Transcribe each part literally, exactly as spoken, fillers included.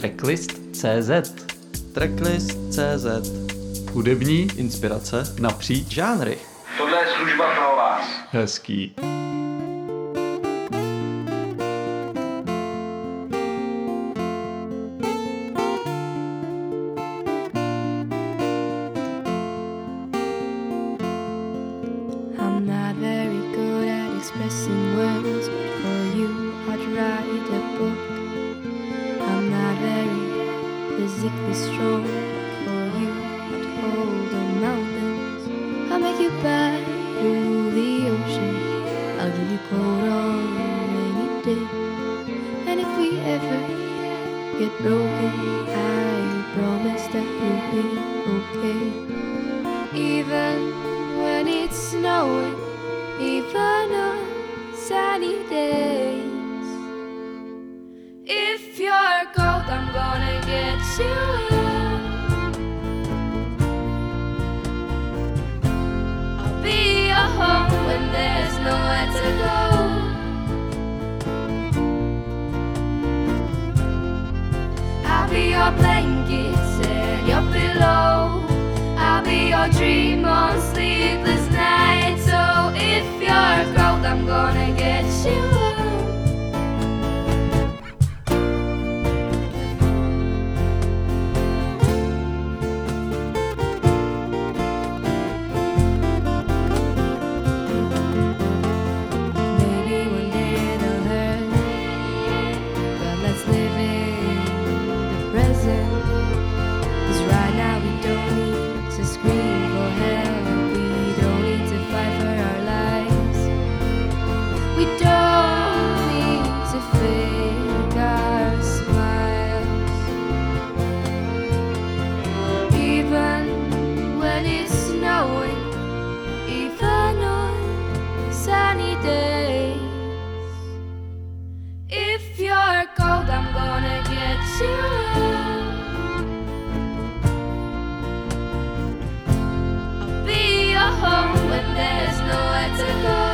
Tracklist tečka cé zet. Tracklist tečka cé zet. Hudební Inspirace napříč žánry. Tohle je služba pro vás. hezký. I'm not very good at expressing words, but for you I'd write a book. I'm not very physically strong, but for you I'd hold the mountains. I'll make you buy through the ocean. I'll give you cold on a rainy day. And if we ever get broken, I promise that you'll be okay. Even when it's snowing, even on sunny days. If you're cold, I'm gonna get you in. I'll be your home when there's nowhere to go. I'll be your blankets and your pillow. I'll be your dream on sleepless nights. So if you're cold, I'm gonna get you warm. Maybe one day they'll hurt, but let's live in the present. 'Cause right now we don't need to scream for help. We don't need to fight for our lives. We don't need to fake our smiles. Even when it's snowing, even on sunny days. If you're cold, I'm gonna get you warm. I'll be your home when there's nowhere to go.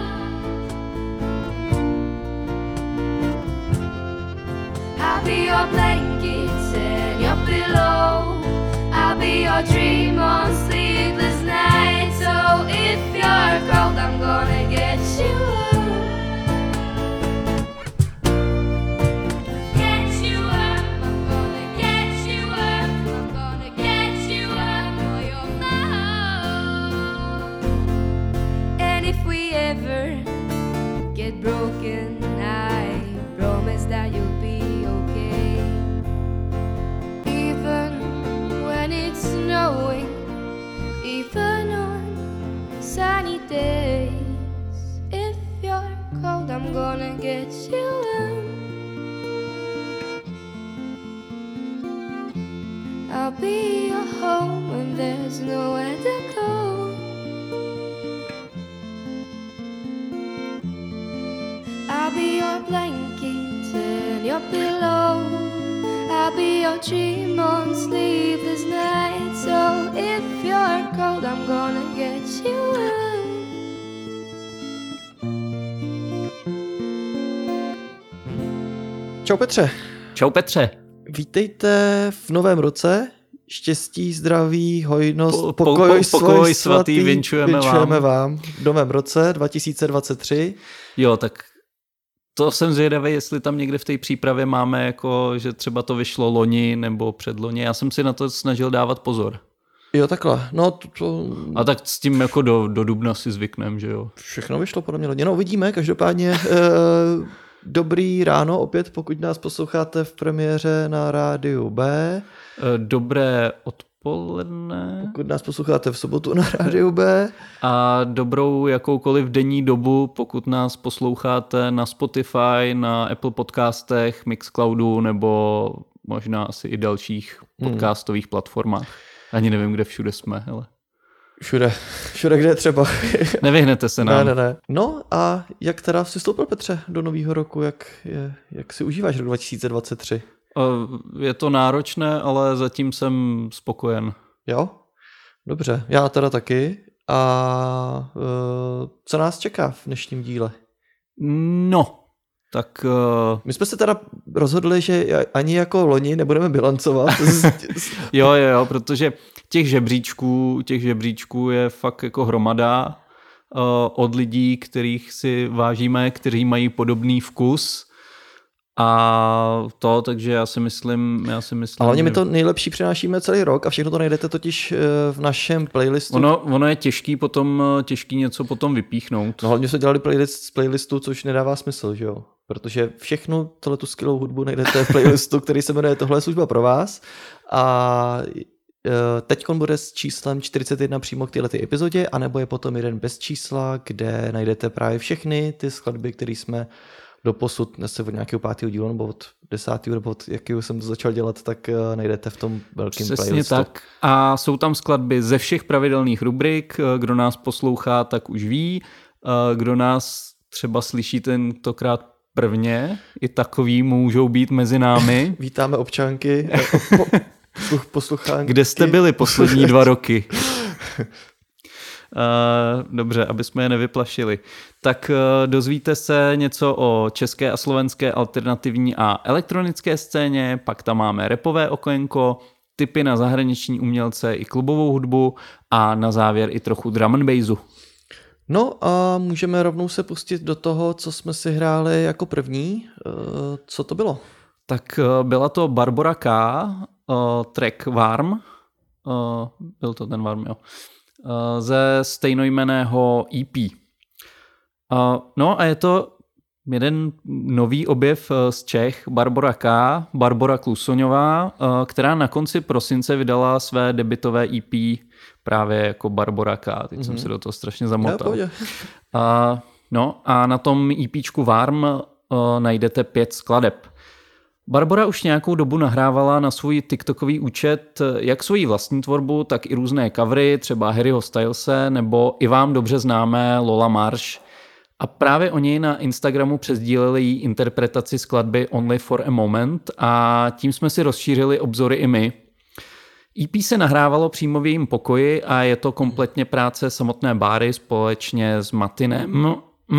I'll be your blankets and your pillow. I'll be your dream on sleepless nights. So if you're cold, I'm gonna get you warm. Get you warm, I'm gonna get you warm. I'm gonna get you warm for your love. And if we ever get broken, I promise that you'll be okay. Even when it's snowing, even on sunny days. If you're cold, I'm gonna get you warm. I'll be your home when there's nowhere to go. I'll be your blanket and your pillow. I'll be your dream on sleepless nights. So if you're cold, I'm gonna get you warm. Čau Petře, Čau Petře. vítejte v novém roce. Štěstí, zdraví, hojnost, Po- po- pokoj, po- svoj pokoj svatý, svatý vinčujeme vinčujeme vám. vám v novém roce dva tisíce dvacet tři. Jo, tak to jsem zvědavý, jestli tam někde v té přípravě máme jako, že třeba to vyšlo loni nebo předloni. Já jsem si na to snažil dávat pozor. Jo, takhle. No, to, to A tak s tím jako do, do dubna si zvyknem, že jo. všechno vyšlo podle mě loni. No, uvidíme, každopádně eh, dobrý ráno opět, pokud nás posloucháte v premiéře na rádiu B. E, Dobré odpoledne Pokud nás posloucháte v sobotu na rádiu B. a dobrou jakoukoliv denní dobu, pokud nás posloucháte na Spotify, na Apple podcastech, Mixcloudu nebo možná asi i dalších podcastových platformách. Ani nevím, kde všude jsme, hele. Všude, všude, kde je třeba. Nevyhnete se nám. Ne, ne, ne. No a jak teda jsi vstoupil, Petře, do nového roku? Jak, je, jak si užíváš rok dva tisíce dvacet tři? Je to náročné, ale zatím jsem spokojen. Jo? Dobře, já teda taky. A uh, co nás čeká v dnešním díle? No, Tak, uh... My jsme se teda rozhodli, že ani jako loni nebudeme bilancovat. jo, jo, jo, protože těch žebříčků, těch žebříčků je fakt jako hromada uh, od lidí, kterých si vážíme, kteří mají podobný vkus. A to, takže já si myslím... Já si myslím ale hlavně že... my to nejlepší přinášíme celý rok a všechno to najdete totiž v našem playlistu. Ono, ono je těžký potom, těžký něco potom vypíchnout. No hlavně jsme dělali playlist z playlistu, což nedává smysl, že jo? Protože všechnu tohletu skvělou hudbu najdete v playlistu, který se jmenuje Tohle je služba pro vás. A teď bude s číslem čtyřicet jedna přímo k této epizodě, anebo je potom jeden bez čísla, kde najdete právě všechny ty skladby, které jsme doposud, nese od nějakého pátého dílu, nebo od desátého, nebo od jakého jsem to začal dělat, tak najdete v tom velkém Přesně playlistu. Tak. A jsou tam skladby ze všech pravidelných rubrik. Kdo nás poslouchá, tak už ví. Kdo nás třeba slyší tentokrát prvně, i takový můžou být mezi námi. Vítáme občanky, posluchánky. Kde jste byli poslední dva roky? Uh, dobře, aby jsme je nevyplašili. Tak uh, dozvíte se něco o české a slovenské alternativní a elektronické scéně, pak tam máme rapové okénko, tipy na zahraniční umělce i klubovou hudbu a na závěr i trochu drum and bassu. No a můžeme rovnou se pustit do toho, co jsme si hráli jako první. Uh, co to bylo? Tak uh, byla to Barbora K, uh, track Warm. Uh, byl to ten Warm, jo. Ze stejnojmenného E P. No a je to jeden nový objev z Čech, Barbora K, Barbora Klusoňová, která na konci prosince vydala své debutové E P právě jako Barbora K. Teď mm-hmm. jsem si do toho strašně zamotal. A, no a na tom EPčku Warm najdete pět skladeb. Barbora už nějakou dobu nahrávala na svůj TikTokový účet jak svoji vlastní tvorbu, tak i různé covery, třeba Harryho Stylese nebo i vám dobře známé Lola Marsh. A právě oni na Instagramu přesdíleli její interpretaci skladby Only for a Moment a tím jsme si rozšířili obzory i my. E P se nahrávalo přímo v jejím pokoji a je to kompletně práce samotné Báry společně s Matinem...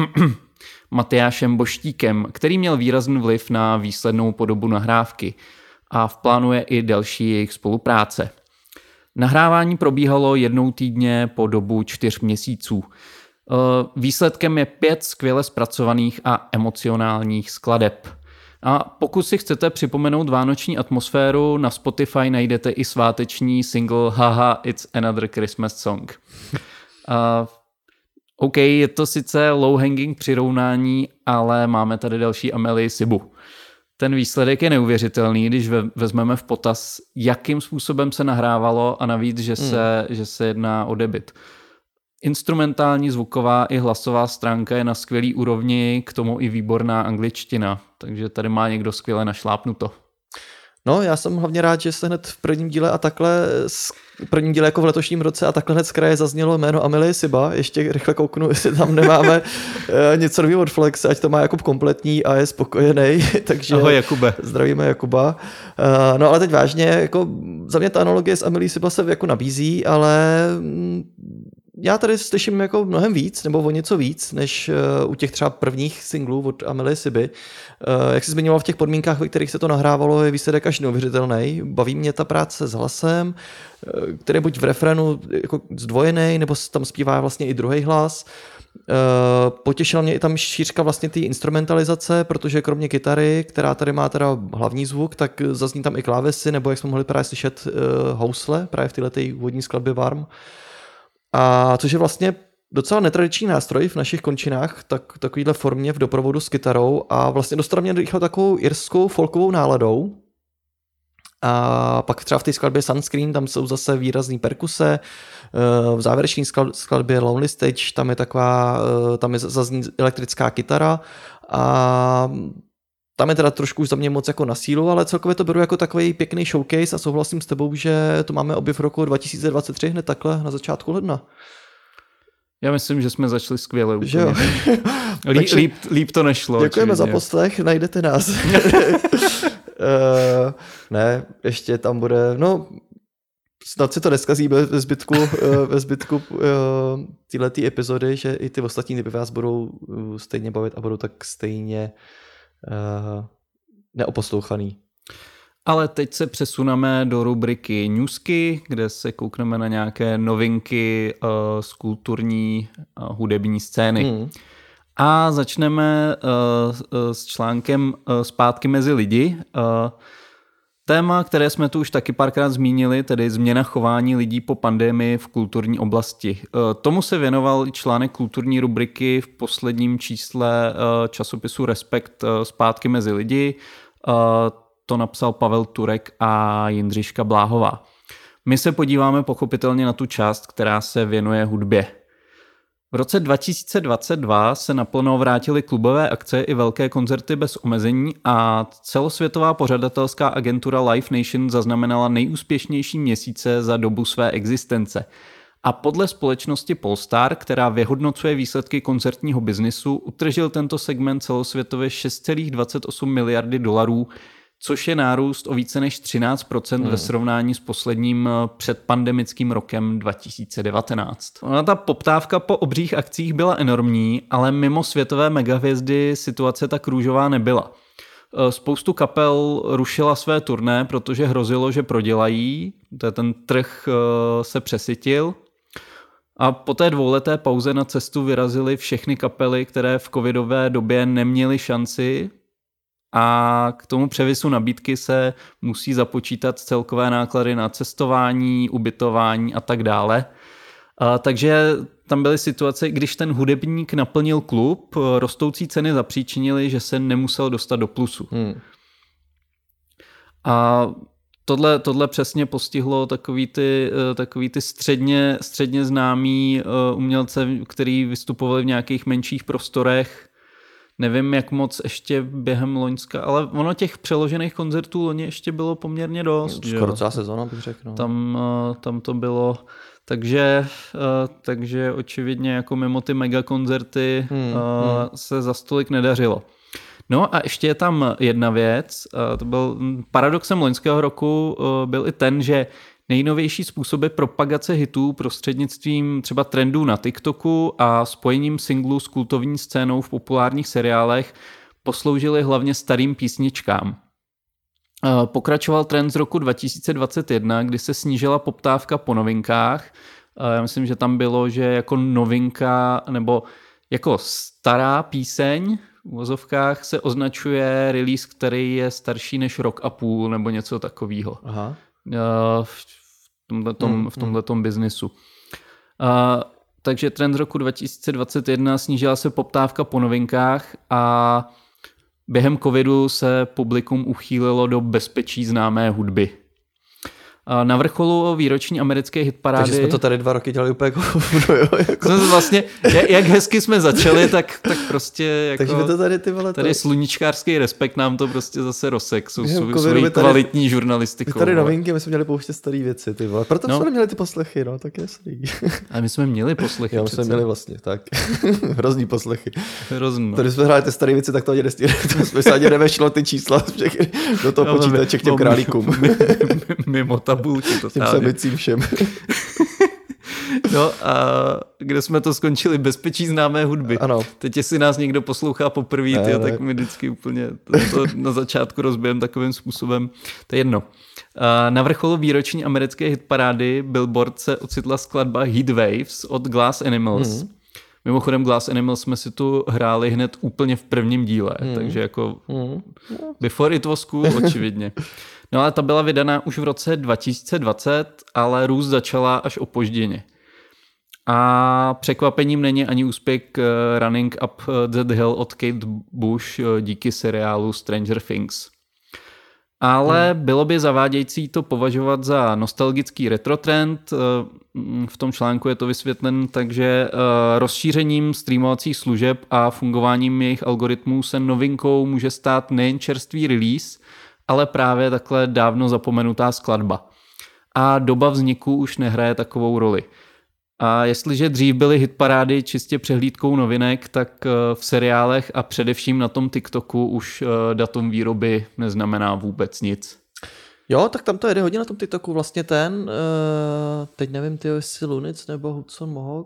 Matyášem Boštíkem, který měl výrazný vliv na výslednou podobu nahrávky a v plánu je i další jejich spolupráce. Nahrávání probíhalo jednou týdně po dobu čtyř měsíců. Výsledkem je pět skvěle zpracovaných a emocionálních skladeb. A pokud si chcete připomenout vánoční atmosféru, na Spotify najdete i sváteční single Haha, It's Another Christmas Song. A OK, je to sice low-hanging přirovnání, ale máme tady další Amelie Sibu. Ten výsledek je neuvěřitelný, když vezmeme v potaz, jakým způsobem se nahrávalo a navíc, že se, hmm. že se jedná o debut. Instrumentální, zvuková i hlasová stránka je na skvělý úrovni, k tomu i výborná angličtina, takže tady má někdo skvěle našlápnuto. No, já jsem hlavně rád, že se hned v prvním díle a takhle, v prvním díle jako v letošním roce a takhle hned z kraje zaznělo jméno Amelie Siba. Ještě rychle kouknu, jestli tam nemáme něco nového od Flex, ať to má Jakub kompletní a je spokojený. Takže ahoj Jakube. Zdravíme Jakuba. No ale teď vážně, jako za mě ta analogie s Amelie Siba se jako nabízí, ale já tady slyším jako mnohem víc, nebo o něco víc, než u těch třeba prvních singlů od Amelie Siby. Jak jsi zmiňoval, v těch podmínkách, ve kterých se to nahrávalo, je výsledek až neuvěřitelný. Baví mě ta práce s hlasem, který buď v refrénu jako zdvojený, nebo tam zpívá vlastně i druhý hlas. Potěšila mě i tam šířka vlastně té instrumentalizace, protože kromě kytary, která tady má teda hlavní zvuk, tak zazní tam i klávesy, nebo jak jsme mohli právě slyšet housle, právě v této úvodní skladbě Warm. A což je vlastně docela netradiční nástroj v našich končinách, tak takovýhle formě v doprovodu s kytarou a vlastně dostala mě rychle takovou irskou folkovou náladou. A pak třeba v té skladbě Sunscreen tam jsou zase výrazný perkuse, v závěrečné skladbě Lonely Stage tam je taková, tam je zazní elektrická kytara a tam je teda trošku už za mě moc jako na sílu, ale celkově to beru jako takový pěkný showcase a souhlasím s tebou, že to máme objev roku dva tisíce dvacet tři hned takhle na začátku ledna. Já myslím, že jsme začali skvěle. Že jo. líp, Takže líp, líp to nešlo. Děkujeme očividně. za poslech, najdete nás. uh, ne, ještě tam bude, no snad si to neskazí ve zbytku, ve zbytku uh, téhletý epizody, že i ty ostatní typy vás budou stejně bavit a budou tak stejně uh, neoposlouchaný. Ale teď se přesuneme do rubriky Newsky, kde se koukneme na nějaké novinky uh, z kulturní uh, hudební scény. Hmm. A začneme uh, s článkem uh, Zpátky mezi lidi. Uh, téma, které jsme tu už taky párkrát zmínili, tedy změna chování lidí po pandemii v kulturní oblasti. Uh, tomu se věnoval i článek kulturní rubriky v posledním čísle uh, časopisu Respekt uh, Zpátky mezi lidi. Uh, To napsal Pavel Turek a Jindřiška Bláhová. My se podíváme pochopitelně na tu část, která se věnuje hudbě. V roce dva tisíce dvacet dva se naplno vrátily klubové akce i velké koncerty bez omezení a celosvětová pořadatelská agentura Live Nation zaznamenala nejúspěšnější měsíce za dobu své existence. A podle společnosti Polestar, která vyhodnocuje výsledky koncertního biznisu, utržil tento segment celosvětově šest celá dvacet osm miliardy dolarů, což je nárůst o více než třináct procent hmm. ve srovnání s posledním předpandemickým rokem dva tisíce devatenáct. Ona ta poptávka po obřích akcích byla enormní, ale mimo světové megahvězdy situace tak růžová nebyla. Spoustu kapel rušila své turné, protože hrozilo, že prodělají, ten trh se přesytil. A po té dvouleté pauze na cestu vyrazily všechny kapely, které v covidové době neměly šanci, a k tomu převisu nabídky se musí započítat celkové náklady na cestování, ubytování a tak dále. A takže tam byly situace, když ten hudebník naplnil klub, rostoucí ceny zapříčinily, že se nemusel dostat do plusu. Hmm. A tohle, tohle přesně postihlo takový ty, takový ty středně, středně známý umělce, který vystupovali v nějakých menších prostorech. Nevím, jak moc ještě během loňska, ale ono těch přeložených koncertů loni ještě bylo poměrně dost. Skoro celá sezóna, bych řekl. No. Tam, tam to bylo, takže, takže očividně jako mimo ty megakoncerty hmm, hmm. se za stolik nedařilo. No a ještě je tam jedna věc, to byl paradoxem loňského roku, byl i ten, že nejnovější způsoby propagace hitů prostřednictvím třeba trendů na TikToku a spojením singlů s kultovní scénou v populárních seriálech posloužily hlavně starým písničkám. Pokračoval trend z roku dva tisíce dvacet jedna, kdy se snížila poptávka po novinkách. Já myslím, že tam bylo, že jako novinka nebo jako stará píseň v uvozovkách se označuje release, který je starší než rok a půl nebo něco takového. Aha. v tomhletom, v tomhletom biznisu. Uh, takže trend z roku dva tisíce dvacet jedna, snížila se poptávka po novinkách a během covidu se publikum uchýlilo do bezpečí známé hudby. Na vrcholu výroční americké hitparády... Takže jsme to tady dva roky dělali úplně jako... jako... Vlastně, jak hezky jsme začali, tak, tak prostě jako... Takže to tady ty vole... Tady sluníčkářský respekt nám to prostě zase rozsek svou svojí kvalitní žurnalistikou. Tady novinky, my jsme měli pouštět staré věci, ty vole. Proto no. jsme neměli ty poslechy, no, tak jasný. A my jsme měli poslechy. Jo, my jsme měli vlastně, tak. Hrozný poslechy. Hrozný. Tady jsme hráli ty staré věci, tak to ani nestíli. To jsme se ani nevešlo ty čísla do toho počítače k těm králíkům. Mimo tabulky to tím samicím všem. No a kde jsme to skončili? Bezpečí známé hudby. Ano. Teď jestli nás někdo poslouchá poprvé, ne, tyjo, tak my vždycky úplně to, to na začátku rozbijeme takovým způsobem. To je jedno. Na vrcholu výroční americké hitparády Billboard se ocitla skladba Heat Waves od Glass Animals. Hmm. Mimochodem Glass Animals jsme si tu hráli hned úplně v prvním díle, hmm. takže jako hmm. before it was cool, očividně. No ale ta byla vydaná už v roce dva tisíce dvacet, ale růst začala až opožděně. A překvapením není ani úspěch Running Up That Hill od Kate Bush díky seriálu Stranger Things. Ale hmm. bylo by zavádějící to považovat za nostalgický retrotrend. V tom článku je to vysvětlen, takže rozšířením streamovacích služeb a fungováním jejich algoritmů se novinkou může stát nejen čerstvý release, ale právě takhle dávno zapomenutá skladba. A doba vzniku už nehraje takovou roli. A jestliže dřív byly hitparády čistě přehlídkou novinek, tak v seriálech a především na tom TikToku už datum výroby neznamená vůbec nic. Jo, tak tam to jede hodně na tom TikToku. Vlastně ten, teď nevím, ty jestli Lunic nebo Hudson Mohawk,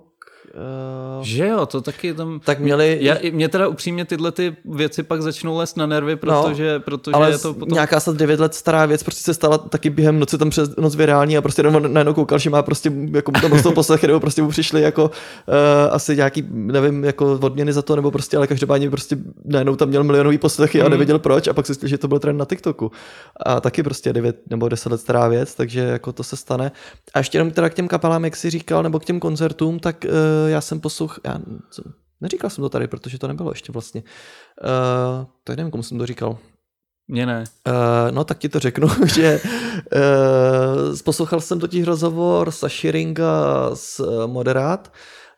Uh, že jo, to taky tam... Tak měli... Já, mě teda upřímně tyhle ty věci pak začnou lézt na nervy, protože, no, protože ale je to potom... nějaká snad devět let stará věc prostě se stala taky během noci tam přes noc virální a prostě jenom najednou koukal, že má prostě jako tam rostou poslechy, nebo prostě mu přišli jako uh, asi nějaký, nevím, jako odměny za to, nebo prostě, ale každopádně prostě najednou tam měl milionový poslechy a mm. nevěděl proč a pak si že to byl trend na TikToku. A taky prostě devět nebo deset let stará věc, takže jako to se stane. A ještě jenom teda k těm kapelám, jak jsi říkal, nebo k těm koncertům, tak uh, já jsem poslouchal, já co, neříkal jsem to tady, protože to nebylo ještě vlastně. Uh, tak nevím, komu jsem to říkal. Mně ne. Uh, no tak ti to řeknu, že uh, poslouchal jsem totiž rozhovor Saši Ringa z Moderát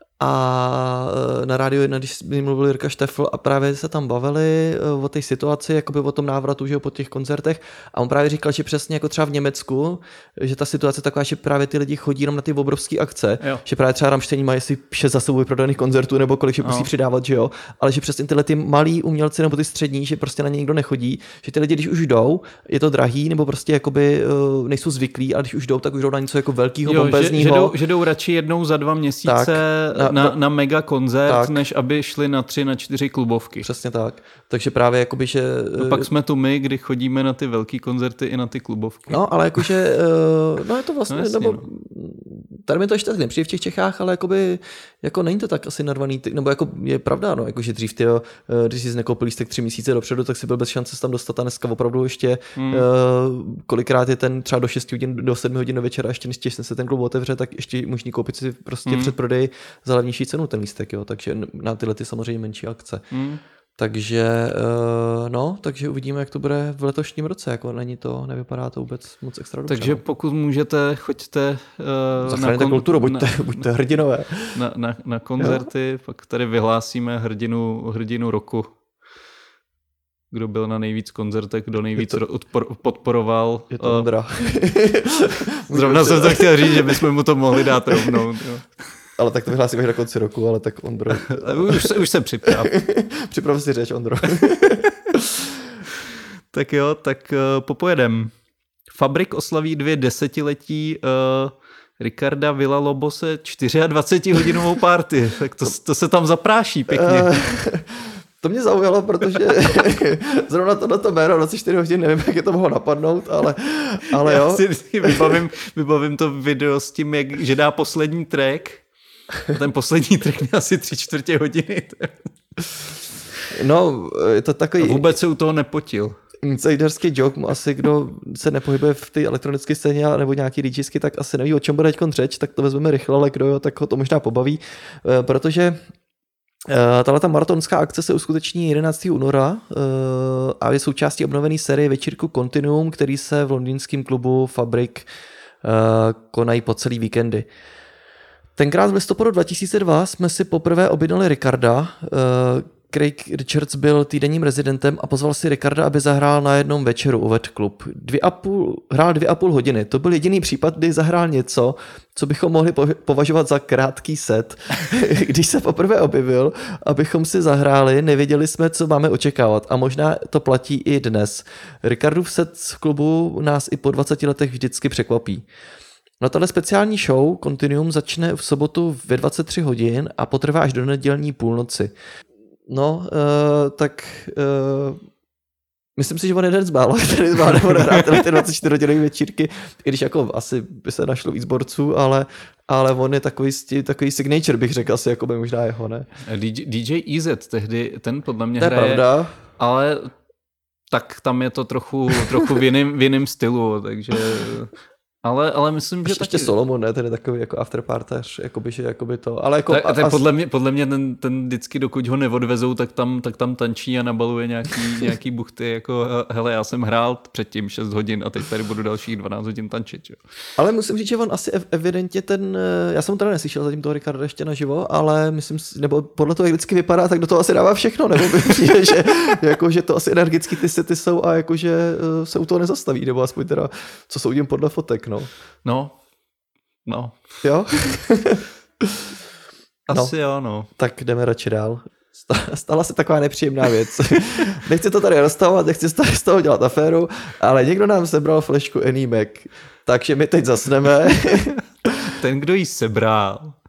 a na rádiu jedna, když mluvil Jirka Štefl a právě se tam bavili o té situaci, jakoby o tom návratu, že jo, po těch koncertech a on právě říkal, že přesně jako třeba v Německu, že ta situace je taková, že právě ty lidi chodí jenom na ty obrovské akce, jo. Že právě třeba Rammstein mají asi šest za sebou vyprodaných koncertů nebo kolik že musí přidávat, že jo, ale že přesně tyhle ty malí umělci nebo ty střední, že prostě na ně nikdo nechodí, že ty lidi, když už jdou, je to drahý nebo prostě jakoby uh, nejsou zvyklí, ale když už jdou, tak už jdou na něco jako velkého, bombezního. Že, že, jdou, že jdou radši jednou za dva měsíce tak, na, na, na mega koncert, tak. Než aby šli na tři, na čtyři klubovky. Přesně tak. Takže právě jakoby, že... No pak jsme tu my, kdy chodíme na ty velký koncerty i na ty klubovky. No, ale jakože, no je to vlastně, no, jasně, nebo, no. Tady mi to ještě tak nepřijde v těch Čechách, ale jakoby, jako není to tak asi narvaný, nebo jako je pravda, no, jakože dřív ty, když jsi nekoupil lístek tři měsíce dopředu, tak si byl bez šance se tam dostat a dneska opravdu ještě hmm. uh, kolikrát je ten třeba do šesti hodin, do sedmi hodin do večera, ještě než se ten klub otevře, tak ještě možný koupit si prostě hmm. předprodej za levnější cenu ten lístek, jo, takže na tyhle ty samozřejmě menší akce. Hmm. Takže, uh, no, takže uvidíme, jak to bude v letošním roce, jako není to, nevypadá to vůbec moc extra dobře. Takže pokud můžete, choďte uh, na kon- kulturu, buďte, na, buďte hrdinové. Na, na, na koncerty, jo. Pak tady vyhlásíme hrdinu, hrdinu roku. Kdo byl na nejvíc koncertech, kdo nejvíc to, odpor, podporoval. Je to Ondra. Uh, zrovna jsem to chtěl říct, že bychom mu to mohli dát rovnou. Jo. Ale tak to vyhlásíme na konci roku, ale tak Ondro. už, se, už jsem připrav. Připrav si řeč, Ondro. Tak jo, tak uh, popojedem. Fabrik oslaví dvě desetiletí uh, Ricarda Villalobose dvacetihodinovou party. Tak to, to se tam zapráší pěkně. Uh, to mě zaujalo, protože zrovna tohleto jméno dvacet čtyři hodin, nevím, jak je to mohlo napadnout, ale, ale jo. Já si vybavím, vybavím to video s tím, jak, že dá poslední track. A ten poslední track měl asi tři čtvrtě hodiny. No, je to takový... A vůbec se u toho nepotil. Insiderský joke, asi kdo se nepohybuje v té elektronické scéně nebo nějaký DJsky, tak asi neví, o čem bude teďkon řeč, tak to vezmeme rychle, ale kdo jo, tak ho to možná pobaví, protože tahleta maratonská akce se uskuteční jedenáctého února a je součástí obnovené série večírku Continuum, který se v londýnském klubu Fabrik konají po celý víkendy. Tenkrát v listopadu dva tisíce dva jsme si poprvé objednali Ricarda. Craig Richards byl týdenním rezidentem a pozval si Ricarda, aby zahrál na jednom večeru, uvedl klub. Dvě a půl, hrál dvě a půl hodiny. To byl jediný případ, kdy zahrál něco, co bychom mohli považovat za krátký set. Když se poprvé objevil, abychom si zahráli, nevěděli jsme, co máme očekávat. A možná to platí i dnes. Ricardův set v klubu nás i po dvaceti letech vždycky překvapí. No tahle speciální show Continuum začne v sobotu ve dvacet tři hodin a potrvá až do nedělní půlnoci. No, uh, tak uh, myslím si, že on jeden z mála, který zvládne odehrát ty dvacet čtyři hodinové večírky, i když jako asi by se našlo víc borců, ale, ale on je takový, takový signature, bych řekl asi, jako by možná jeho, ne? D J E Z tehdy, ten podle mě to hraje, je pravda. Ale tak tam je to trochu, trochu v jiném v jiném stylu, takže... Ale, ale myslím, že ještě taky... Solomon, ne, ten je takový jako afterpartař, jakoby, že jakoby to, ale jako... Tak, tak as... podle mě, podle mě ten, ten vždycky, dokud ho neodvezou, tak tam, tak tam tančí a nabaluje nějaký, nějaký buchty, jako hele, já jsem hrál předtím šest hodin a teď tady budu dalších dvanáct hodin tančit, jo. Ale musím říct, že on asi evidentně ten, já jsem teda neslyšel zatím toho Ricarda ještě naživo, ale myslím, nebo podle toho, jak vždycky vypadá, tak do toho asi dává všechno, nebo by přijde, že, jako, že to asi energický ty sety jsou a jakože se u toho nezastaví, nebo aspoň teda, co soudím podle fotek, no. No, no. Jo? Asi no. jo, no. Tak jdeme radši dál. Stala se taková nepříjemná věc. Nechci to tady rozstavovat, nechci z toho dělat aféru, ale někdo nám sebral flešku Annie Mac, takže my teď zasneme. Ten, kdo jí sebral,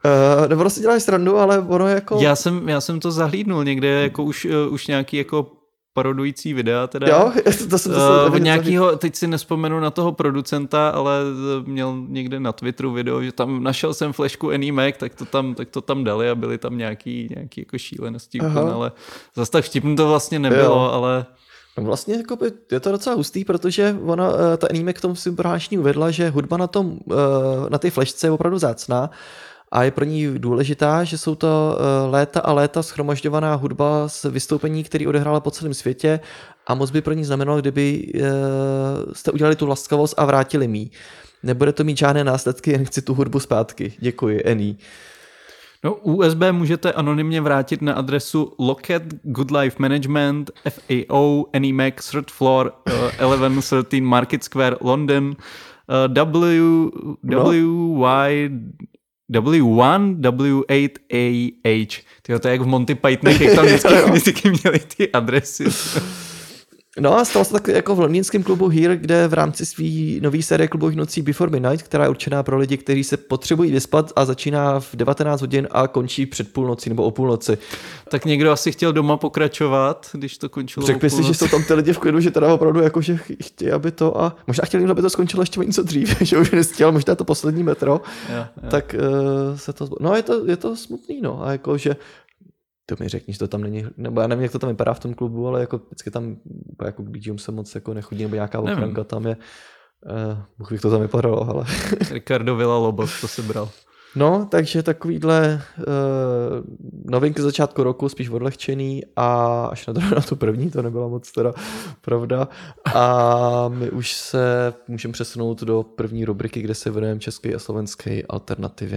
Uh, nebo si děláš srandu, ale ono jako... Já jsem, já jsem to zahlídnul někde, jako už, uh, už nějaký jako parodující videa teda. Jo, to jsem to uh, nějakýho, teď si nespomenu na toho producenta, ale měl někde na Twitteru video, že tam našel jsem flešku AnyMac, tak to tam, tak to tam dali a byly tam nějaký, nějaký jako šílenosti, ale zase tak vtipný to vlastně nebylo, jo. ale... No vlastně jako by, je to docela hustý, protože ona, ta AnyMac k tomu si prohlášení uvedla, že hudba na tom, na té flešce je opravdu vzácná a je pro ní důležitá, že jsou to léta a léta shromažďovaná hudba z vystoupení, které odehrála po celém světě a moc by pro ní znamenalo, kdyby jste udělali tu laskavost a vrátili mi. Nebude to mít žádné následky, jen chci tu hudbu zpátky. Děkuji, Annie. No, U S B můžete anonymně vrátit na adresu Lockheed Good Life Management F A O AnyMac third floor uh, eleven thirteen Market Square London uh, W W Y W one W eight A H. Tyjo, to je jak v Monty Pythonech, jak tam vždycky, vždycky měli ty adresy. No a stalo se tak jako v londýnském klubu Here, kde v rámci svý nový série klubových nocí Before Midnight, která je určená pro lidi, kteří se potřebují vyspat a začíná v devatenáct hodin a končí před půlnocí nebo o půlnoci. Tak někdo asi chtěl doma pokračovat, když to končilo. Řekli si, že jsou tam ty lidi v klidu, že teda opravdu jako, že chtějí, aby to a možná chtěli, aby to skončilo ještě něco dřív, že už nestěl, možná to poslední metro, ja, ja. tak uh, se to, no je to, je to smutný, no a jako, že to mi řekni, že to tam není, nebo já nevím, jak to tam vypadá v tom klubu, ale jako vždycky tam jako k Bee Geesům se moc jako nechodí, nebo nějaká ochranka tam je. Uh, Bůh bych to tam vypadalo, ale... Ricardo Villa-Lobos, to si bral. No, takže takovýhle uh, novinky z začátku roku, spíš odlehčený a až na, na tu první, to nebyla moc teda pravda. A my už se můžeme přesunout do první rubriky, kde se věnujeme české a slovenské alternativě.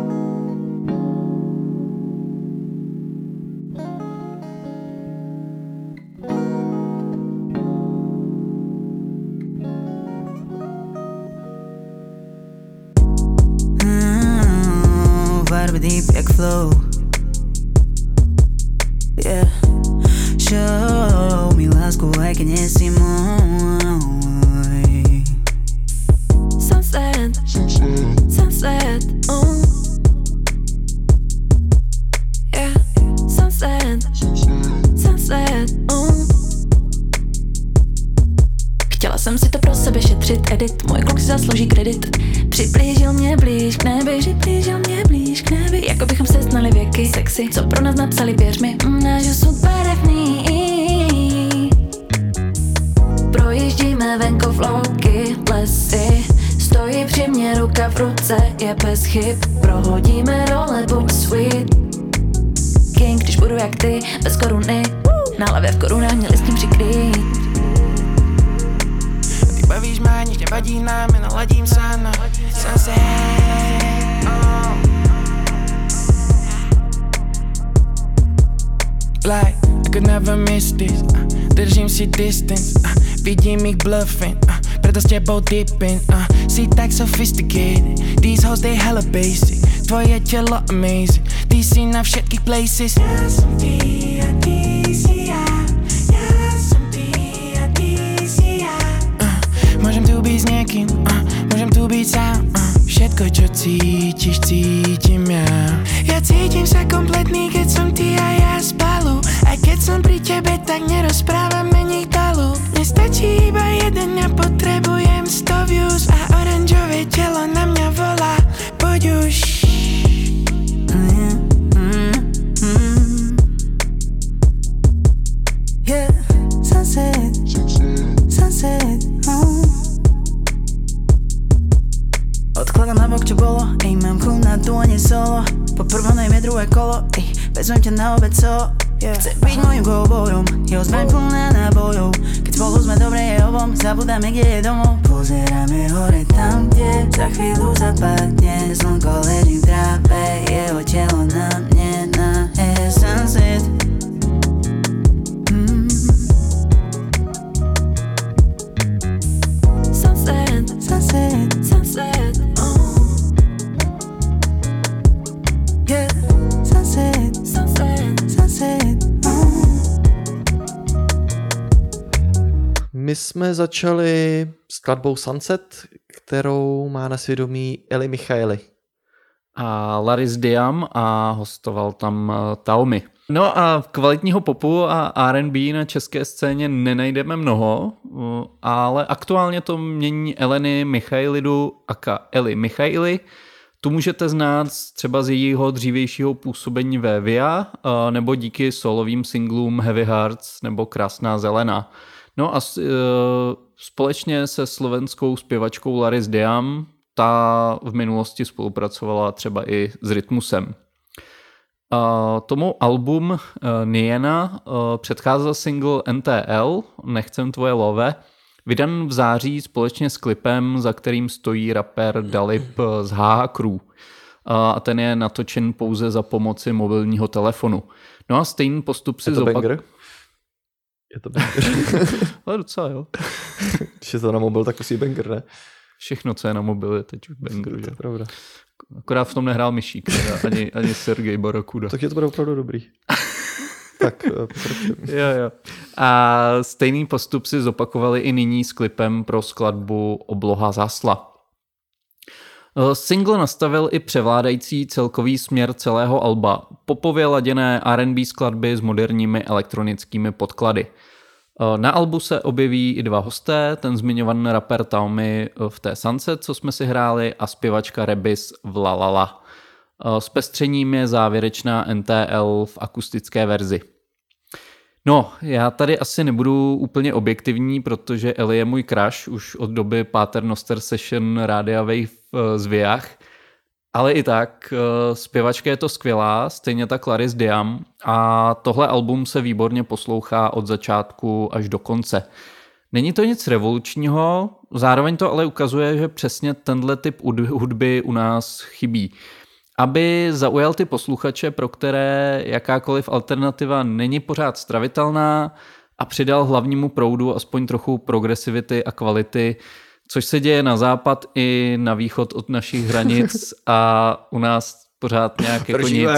Deep jak flow, yeah. Show mi lásku, aj keď nie si môj. Sunset, sunset, oh. Yeah, sunset, sunset, oh. Chtěla jsem si to pro sebe šetřit, edit, můj kluk si zaslouží kredit. Přiblížil mě blíž k nebi, přiblížil mě blíž k nebi. Jako bychom se znali věky, sexy, co pro nás napsali, věř mi, náš osud barevný. Projíždíme venkov louky, lesy, stojí při mě ruka v ruce, je bez chyb. Prohodíme dole, buď sweet king, když budu jak ty, bez koruny, na hlavě v korunách mě listím přikrýt. Bavíš má, nič nevadí nám, jen naladím se na sunset, oh. Like, I could never miss this, uh, držím si distance, uh, vidím ich bluffing, uh, preto s tebou dipping, uh, si tak sophisticated, these hoes they hella basic, tvoje tělo amazing, ty si na všetkých places. Ja som ty a ty si ja, ja som ty a ty si ja. Môžem tu byť s niekým, uh, môžem tu byť sám, uh, všetko čo cítiš, cítim ja. Ja cítim sa kompletný, keď som ty a ja spolu, aj keď som pri tebe, tak nerozprávame nikdalu. Mne stačí iba jeden, ja potrebujem sto views a oranžové telo na mňa volá, poď už. Mm, mm, mm. Yeah, sunset, sunset, oh. Odkladám nabok, čo bolo, ej, mám chuť na tu a nie solo. Poprvé najmä druhé kolo, ej, vezmem ťa na obed solo, yeah. Chce byť mojim cowboyom, jeho zbraň plná nábojov. Keď spolu sme dobre je obom, zabudáme, kde je domov. Pozeráme hore tam, kde za chvíľu zapadne slnko, leží v trápe, jeho telo na mne, na air sunset. Mm. Sunset, sunset, sunset. Yeah, sunset, sunset, sunset, oh. My jsme začali skladbou Sunset, kterou má na svědomí Eli Michaeli. a Laris Diam a hostoval tam Taomi. No a kvalitního popu a R and B na české scéně nenajdeme mnoho, ale aktuálně to mění Eleny Michailidu aka Eli Michaili. Tu můžete znát třeba z jejího dřívějšího působení ve Via nebo díky solovým singlům Heavy Hearts nebo Krásná zelena. No a společně se slovenskou zpěvačkou Laris Diam ta v minulosti spolupracovala třeba i s Rytmusem. Uh, tomu album uh, Niena uh, předcházel single N T L, Nechcem tvoje love, vydan v září společně s klipem, za kterým stojí rapper Dalip z H H Crew. Uh, a ten je natočen pouze za pomoci mobilního telefonu. No a stejný postup si zopak... banger? Je to banger? Ale docela jo. Když je to na mobil, tak musí banger, ne? Všechno, co je na mobil, je teď už banger. To je pravda. Akorát v tom nehrál Myšík, ani, ani Sergej Barakuda. Takže to bude opravdu dobrý. Tak, pokračujeme. Jo, jo. A stejný postup si zopakovali i nyní s klipem pro skladbu Obloha zásla. Single nastavil i převládající celkový směr celého alba. Popově laděné R and B skladby s moderními elektronickými podklady. Na albu se objeví i dva hosté, ten zmiňovaný rapper Taomi v té Sunset, co jsme si hráli, a zpěvačka Rebis v La La La. S pestřením je závěrečná N T L v akustické verzi. No, já tady asi nebudu úplně objektivní, protože Eli je můj crush už od doby Paternoster Session Rádia Wave z Viach. Ale i tak, zpěvačka je to skvělá, stejně tak Laris Diam, a tohle album se výborně poslouchá od začátku až do konce. Není to nic revolučního, zároveň to ale ukazuje, že přesně tenhle typ hudby u nás chybí. Aby zaujal ty posluchače, pro které jakákoliv alternativa není pořád stravitelná, a přidal hlavnímu proudu aspoň trochu progresivity a kvality, což se děje na západ i na východ od našich hranic a u nás pořád nějak jako nic.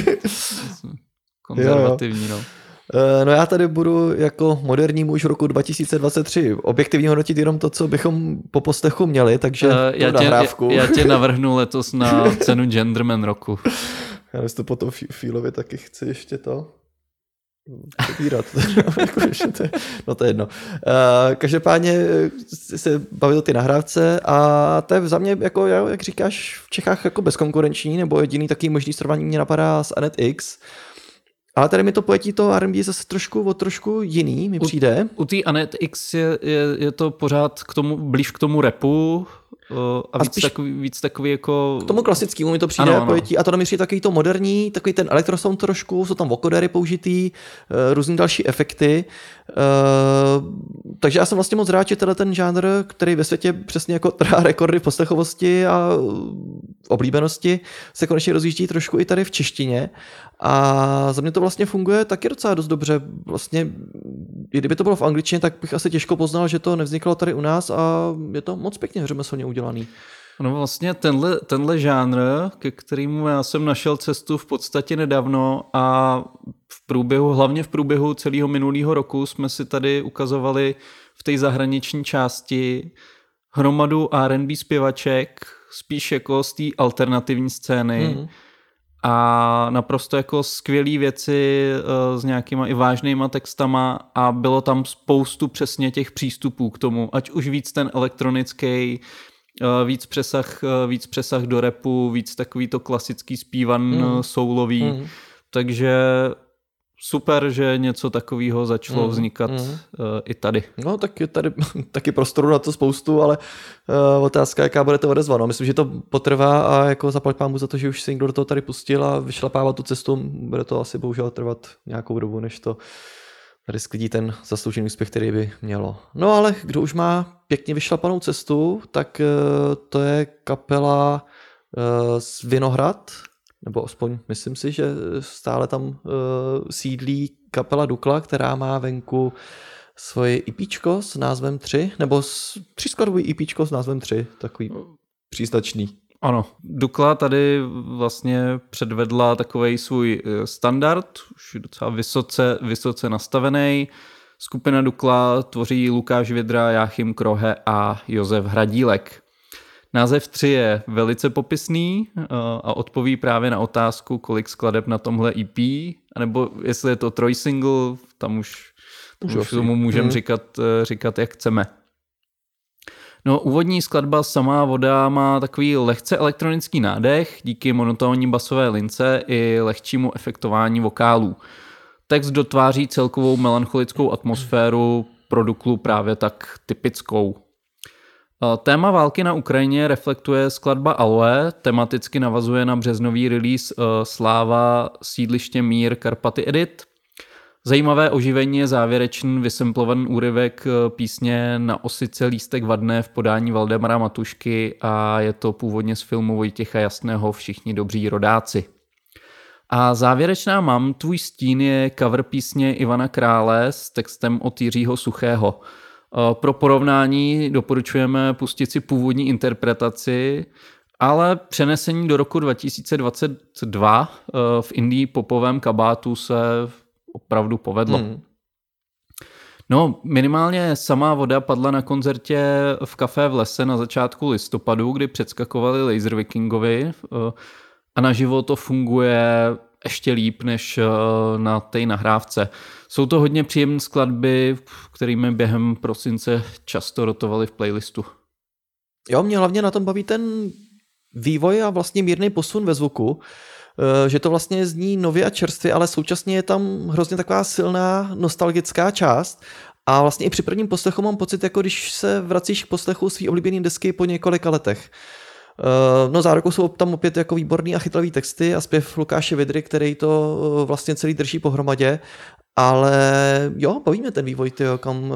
Konzervativní, no. No já tady budu jako moderní muž roku dva tisíce dvacet tři objektivně hodnotit jenom to, co bychom po poslechu měli, takže uh, já, tě, já, já tě navrhnu letos na cenu Genderman roku. Já to po tom Fílovi taky chci ještě to přebírat. No to je jedno. Uh, každopádně se bavil o ty nahrávce a to je za mě, jako, jak říkáš, v Čechách jako bezkonkurenční, nebo jediný taký možný srovnání mě napadá s Anet X. Ale tady mi to pojetí toho R and B je zase trošku o trošku jiný, mi přijde. U, u té Anet X je, je, je to pořád k tomu, blíž k tomu rapu a, a víc, takový, víc takový jako... K tomu klasickému mi to přijde, ano, pojetí. Ano. A to mi přijde takový to moderní, takový ten elektrosound trošku, jsou tam vokodery použitý, různý další efekty. Uh, takže já jsem vlastně moc rád, že tenhle ten žánr, který ve světě přesně jako trhá rekordy v poslechovosti a oblíbenosti, se konečně rozjíždí trošku i tady v češtině. A za mě to vlastně funguje taky docela dost dobře. Vlastně, i kdyby to bylo v angličtině, tak bych asi těžko poznal, že to nevzniklo tady u nás a je to moc pěkně řemeslně udělaný. No vlastně tenhle, tenhle žánr, ke kterému já jsem našel cestu v podstatě nedávno a v průběhu, hlavně v průběhu celého minulého roku jsme si tady ukazovali v té zahraniční části hromadu R and B zpěvaček, spíš jako z té alternativní scény, mm. a naprosto jako skvělý věci s nějakýma i vážnýma textama a bylo tam spoustu přesně těch přístupů k tomu, ať už víc ten elektronický, víc přesah, víc přesah do rapu, víc takový to klasický zpívan mm. soulový, mm. takže super, že něco takového začalo mm, vznikat mm. Uh, i tady. No, tak je tady taky prostoru na to spoustu, ale uh, otázka, jaká bude to odezva. No, myslím, že to potrvá a jako zaplať pámu za to, že už se někdo do toho tady pustil a vyšlapává tu cestu. Bude to asi bohužel trvat nějakou dobu, než to tady sklidí ten zasloužený úspěch, který by mělo. No, ale kdo už má pěkně vyšlapanou cestu, tak uh, to je kapela uh, z Vinohrad, nebo aspoň myslím si, že stále tam uh, sídlí kapela Dukla, která má venku svoje EPčko s názvem tři, nebo třískladový EPčko s názvem tři, takový příznačný. Ano, Dukla tady vlastně předvedla takovej svůj standard, už docela vysoce, vysoce nastavený. Skupina Dukla tvoří Lukáš Vědra, Jáchym Krohe a Josef Hradílek. Název tři je velice popisný a odpoví právě na otázku, kolik skladeb na tomhle E P, anebo jestli je to trojsingle, tam už, tam už tomu můžeme hmm. říkat, říkat, jak chceme. No, úvodní skladba Samá voda má takový lehce elektronický nádech díky monotónní basové lince i lehčímu efektování vokálů. Text dotváří celkovou melancholickou atmosféru pro Duklu právě tak typickou. Téma války na Ukrajině reflektuje skladba Aloe, tematicky navazuje na březnový release Sláva sídliště Mír Karpaty Edit. Zajímavé oživení je závěrečný vysemplovaný úryvek písně Na osice lístek vadné v podání Valdemara Matušky a je to původně z filmu Vojtěcha Jasného Všichni dobří rodáci. A závěrečná Mám tvůj stín je cover písně Ivana Krále s textem od Jiřího Suchého. Pro porovnání doporučujeme pustit si původní interpretaci, ale přenesení do roku dva tisíce dvacet dva v indie popovém kabátu se opravdu povedlo. Hmm. No, minimálně Samá voda padla na koncertě v Café v lese na začátku listopadu, kdy předskakovali Laser Vikingovi a naživo to funguje ještě líp než na té nahrávce. Jsou to hodně příjemné skladby, kterými během prosince často rotovali v playlistu. Jo, mě hlavně na tom baví ten vývoj a vlastně mírný posun ve zvuku, že to vlastně zní nově a čerstvě, ale současně je tam hrozně taková silná nostalgická část a vlastně i při prvním poslechu mám pocit, jako když se vracíš k poslechu svý oblíbený desky po několika letech. No zároveň jsou tam opět jako výborný a chytlavý texty a zpěv Lukáše Vidry, který to vlastně celý drží pohromadě, ale jo, baví mě ten vývoj, tyjo, kam uh,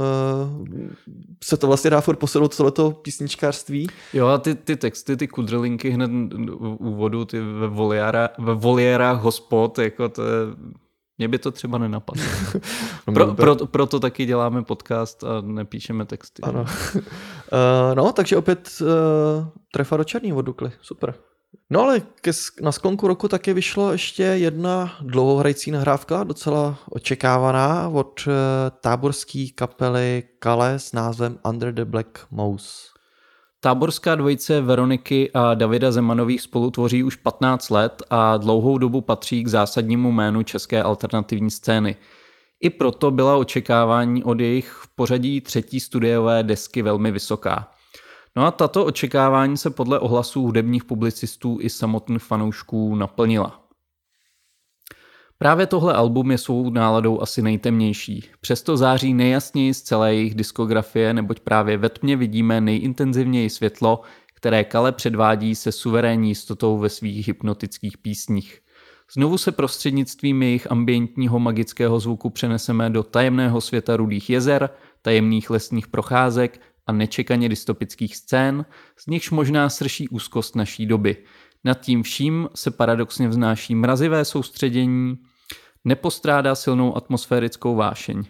se to vlastně dá furt posunout tohleto písničkářství. Jo a ty, ty texty, ty kudrlinky hned v úvodu, ty ve, voliéra, ve voliérách hospod, jako to je, mě by to třeba nenapadlo. pro, pro, proto taky děláme podcast a nepíšeme texty. Ano. uh, no, takže opět uh, trefa do černý od Dukly, super. No ale ke, na sklonku roku taky vyšlo ještě jedna dlouhohrající nahrávka, docela očekávaná od uh, táborské kapely Kale s názvem Under the Black Mouse. Táborská dvojice Veroniky a Davida Zemanových spolu tvoří už patnáct let a dlouhou dobu patří k zásadnímu jménu české alternativní scény. I proto byla očekávání od jejich v pořadí třetí studiové desky velmi vysoká. No a tato očekávání se podle ohlasů hudebních publicistů i samotných fanoušků naplnila. Právě tohle album je svou náladou asi nejtemnější. Přesto září nejjasněji z celé jejich diskografie, neboť právě ve tmě vidíme nejintenzivněji světlo, které Kale předvádí se suverénní jistotou ve svých hypnotických písních. Znovu se prostřednictvím jejich ambientního magického zvuku přeneseme do tajemného světa rudých jezer, tajemných lesních procházek a nečekaně dystopických scén, z nichž možná srší úzkost naší doby. Nad tím vším se paradoxně vznáší mrazivé soustředění, nepostrádá silnou atmosférickou vášeň.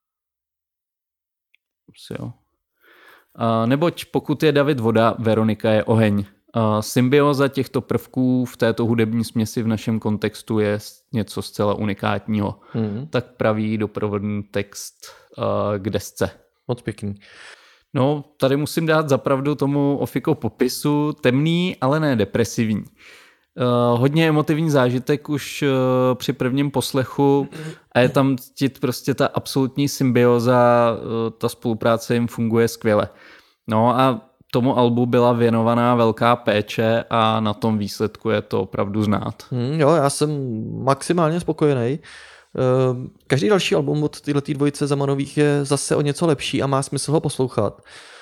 Jo. A neboť pokud je David voda, Veronika je oheň. A symbioza těchto prvků v této hudební směsi v našem kontextu je něco zcela unikátního. Mm. Tak praví doprovodný text uh, k desce. Moc pěkný. No, tady musím dát zapravdu tomu Ofiko popisu, temný, ale ne depresivní. Uh, hodně emotivní zážitek už uh, při prvním poslechu a je tam cítit prostě ta absolutní symbioza, uh, ta spolupráce jim funguje skvěle. No a tomu albu byla věnovaná velká péče a na tom výsledku je to opravdu znát. Hmm, jo, já jsem maximálně spokojený. Každý další album od této dvojice Zemanových je zase o něco lepší a má smysl ho poslouchat.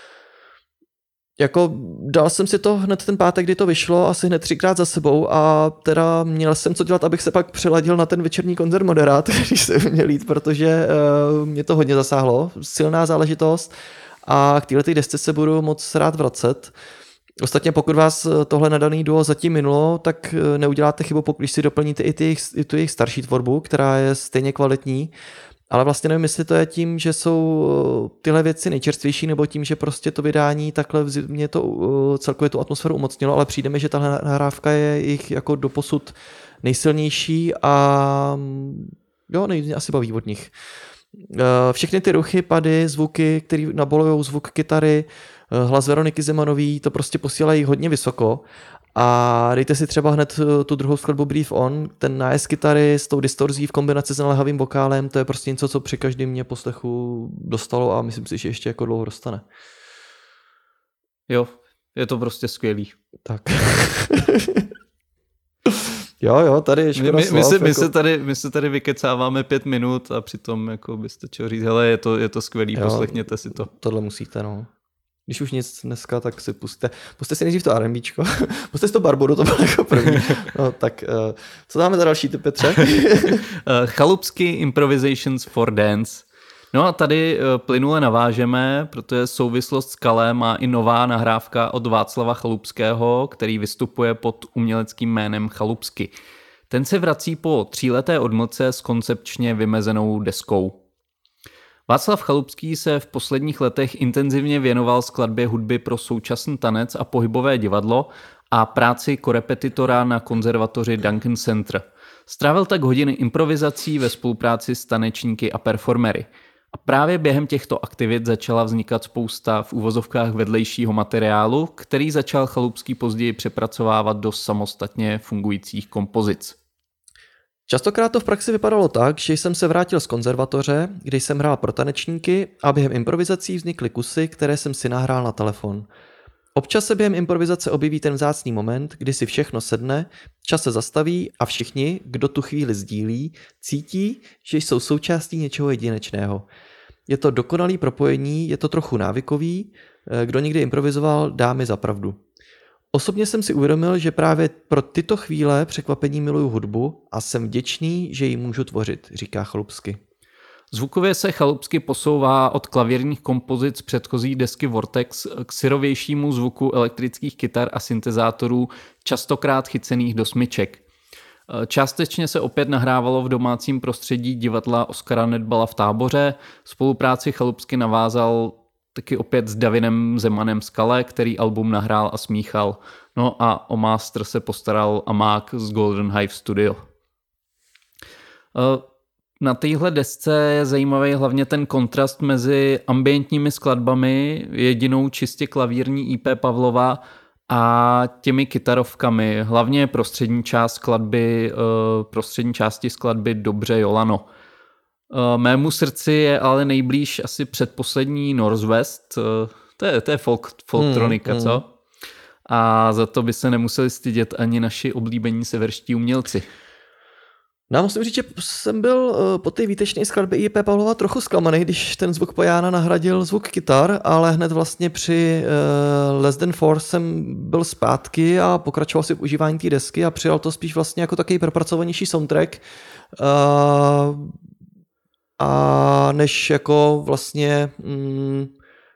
Jako dal jsem si to hned ten pátek, kdy to vyšlo, asi hned třikrát za sebou a teda měl jsem co dělat, abych se pak přeladil na ten večerní koncert Moderát, když se měl jít, protože uh, mě to hodně zasáhlo. Silná záležitost a k této desce se budu moc rád vracet. Ostatně pokud vás tohle nadaný duo zatím minulo, tak neuděláte chybu, pokud si doplníte i, ty, i tu jejich starší tvorbu, která je stejně kvalitní, ale vlastně nevím, jestli to je tím, že jsou tyhle věci nejčerstvější, nebo tím, že prostě to vydání takhle mě to celkově tu atmosféru umocnilo, ale přijde mi, že tahle nahrávka je jich jako doposud nejsilnější a jo, nejvíc asi baví od nich. Všechny ty ruchy, pady, zvuky, které nabolujou zvuk kytary, hlas Veroniky Zemanový, to prostě posílají hodně vysoko. A dejte si třeba hned tu druhou skladbu Brief On, ten nájezd kytary s tou distorzí v kombinaci s naléhavým vokálem, to je prostě něco, co při každém mě poslechu dostalo a myslím si, že ještě jako dlouho dostane. Jo, je to prostě skvělý. Tak. Jo, jo, tady je škoda my, my, slov, my, se, jako... my, se tady, my se tady vykecáváme pět minut a přitom jako byste čeho říct, hele, je to, je to skvělý, jo, poslechněte si to. Tohle musíte, no. Když už nic dneska, tak si pustíte. Pusťte si nejdřív to R and Bčko. Pusťte si to Barboru, to bylo jako první. No tak, uh, co dáme za další, ty Petře? Chalupsky Improvisations for Dance. No a tady uh, plynule navážeme, protože souvislost s Kalem má i nová nahrávka od Václava Chalupského, který vystupuje pod uměleckým jménem Chalupsky. Ten se vrací po tříleté odmlce s koncepčně vymezenou deskou. Václav Chalupský se v posledních letech intenzivně věnoval skladbě hudby pro současný tanec a pohybové divadlo a práci korepetitora na konzervatoři Duncan Center. Strávil tak hodiny improvizací ve spolupráci s tanečníky a performery. A právě během těchto aktivit začala vznikat spousta v uvozovkách vedlejšího materiálu, který začal Chalupský později přepracovávat do samostatně fungujících kompozic. Častokrát to v praxi vypadalo tak, že jsem se vrátil z konzervatoře, kde jsem hrál pro tanečníky a během improvizací vznikly kusy, které jsem si nahrál na telefon. Občas se během improvizace objeví ten vzácný moment, kdy si všechno sedne, čas se zastaví a všichni, kdo tu chvíli sdílí, cítí, že jsou součástí něčeho jedinečného. Je to dokonalý propojení, je to trochu návykový, kdo někdy improvizoval, dá mi za pravdu. Osobně jsem si uvědomil, že právě pro tyto chvíle překvapení miluju hudbu a jsem vděčný, že ji můžu tvořit, říká Chalupsky. Zvukově se Chalupsky posouvá od klavírních kompozic předchozí desky Vortex k syrovějšímu zvuku elektrických kytar a syntezátorů, častokrát chycených do smyček. Částečně se opět nahrávalo v domácím prostředí divadla Oskara Nedbala v Táboře. Spolupráci Chalupsky navázal taky opět s Davinem Zemanem z Kale, který album nahrál a smíchal. No a o master se postaral Amák z Golden Hive Studio. Na téhle desce je zajímavý hlavně ten kontrast mezi ambientními skladbami, jedinou čistě klavírní í pé Pavlova a těmi kytarovkami, hlavně prostřední část skladby, prostřední části skladby Dobře Jolano. Mému srdci je ale nejblíž asi předposlední Northwest, to je, to je folk, folktronika, hmm, co? Hmm. A za to by se nemuseli stydět ani naši oblíbení severští umělci. No, musím říct, že jsem byl po té výtečné skladbě í pé Pavlova trochu zklamaný, když ten zvuk Pojána nahradil zvuk kytar, ale hned vlastně při uh, Less Than Four jsem byl zpátky a pokračoval si v užívání té desky a přijal to spíš vlastně jako takový propracovanější soundtrack. Uh, a než jako vlastně... Mm,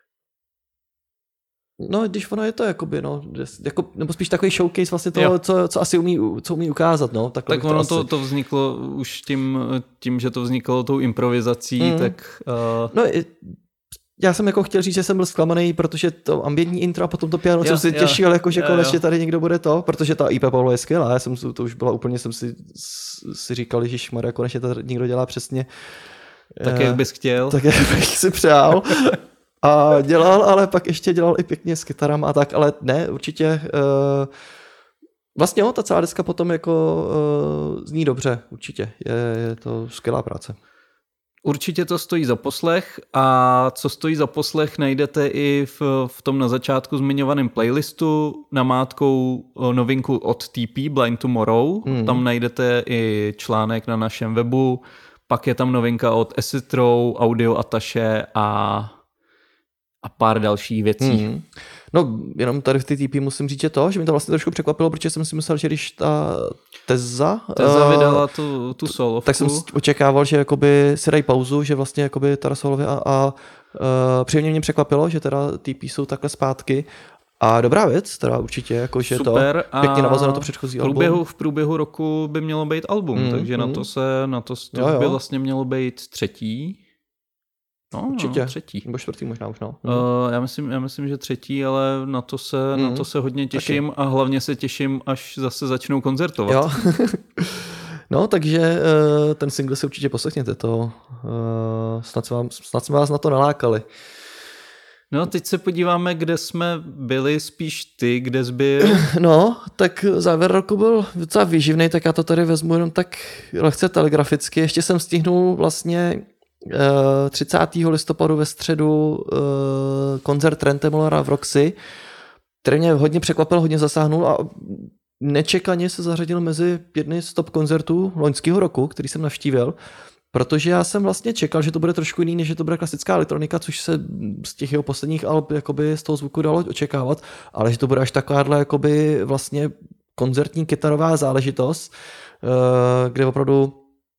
no, když ono je to jakoby, no, jako, nebo spíš takový showcase vlastně toho, co, co asi umí, co umí ukázat, no. Tak ono to, asi... to, to vzniklo už tím, tím, že to vzniklo tou improvizací, mm. tak... Uh... No, já jsem jako chtěl říct, že jsem byl zklamaný, protože to ambientní intro a potom to piano, jsem si těšil, jako, že konečně tady někdo bude to, protože ta í pé Pavlo je skvělá, já jsem to už byla úplně, jsem si, si říkal, ježišmarja, konečně to někdo dělá přesně. Tak jak bys chtěl. Tak jak bych si přál. A dělal, ale pak ještě dělal i pěkně s kytarama a tak, ale ne, určitě uh, vlastně jo, ta celá deska potom jako uh, zní dobře, určitě, je, je to skvělá práce. Určitě to stojí za poslech a co stojí za poslech najdete i v, v tom na začátku zmiňovaném playlistu namátkou novinku od T P Blind Tomorrow, hmm. tam najdete i článek na našem webu, pak je tam novinka od Acid Row, Audio Attaché a a pár dalších věcí. Mm. No, jenom tady v té T P musím říct, že to, že mi to vlastně trošku překvapilo, protože jsem si myslel, že když ta Teza... Teza uh, vydala tu, tu solovku. Tak jsem očekával, že jakoby si dají pauzu, že vlastně jakoby Tara Solově a, a uh, příjemně mě překvapilo, že teda T P jsou takhle zpátky. A dobrá věc, teda určitě, jako, že super, to pěkně navazuje na to předchozí v průběhu, album. V průběhu roku by mělo být album, mm, takže mm. na to se, na to, to jo, jo. by vlastně mělo být třetí. No, určitě, no, třetí. Nebo čtvrtý možná už, no. Uh, já, myslím, já myslím, že třetí, ale na to se, mm. na to se hodně těším. Taky. A hlavně se těším, až zase začnou koncertovat. Jo. No, takže uh, ten single si určitě poslechněte, to uh, snad, jsme vám, snad jsme vás na to nalákali. No, teď se podíváme, kde jsme byli, spíš ty, kde jsi byl. No, tak závěr roku byl docela výživný, tak já to tady vezmu jenom tak lehce telegraficky. Ještě jsem stihnul vlastně třicátého listopadu ve středu koncert Trente Mullera v Roxy, který mě hodně překvapil, hodně zasáhnul a nečekaně se zařadil mezi jedny z top koncertů loňského roku, který jsem navštívil, protože já jsem vlastně čekal, že to bude trošku jiný, než že to bude klasická elektronika, což se z těch jeho posledních alb jakoby z toho zvuku dalo očekávat, ale že to bude až takováhle jakoby vlastně koncertní kytarová záležitost, kde opravdu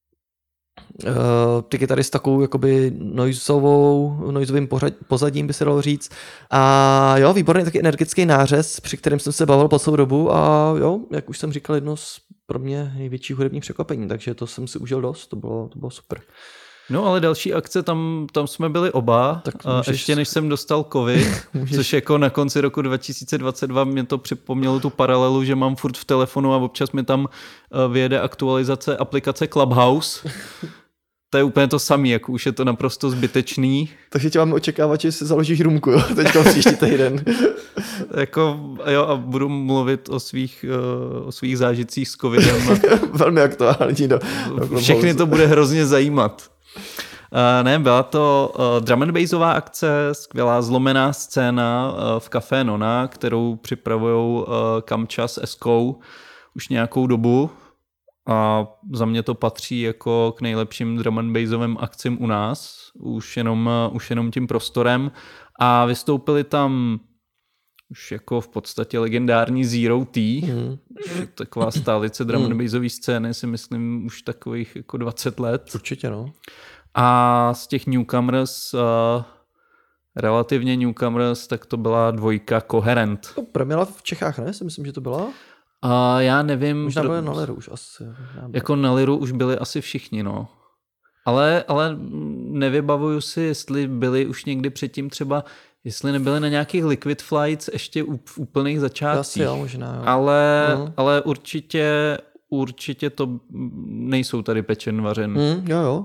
ty kytary s takovou jakoby noizovou, noizovým pozadím by se dalo říct. A jo, výborný taky energický nářez, při kterém jsem se bavil po celou dobu a jo, jak už jsem říkal, jedno z pro mě největší hudební překvapení, takže to jsem si užil dost, to bylo, to bylo super. No ale další akce, tam, tam jsme byli oba, tak můžeš... ještě než jsem dostal covid, což jako na konci roku dva tisíce dvacet dva mě to připomnělo tu paralelu, že mám furt v telefonu a občas mi tam vyjede aktualizace aplikace Clubhouse. To je úplně to samé, jako už je to naprosto zbytečný. Takže tě máme očekávat, že si založíš růmku, jo, teďka příští týden. Jako, jo, a budu mluvit o svých, o svých zážitcích s covidem. Velmi aktuální. Do, do Všechny to bude hrozně zajímat. Uh, ne, byla to uh, drum and bassová akce, skvělá zlomená scéna uh, v Café Nona, kterou připravujou uh, Kamča s Eskou už nějakou dobu. A za mě to patří jako k nejlepším drum and bassovým akcím u nás, už jenom, už jenom tím prostorem. A vystoupili tam už jako v podstatě legendární Zero T, mm. taková stálice drum and bassové scény, si myslím už takových jako dvacet let. Určitě, no. A z těch newcomers, uh, relativně newcomers, tak to byla dvojka Coherent. To premiéla v Čechách, ne? Si myslím, že to byla. A já nevím. Možná byly na Liru už asi. Jako na Liru už byli asi všichni, no. Ale, ale nevybavuju si, jestli byli už někdy předtím třeba, jestli nebyli na nějakých Liquid Flights ještě v úplných začátcích. Asi jo, možná jo. Ale, no. ale určitě, určitě to nejsou tady pečen vařen. Mm, jo, jo.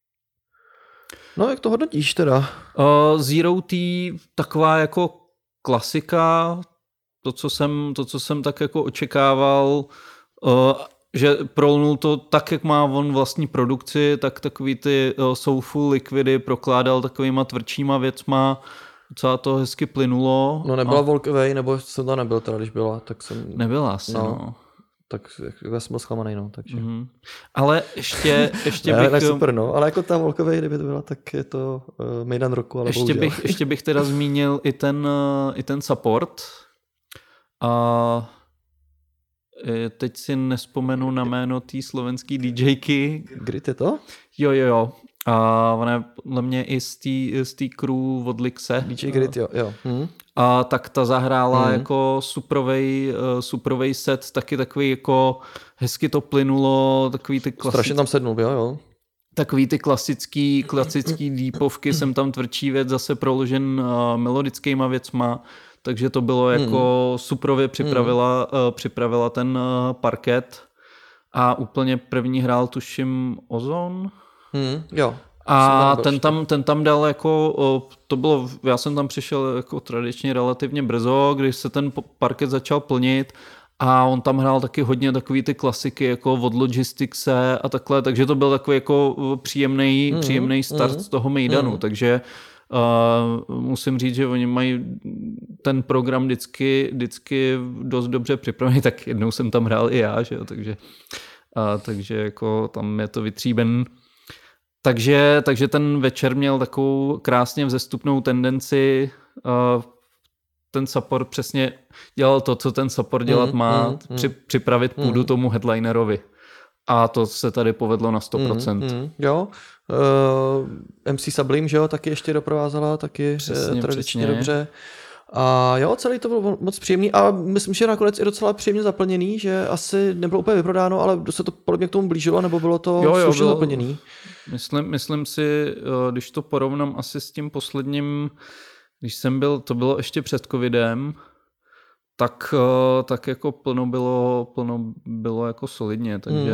No, jak to hodnotíš teda? Uh, Zero T, taková jako klasika, to, co jsem, to, co jsem tak jako očekával, uh, že prolnul to tak, jak má on vlastní produkci, tak takový ty uh, soulful liquidy prokládal takovýma tvrdšíma věcma, docela to hezky plynulo. No nebyla a... Walk Away, nebo jsem to nebyl teda, když byla, tak jsem... Nebyla asi, no. no. Tak já jsem byl zklamaný, no, takže... Mm-hmm. Ale ještě, ještě ne, bych... Ne, super, no, ale jako ta Walk Away, kdyby to byla, tak je to uh, Mejdan roku, ale ještě bych, ještě bych teda zmínil i ten, uh, i ten support. A teď si nespomenu na jméno té slovenský DJky. Grit je to? Jo, jo, jo. A ona je podle mě i z té crew od Lixe. D J Grit, jo. jo. Hmm. A tak ta zahrála hmm. jako suprovej, suprovej set, taky takový jako hezky to plynulo, takový ty klasický... Strašně tam sednul, jo, jo. Takový ty klasický, klasický deepovky, jsem tam tvrdší věc zase proložen uh, melodickýma věcma. Takže to bylo jako hmm. suprově připravila, hmm. uh, připravila ten uh, parket a úplně první hrál tuším Ozon. Hmm. Jo. A ten tam, ten tam dal jako, uh, to bylo, já jsem tam přišel jako tradičně relativně brzo, když se ten parket začal plnit a on tam hrál taky hodně takový ty klasiky jako od Logisticse a takhle, takže to byl takový jako příjemný, hmm. příjemný start hmm. z toho Mejdanu, hmm. takže Uh, musím říct, že oni mají ten program vždycky, vždycky dost dobře připravený, tak jednou jsem tam hrál i já, že jo, takže, uh, takže jako tam je to vytříben. Takže, takže ten večer měl takovou krásně vzestupnou tendenci, uh, ten support přesně dělal to, co ten support dělat má, mm, mm, při, připravit půdu mm. tomu headlinerovi. A to se tady povedlo na sto procent. Mm, mm, jo. Uh, M C Sublime, že jo, taky ještě doprovázela, taky přesně, tradičně přesně. Dobře. A jo, celý to bylo moc příjemný a myslím, že nakonec i docela příjemně zaplněný, že asi nebylo úplně vyprodáno, ale se to podle mě k tomu blížilo, nebo bylo to jo, jo, slušně bylo, zaplněný. Myslím, myslím si, když to porovnám asi s tím posledním, když jsem byl, to bylo ještě před covidem, tak, tak jako plno bylo, plno bylo jako solidně, takže... Mm.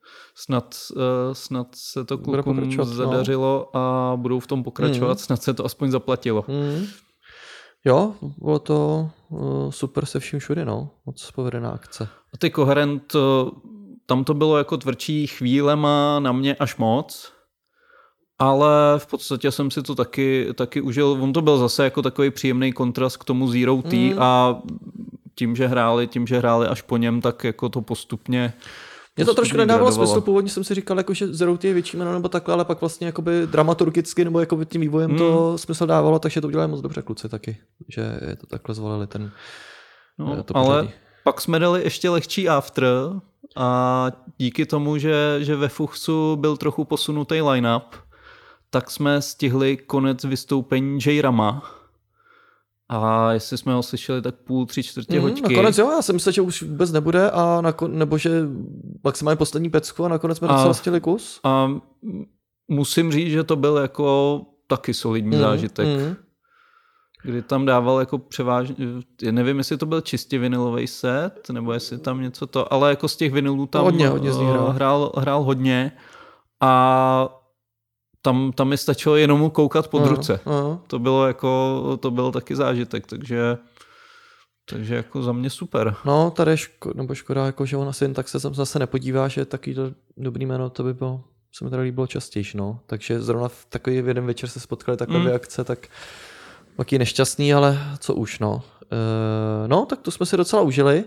snad, uh, snad se to Bude klukům pokračovat, zadařilo no. a budou v tom pokračovat, mm. snad se to aspoň zaplatilo. Mm. Jo, bylo to uh, super se vším všude, no. Moc povedená akce. A ty Coherent, tam to bylo jako tvrdší chvílema na mě až moc, ale v podstatě jsem si to taky, taky užil. On to byl zase jako takový příjemný kontrast k tomu Zero T mm. a tím, že hráli, tím, že hráli až po něm, tak jako to postupně Mně to trošku nedávalo smysl, původně jsem si říkal, jako, že Zero T je větší jméno nebo takhle, ale pak vlastně jakoby dramaturgicky nebo jakoby tím vývojem hmm. to smysl dávalo, takže to udělali moc dobře kluci taky, že to takhle zvolili ten no, to ale pořadí. Pak jsme dali ještě lehčí after a díky tomu, že, že ve Fuchsu byl trochu posunutý line-up, tak jsme stihli konec vystoupení J-Rama. A jestli jsme ho slyšeli, tak půl, tři čtvrtě mm, hoďky. Nakonec jo, já jsem myslel, že už vůbec nebude, a nakon, nebo že maximálně poslední pecku a nakonec jsme docela stihli kus. A musím říct, že to byl jako taky solidní mm, zážitek. Mm. Kdy tam dával jako převážně, nevím, jestli to byl čistě vinylový set, nebo jestli tam něco to, ale jako z těch vinylů tam hodně, hodně hrál. Hrál, hrál hodně a Tam, tam mi stačilo jenom mu koukat pod uh, ruce. Uh. To bylo jako, to byl taky zážitek, takže, takže jako za mě super. No, tady je ško, nebo škoda, jako, že on asi jen tak se zase nepodívá, že takový to dobrý jméno, to by bylo, se mi tady líbilo častěji, no. Takže zrovna v takový v jeden večer se spotkali takové mm. akce, tak taky nešťastný, ale co už, no. Uh, no, tak to jsme si docela užili.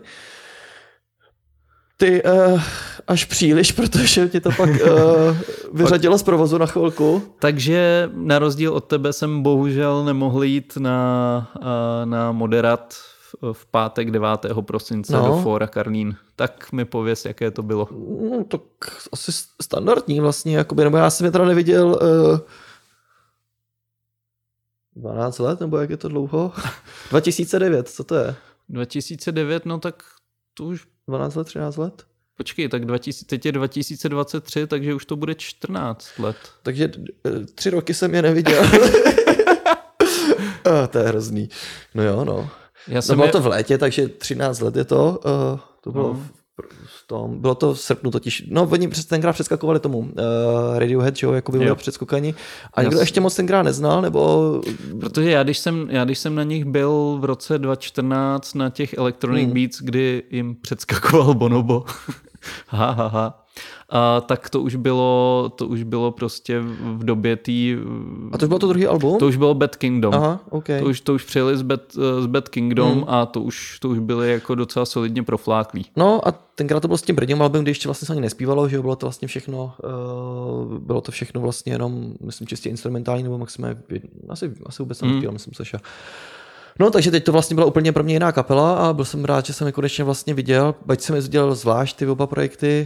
Ty uh, až příliš, protože tě to pak uh, vyřadilo z provozu na chvilku. Takže na rozdíl od tebe jsem bohužel nemohl jít na, uh, na moderat v, v pátek devátého prosince no. do Fóra Karlín. Tak mi pověz, jaké to bylo. No, tak asi standardní vlastně, jakoby, nebo já jsem je teda neviděl uh, dvanáct let, nebo jak je to dlouho? dva tisíce devět, co to je? dva tisíce devět, no tak to už dvanáct let, třináct let? Počkej, tak dva tisíce, teď je dva tisíce dvacet tři, takže už to bude čtrnáct let. Takže tři roky jsem je neviděl. oh, to je hrozný. No jo, no. Já jsem no bylo je... to v létě, takže třináct let je to. Uh, to bylo no. v tom, bylo to v srpnu totiž. No, oni přes tenkrát přeskakovali tomu uh, Radiohead, že jo, jako by bylo předskokani. A někdo ještě moc tenkrát neznal, nebo... Protože já když, jsem, já, když jsem na nich byl v roce dva tisíce čtrnáct na těch Electronic hmm. Beats, kdy jim předskakoval Bonobo, ha, ha, ha. A tak to už bylo, to už bylo prostě v době tý... A to už bylo to druhý album? To už bylo Bad Kingdom. Aha, okay. To už, to už přijeli z Bad, z Bad Kingdom hmm. a to už, to už byly jako docela solidně profláklí. No a tenkrát to bylo s tím prvním album, kdy ještě vlastně se ani nespívalo, že bylo to vlastně všechno, uh, bylo to všechno vlastně jenom, myslím, čistě instrumentální, nebo maximálně, asi, asi vůbec hmm. nespíval, myslím, Saša. No, takže teď to vlastně byla úplně pro mě jiná kapela a byl jsem rád, že jsem je konečně vlastně viděl, byť jsem je viděl zvlášť ty oba projekty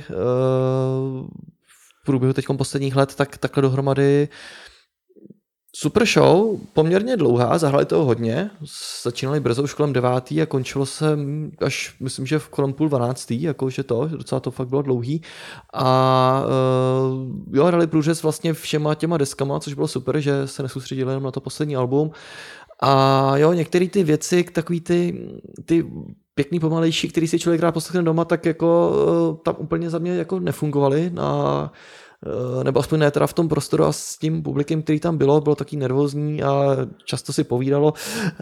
v průběhu teď posledních let, tak takhle dohromady. Super show, poměrně dlouhá, zahráli toho hodně, začínali brzo už kolem devátý a končilo se až, myslím, že v kolem půl dvanáctý, jakože to, docela to fakt bylo dlouhý. A uh, jo, hrali průřez vlastně všema těma deskama, což bylo super, že se nesoustředili jenom na to poslední album. A jo, některé ty věci, takový ty, ty pěkný pomalejší, který si člověk rád poslechne doma, tak jako tam úplně za mě jako nefungovaly. A, nebo aspoň ne teda v tom prostoru a s tím publikem, který tam bylo, bylo taky nervózní a často si povídalo.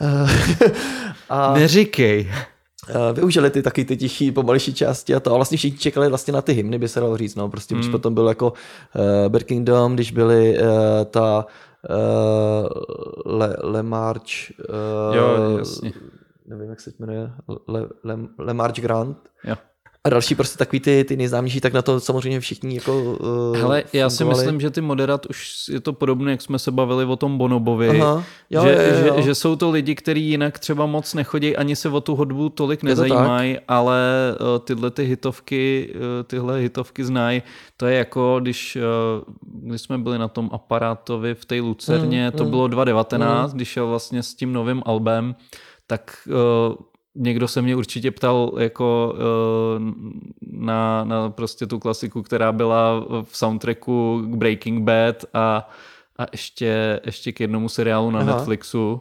A Neříkej. Využili ty taky ty tichý, pomalejší části a to. A vlastně všichni čekali vlastně na ty hymny, by se dalo říct. No. Prostě, mm. když potom byl jako uh, Bad Kingdom, když byly uh, ta Uh, Le, Le March uh, jo, jasně. Nevím, jak se jmenuje Le, Le, Le March Grand jo. A další prostě takový ty, ty nejznámější, tak na to samozřejmě všichni jako uh, hele, já si myslím, že ty moderat už je to podobné, jak jsme se bavili o tom Bonobovi. Aha, jo, že, jo, jo, jo. Že, že jsou to lidi, kteří jinak třeba moc nechodí, ani se o tu hudbu tolik nezajímají, ale uh, tyhle ty hitovky, uh, tyhle hitovky znají. To je jako, když, uh, když jsme byli na tom Aparátovi v té Lucerně, mm, to mm, bylo dva tisíce devatenáct, mm. když šel vlastně s tím novým albem, tak uh, někdo se mě určitě ptal jako na, na prostě tu klasiku, která byla v soundtracku k Breaking Bad a, a ještě, ještě k jednomu seriálu na Aha. Netflixu.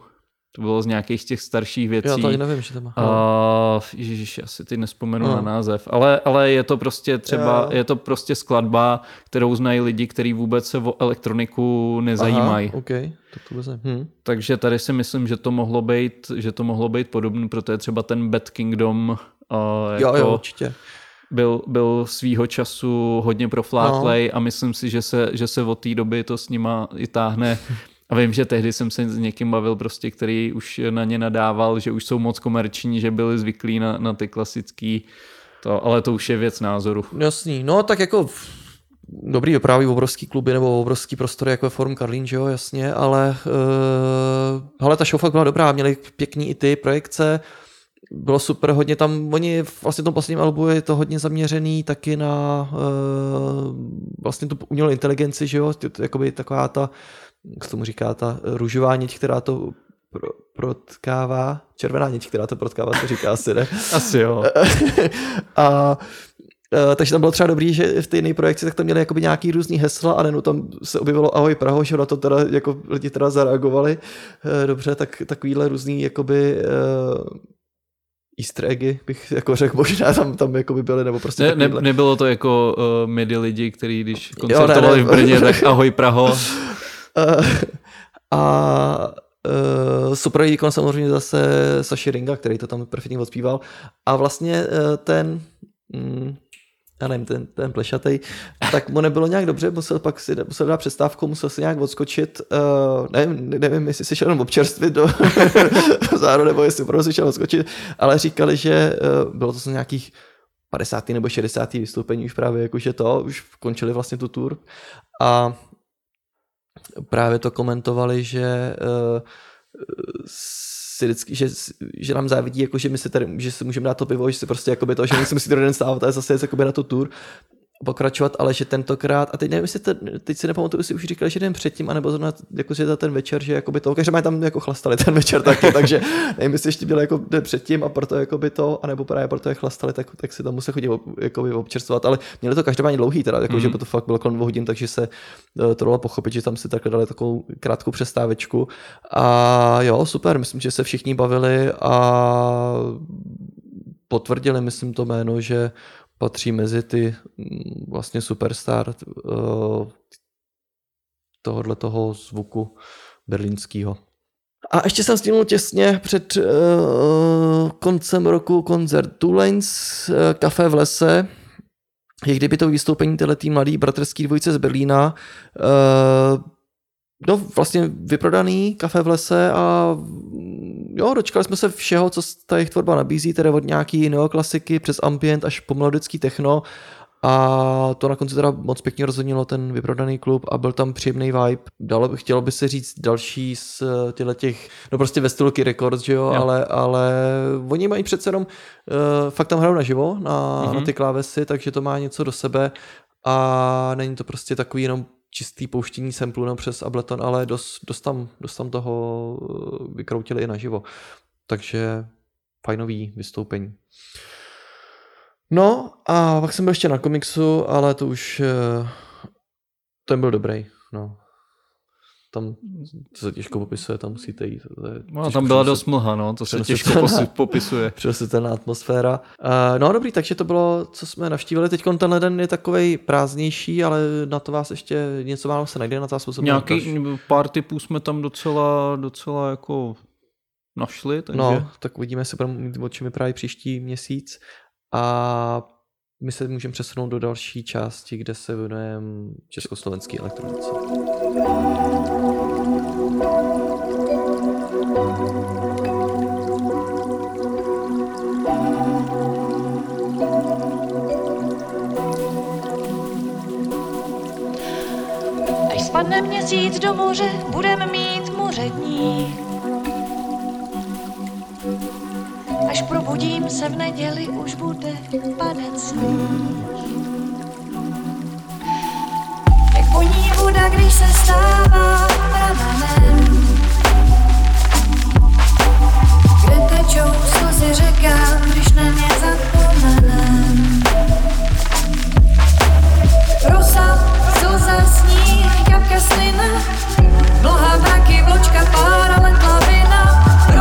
To bylo z nějakých těch starších věcí. Já to ani nevím, že to má. Uh, ježiš, asi teď nespomenu no. na název. Ale, ale je to prostě třeba, jo. je to prostě skladba, kterou znají lidi, kteří vůbec se o elektroniku nezajímají. Aha, okay. Tak to hm. Takže tady si myslím, že to mohlo být, že to mohlo být podobné, protože třeba ten Bad Kingdom uh, jako jo, jo, určitě. Byl, byl svýho času hodně profláklej no. a myslím si, že se, že se od té doby to s nima i táhne. A vím, že tehdy jsem se s někým bavil, prostě, který už na ně nadával, že už jsou moc komerční, že byli zvyklí na, na ty klasický, to, ale to už je věc názoru. Jasný, no tak jako dobrý vypráví obrovský kluby nebo obrovský prostory, jako je Forum Karlín, že jo, jasně, ale uh, hele, ta show fakt byla dobrá, měli pěkný i ty projekce, bylo super, hodně tam, oni vlastně v tom posledním albu je to hodně zaměřený taky na uh, vlastně tu umělou inteligenci, že jo, jakoby taková ta, jak se tomu říká, ta růžová niť, která to pro, protkává, červená niť, která to protkává, to říká asi, ne? Asi jo. A Uh, takže tam bylo třeba dobrý, že v té jiné projekci tak tam měli jakoby nějaký různý hesla a nenu tam se objevilo Ahoj Praho, že na to teda jako lidi teda zareagovali. Uh, dobře, tak takovýhle různý jakoby uh, easter eggy bych jako řekl, možná tam, tam jakoby byly, nebo prostě ne, ne, nebylo to jako uh, midi lidi, kteří když koncertovali jo, ne, ne. v Brně, tak Ahoj Praho. Uh, a Uh, super výkon samozřejmě zase Saši Ringa, který to tam perfektně odspíval. A vlastně uh, ten mm, já nevím, ten, ten plešatej, tak mu nebylo nějak dobře, musel pak si musel dát přestávku, musel si nějak odskočit, uh, nevím, nevím, jestli si šel jenom občerstvit do záru, nebo jestli opravdu si šel odskočit, ale říkali, že uh, bylo to z nějakých padesátých nebo šedesátých vystoupení už právě, jakože to, už končili vlastně tu tour a právě to komentovali, že uh, si vždycky, že, že nám závidí, jako, že my si tady, že si můžeme dát to pivo, že si prostě jakoby to, že my si musí den stávat a zase jakoby na tu tour pokračovat, ale že tentokrát, a teď nevím, jestli te, teď si nepamatuju, jestli už říkali, že den předtím, anebo zrovna jako, že ten večer, že jakoby to, že mají tam jako chlastali ten večer taky, takže nevím, jestli ještě bylo jako den předtím a proto jakoby to, anebo právě proto je chlastali, tak, tak si tam museli chodit jakoby občerstvovat, ale měli to každopádně dlouhý teda, jako, mm. že to fakt bylo kolem dvou hodin, takže se to dalo pochopit, že tam si takhle dali takovou krátkou přestávečku a jo, super, myslím, že se všichni bavili a potvrdili, myslím to jméno, že patří mezi ty vlastně superstar uh, tohohle toho zvuku berlínského. A ještě jsem stihnul těsně před uh, koncem roku koncert Tulanes, uh, Café v lese. Je kdyby to vystoupení téhletý mladý bratrský dvojice z Berlína. Uh, no vlastně vyprodaný Café v lese a jo, dočkali jsme se všeho, co ta jejich tvorba nabízí, tedy od nějaký neoklasiky přes ambient až po melodický techno a to na konci teda moc pěkně rozhodnilo ten vyprodaný klub a byl tam příjemný vibe. Dalo, chtělo by se říct další z těchto těch, no prostě ve stylu Key Records, že jo, jo. Ale, ale oni mají přece jenom, uh, fakt tam hrajou naživo na, mm-hmm. na ty klávesy, takže to má něco do sebe a není to prostě takový jenom čistý pouštění samplu no, přes Ableton, ale dost, dost, tam, dost tam toho vykroutili i naživo. Takže fajnový vystoupení. No a pak jsem byl ještě na komiksu, ale to už ten byl dobrý. No. Tam to se těžko popisuje, tam musíte jít. No, tam byla dost mlha, no, to se těžko popisuje. Přenositelná atmosféra. Uh, no dobrý, takže to bylo, co jsme navštívili. Teď tenhle den je takovej prázdnější, ale na to vás ještě něco málo se najde, na to vás způsobem. Nějaký pár typů jsme tam docela, docela jako našli. Takže... No, tak uvidíme, jestli budeme mít o čem vyprávět příští měsíc. A my se můžeme přesunout do další části, kde se věnujeme československý elektronice. Až spadne měsíc do moře, budeme mít moře dní. Až probudím se v neděli, už bude padat sníh. Jak voní voda, když se stává pramenem, kde tečou slzy řekám, když na ně zapomenem. Rosa, slza, sníh, kapka slina, mlha, mraky, vločka, pára, let, lavina.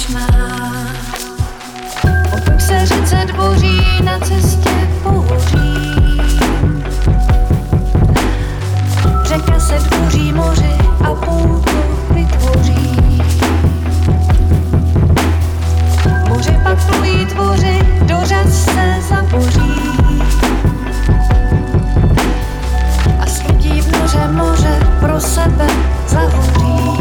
věčná. Pokud se řece dvoří na cestě pohoří, řeka se dvoří moři a pouto vytvoří. Moře pak tvojí tvoři, do řas se zaboří. A slití v noře moře pro sebe zahoří.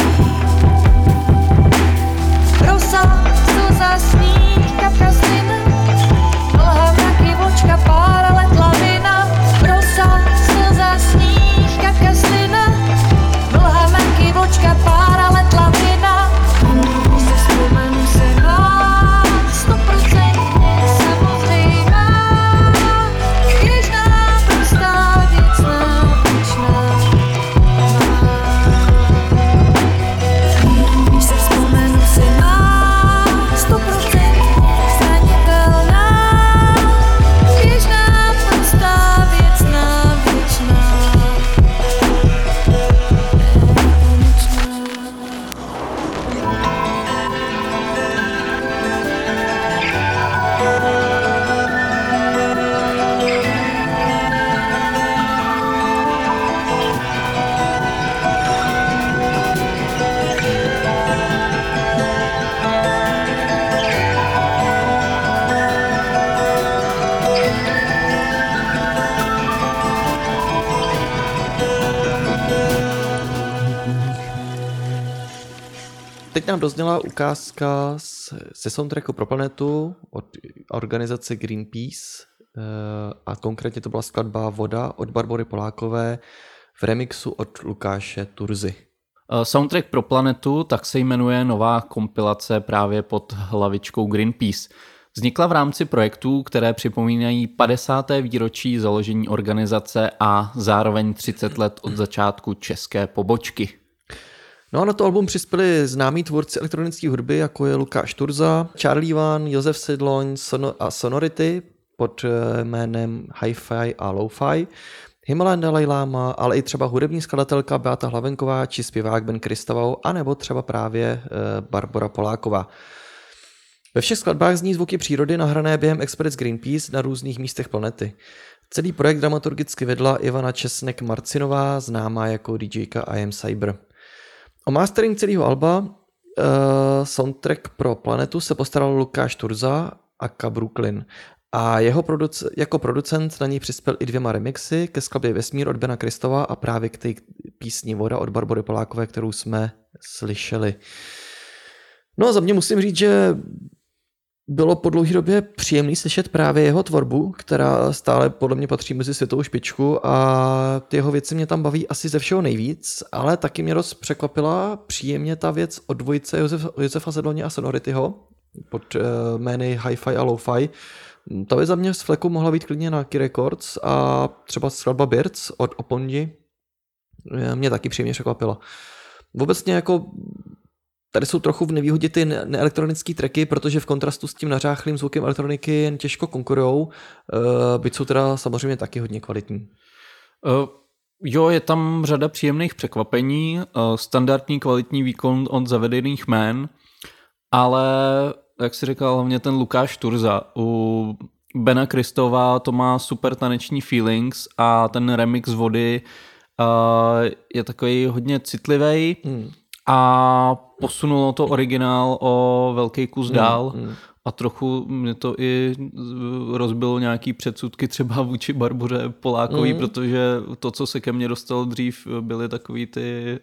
Rosa, slza, sníh, kapka slina, mlha, mraky, vločka, pára, let, lavina. Rosa, slza, sníh, kapka slina, mlha, mraky, vločka, pára, let, lavina. Když se vzpomenu se na sto procent samozřejmá, běžná, prostá, věcná, věčná. Když se vzpomenu se na sto procent zranitelná, běžná, prostá, věcná, věčná. Teď nám dozněla ukázka z, ze soundtracku pro planetu od organizace Greenpeace a konkrétně to byla skladba Voda od Barbory Polákové v remixu od Lukáše Turzy. Soundtrack pro planetu tak se jmenuje nová kompilace právě pod hlavičkou Greenpeace. Vznikla v rámci projektů, které připomínají padesáté výročí založení organizace a zároveň třicet let od začátku české pobočky. No a na to album přispěli známí tvůrci elektronické hudby, jako je Lukáš Turza, Charlie Van, Josef Sedloň Sono- a Sonority pod jménem Hi-Fi a Lo-Fi, Himalayan Dalai Lama, ale i třeba hudební skladatelka Beata Hlavenková či zpěvák Ben Kristavou, anebo třeba právě Barbora Poláková. Ve všech skladbách zní zvuky přírody nahrané během expedic Greenpeace na různých místech planety. Celý projekt dramaturgicky vedla Ivana Česnek-Marcinová, známá jako DJka I Am Cyber. O mastering celého alba uh, soundtrack pro planetu se postaral Lukáš Turza aka Brooklyn a jeho produc- jako producent na něj přispěl i dvěma remixy ke skladbě Vesmír od Bena Kristova a právě k té písni Voda od Barbory Polákové, kterou jsme slyšeli. No a za mě musím říct, že bylo po dlouhé době příjemný slyšet právě jeho tvorbu, která stále podle mě patří mezi světovou špičku a ty jeho věci mě tam baví asi ze všeho nejvíc, ale taky mě dost překvapila příjemně ta věc od dvojice Josef, Josefa Sedloně a Sonorityho pod uh, jmény Hi-Fi a Lo-Fi. Ta věc za mě z fleku mohla být klidně na Key Records a třeba skladba Birds od Oponji mě taky příjemně překvapila. Obecně jako tady jsou trochu v nevýhodě ty neelektronické tracky, protože v kontrastu s tím nařáchlým zvukem elektroniky jen těžko konkurujou, byť jsou teda samozřejmě taky hodně kvalitní. Uh, jo, je tam řada příjemných překvapení, uh, standardní kvalitní výkon od zavedených jmén, ale jak si říkal, hlavně ten Lukáš Turza. U Bena Kristova to má super taneční feelings a ten remix Vody uh, je takový hodně citlivý. Hmm. A posunulo to originál o velký kus dál mm, mm. a trochu mě to i rozbilo nějaký předsudky třeba vůči Barboře Polákový, mm. protože to, co se ke mně dostalo dřív, byly takový ty,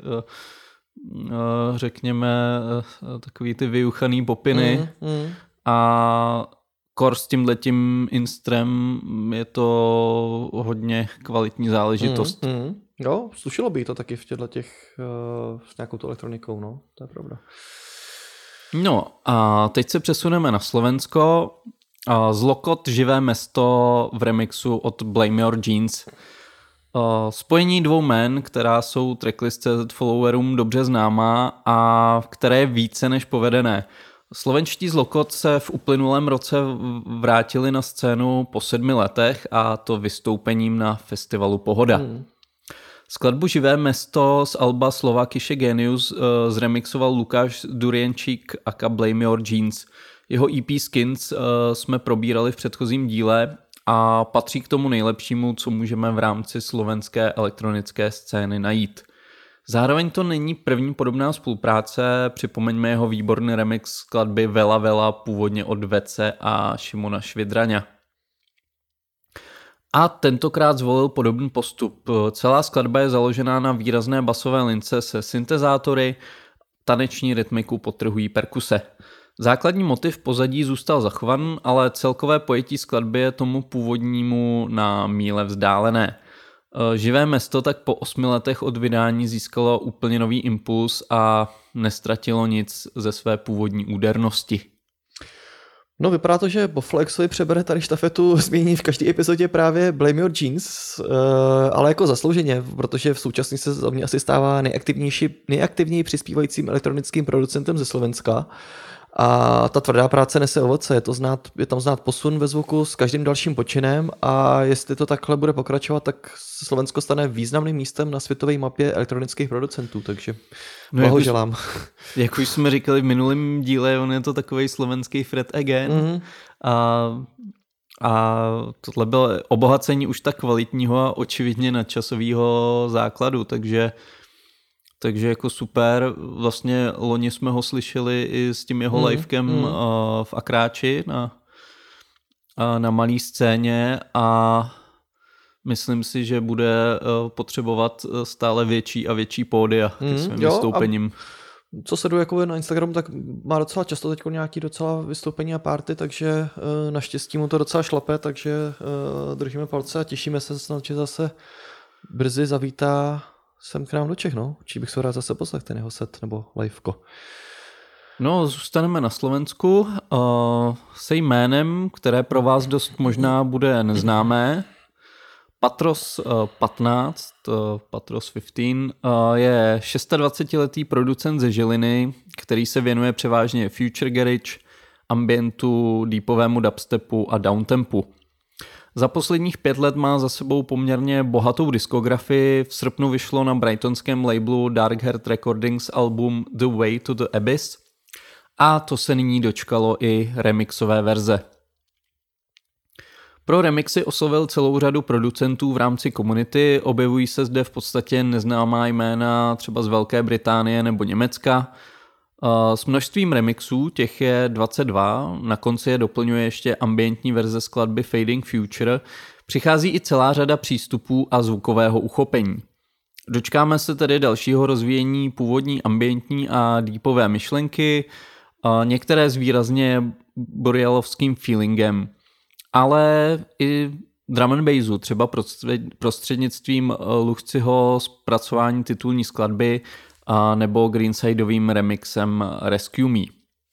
řekněme, takový ty vyuchaný popiny mm, mm. a kor s tímhletím instrem je to hodně kvalitní záležitost. Mm, mm. Jo, slušilo by to taky v těchto těch uh, s nějakou tu elektronikou, no, to je pravda. No a teď se přesuneme na Slovensko. Zlokot Živé mesto v remixu od Blame Your Jeans. Spojení dvou jmen, která jsou tracklist C Z followerům dobře známá a které je více než povedené. Slovenští Zlokot se v uplynulém roce vrátili na scénu po sedmi letech a to vystoupením na festivalu Pohoda. Hmm. Skladbu Živé mesto z alba Slovakische Genius zremixoval Lukáš Durienčík aka Blame Your Jeans. Jeho E P Skins jsme probírali v předchozím díle a patří k tomu nejlepšímu, co můžeme v rámci slovenské elektronické scény najít. Zároveň to není první podobná spolupráce, připomeňme jeho výborný remix skladby Vela Vela původně od Vece a Šimona Švidraňa. A tentokrát zvolil podobný postup. Celá skladba je založená na výrazné basové lince se syntezátory, taneční rytmiku podtrhují perkuse. Základní motiv pozadí zůstal zachován, ale celkové pojetí skladby je tomu původnímu na míle vzdálené. Živé mesto tak po osmi letech od vydání získalo úplně nový impuls a nestratilo nic ze své původní údernosti. No vypadá to, že Boflexovi přebere tady štafetu změní v každé epizodě právě Blame Your Jeans, ale jako zaslouženě, protože v současnosti se za mě asi stává nejaktivnější, nejaktivněji přispívajícím elektronickým producentem ze Slovenska. A ta tvrdá práce nese ovoce, je, to znát, je tam znát posun ve zvuku s každým dalším počinem a jestli to takhle bude pokračovat, tak Slovensko stane významným místem na světové mapě elektronických producentů, takže no, blahoželám. Jak, jak už jsme říkali v minulém díle, on je to takovej slovenský Fred Again mm-hmm. a, a tohle bylo obohacení už tak kvalitního a očividně nadčasového základu, takže Takže jako super, vlastně loni jsme ho slyšeli i s tím jeho mm, livekem mm. v Akráči na, na malý scéně a myslím si, že bude potřebovat stále větší a větší pódia mm, k svým jo, vystoupením. Co sleduju jako na Instagramu, tak má docela často teď nějaký docela vystoupení a party, takže naštěstí mu to docela šlape, takže držíme palce a těšíme se snad, že zase brzy zavítá sem k nám do Čech, no. Či bych se rád zase poslech ten jeho set nebo liveko. No, zůstaneme na Slovensku uh, se jménem, které pro vás dost možná bude neznámé. Patros uh, patnáct, uh, Patros patnáct uh, je dvacetišestiletý producent ze Žiliny, který se věnuje převážně future garage, ambientu, deepovému dubstepu a downtempu. Za posledních pět let má za sebou poměrně bohatou diskografii. V srpnu vyšlo na brightonském labelu Dark Heart Recordings album The Way to the Abyss a to se nyní dočkalo i remixové verze. Pro remixy oslovil celou řadu producentů v rámci komunity, objevují se zde v podstatě neznámá jména třeba z Velké Británie nebo Německa. S množstvím remixů, těch je dvacet dva, na konci je doplňuje ještě ambientní verze skladby Fading Future, přichází i celá řada přístupů a zvukového uchopení. Dočkáme se tedy dalšího rozvíjení původní ambientní a deepové myšlenky, některé s výrazně borealovským feelingem, ale i drum and bassu, třeba prostřednictvím Luchciho zpracování titulní skladby a nebo Greensideovým remixem Rescue Me.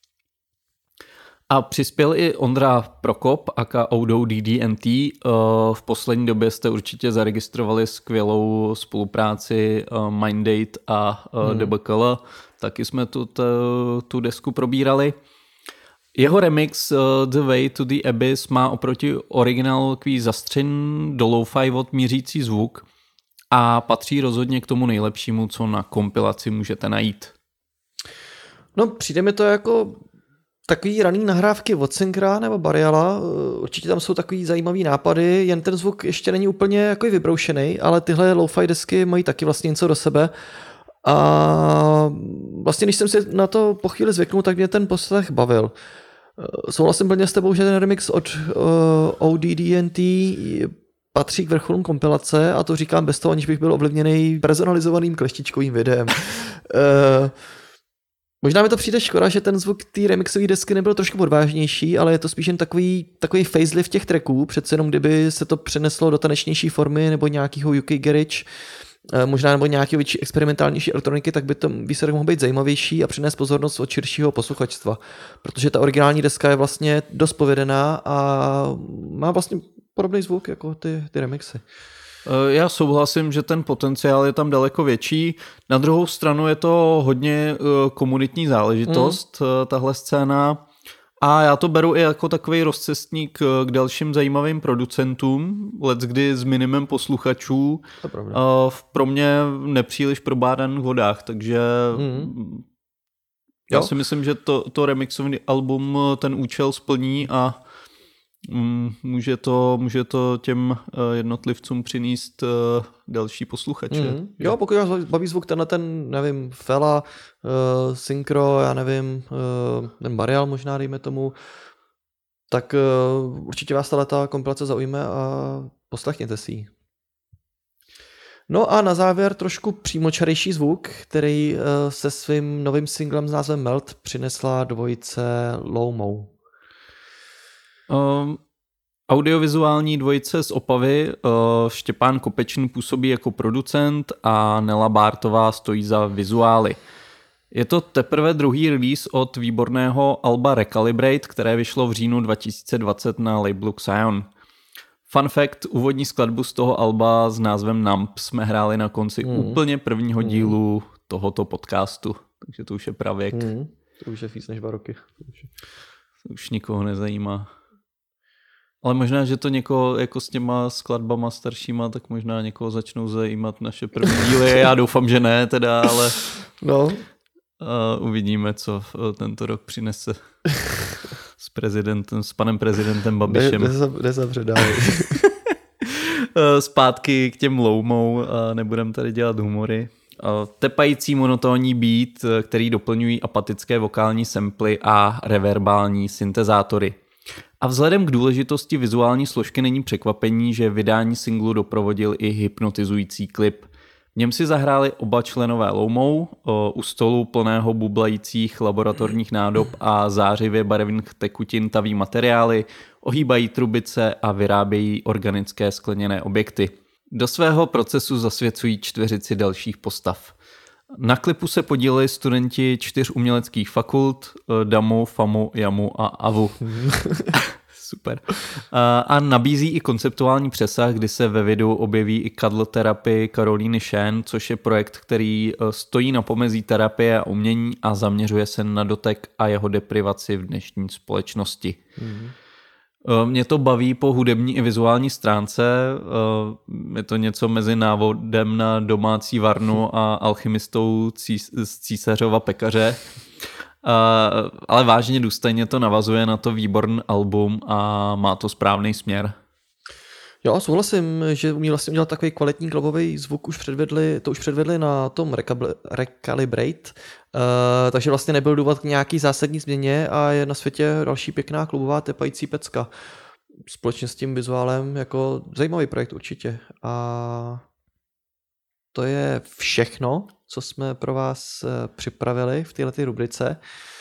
A přispěl i Ondra Prokop aka Odo D D N T. V poslední době jste určitě zaregistrovali skvělou spolupráci Minddate a hmm. D B K L. Taky jsme tu, t, tu desku probírali. Jeho remix The Way to the Abyss má oproti originálu takový zastřen do lo-fi od mířící zvuk a patří rozhodně k tomu nejlepšímu, co na kompilaci můžete najít. No, přijde mi to jako takový raný nahrávky od Synkra nebo Bariala. Určitě tam jsou takový zajímavý nápady, jen ten zvuk ještě není úplně jako vybroušený, ale tyhle lo-fi desky mají taky vlastně něco do sebe. A vlastně, když jsem si na to po chvíli zvyknul, tak mě ten poslech bavil. Souhlasím plně s tebou, že ten remix od uh, O D D N T patří k vrcholům kompilace a to říkám bez toho, aniž bych byl ovlivněný personalizovaným kleštičkovým videem. uh, možná mi to přijde škoda, že ten zvuk té remixové desky nebyl trošku odvážnější, ale je to spíš jen takový, takový facelift těch tracků, přece jenom kdyby se to přeneslo do tanečnější formy nebo nějakého U K garage, možná nebo nějaké větší experimentálnější elektroniky, tak by to výsledek mohl být zajímavější a přinést pozornost od širšího posluchačstva. Protože ta originální deska je vlastně dost povedená a má vlastně podobný zvuk jako ty, ty remixy. Já souhlasím, že ten potenciál je tam daleko větší. Na druhou stranu je to hodně komunitní záležitost, mm. tahle scéna. A já to beru i jako takový rozcestník k dalším zajímavým producentům, leckdy s minimem posluchačů, v pro mě nepříliš probádaných vodách, takže mm. já si myslím, že to, to remixový album ten účel splní a mm, může, to, může to těm jednotlivcům přinést další posluchače. Mm. Jo, pokud vás baví zvuk tenhle ten, nevím, Fela, uh, Synchro, já nevím, uh, ten Marial možná, dejme tomu, tak uh, určitě vás ta kompilace zaujme a poslechněte si ji. No a na závěr trošku přímočarejší zvuk, který uh, se svým novým singlem s názvem Melt přinesla dvojice Low-Mo. Um. Audiovizuální dvojice z Opavy, Štěpán Kopečný působí jako producent a Nela Bártová stojí za vizuály. Je to teprve druhý release od výborného alba Recalibrate, které vyšlo v říjnu dva tisíce dvacet na labelu Xion. Fun fact, úvodní skladbu z toho alba s názvem Numb jsme hráli na konci mm. úplně prvního mm. dílu tohoto podcastu, takže to už je pravěk. Mm. To už je víc než dva roky. To už, to už nikoho nezajímá. Ale možná, že to někoho jako s těma skladbama staršíma, tak možná někoho začnou zajímat naše první díly. Já doufám, že ne teda, ale no. uh, uvidíme, co tento rok přinese s prezidentem, s panem prezidentem Babišem. Nezapředávej. Zpátky k těm Low-Mo, nebudem tady dělat humory. Tepající monotónní beat, který doplňují apatické vokální samply a reverbální syntezátory. A vzhledem k důležitosti vizuální složky není překvapení, že vydání singlu doprovodil i hypnotizující klip. V něm si zahráli oba členové Low-Mo u stolu plného bublajících laboratorních nádob a zářivě barevných tekutin taví materiály, ohýbají trubice a vyrábějí organické skleněné objekty. Do svého procesu zasvěcují čtveřici dalších postav. Na klipu se podíleli studenti čtyř uměleckých fakult, DAMu, FAMu, JAMu a AVu. Super. A nabízí i konceptuální přesah, kdy se ve videu objeví i cuddle terapii Karolíny Shen, což je projekt, který stojí na pomezí terapie a umění a zaměřuje se na dotek a jeho deprivaci v dnešní společnosti. Mm. Mě to baví po hudební i vizuální stránce. Je to něco mezi návodem na domácí varnu a alchymistou z Císařova pekaře. Ale vážně důstojně to navazuje na to výborný album a má to správný směr. Jo, souhlasím, že umí vlastně udělat takový kvalitní klubový zvuk, už předvedli, to už předvedli na tom Recalibrate, uh, takže vlastně nebyl důvod k nějaký zásadní změně a je na světě další pěkná klubová tepající pecka. Společně s tím vizuálem jako zajímavý projekt určitě. A to je všechno, co jsme pro vás připravili v této rubrice.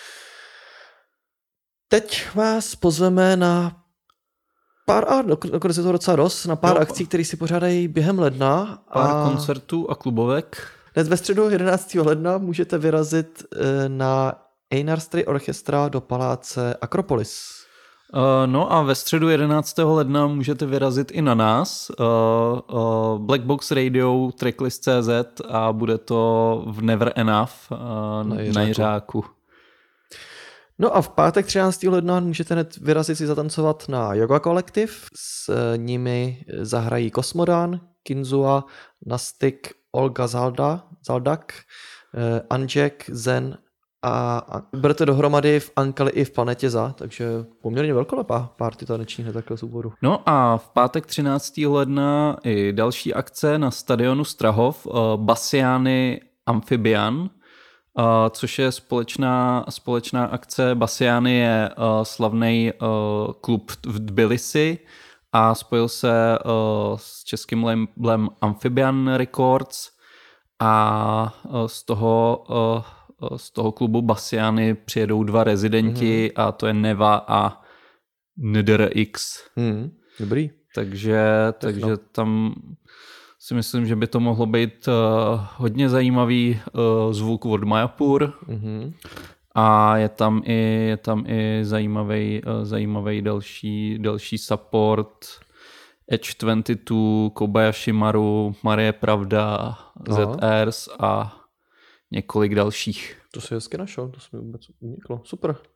Teď vás pozveme na pár, a dokonce je to docela dost, na pár no, akcí, které si pořádají během ledna. Pár a koncertů a klubovek. Dnes ve středu jedenáctého ledna můžete vyrazit na Einarstry Orchestra do paláce Akropolis. Uh, no a ve středu jedenáctého ledna můžete vyrazit i na nás, uh, uh, Black Box Radio, Tracklist tečka cé zet a bude to v Never Enough uh, na, na Jiřáku. No a v pátek třináctého ledna můžete hned vyrazit si zatancovat na Yoga Collective. S nimi zahrají Kosmodan, Kinzua, Nastik, Olga Zalda, Zaldak, uh, Anžek, Zen a, a berete dohromady v Ankali i v Planetě Za, takže poměrně velkolepá party tanečních takhle souboru. No a v pátek třináctého ledna i další akce na stadionu Strahov, uh, Basiany Amphibian, uh, což je společná, společná akce. Basiany je uh, slavný uh, klub v Tbilisi a spojil se uh, s českým labelem Amphibian Records a uh, z toho uh, z toho klubu Basiany přijedou dva rezidenti mm. a to je Neva a N D R X. Mm. Dobrý. Takže, takže tam si myslím, že by to mohlo být uh, hodně zajímavý uh, zvuk od Mayapur mm. a je tam i, je tam i zajímavý, uh, zajímavý další, další support. Edge dvacet dva, Kobayashi Maru, Marie Pravda, Z Rs a několik dalších. To si hezky našel, to se mi vůbec uniklo. Super.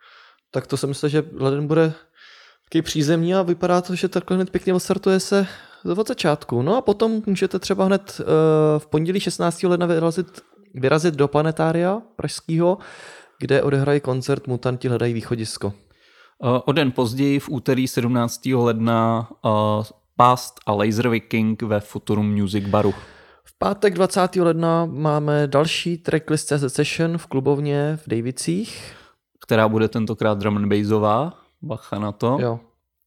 tak to jsem myslel, že leden bude takový přízemní a vypadá to, že takhle hned pěkně odstartuje se od začátku. No a potom můžete třeba hned uh, v pondělí šestnáctého ledna vyrazit, vyrazit do Planetária pražského, kde odehrají koncert Mutanti hledají východisko. Uh, o den později v úterý sedmnáctého ledna uh, Past a Laser Viking ve Futurum Music Baru. V pátek dvacátého ledna máme další tracklist C Z Session v klubovně v Davicích. Která bude tentokrát drum and bassová. Bacha na to. Jo.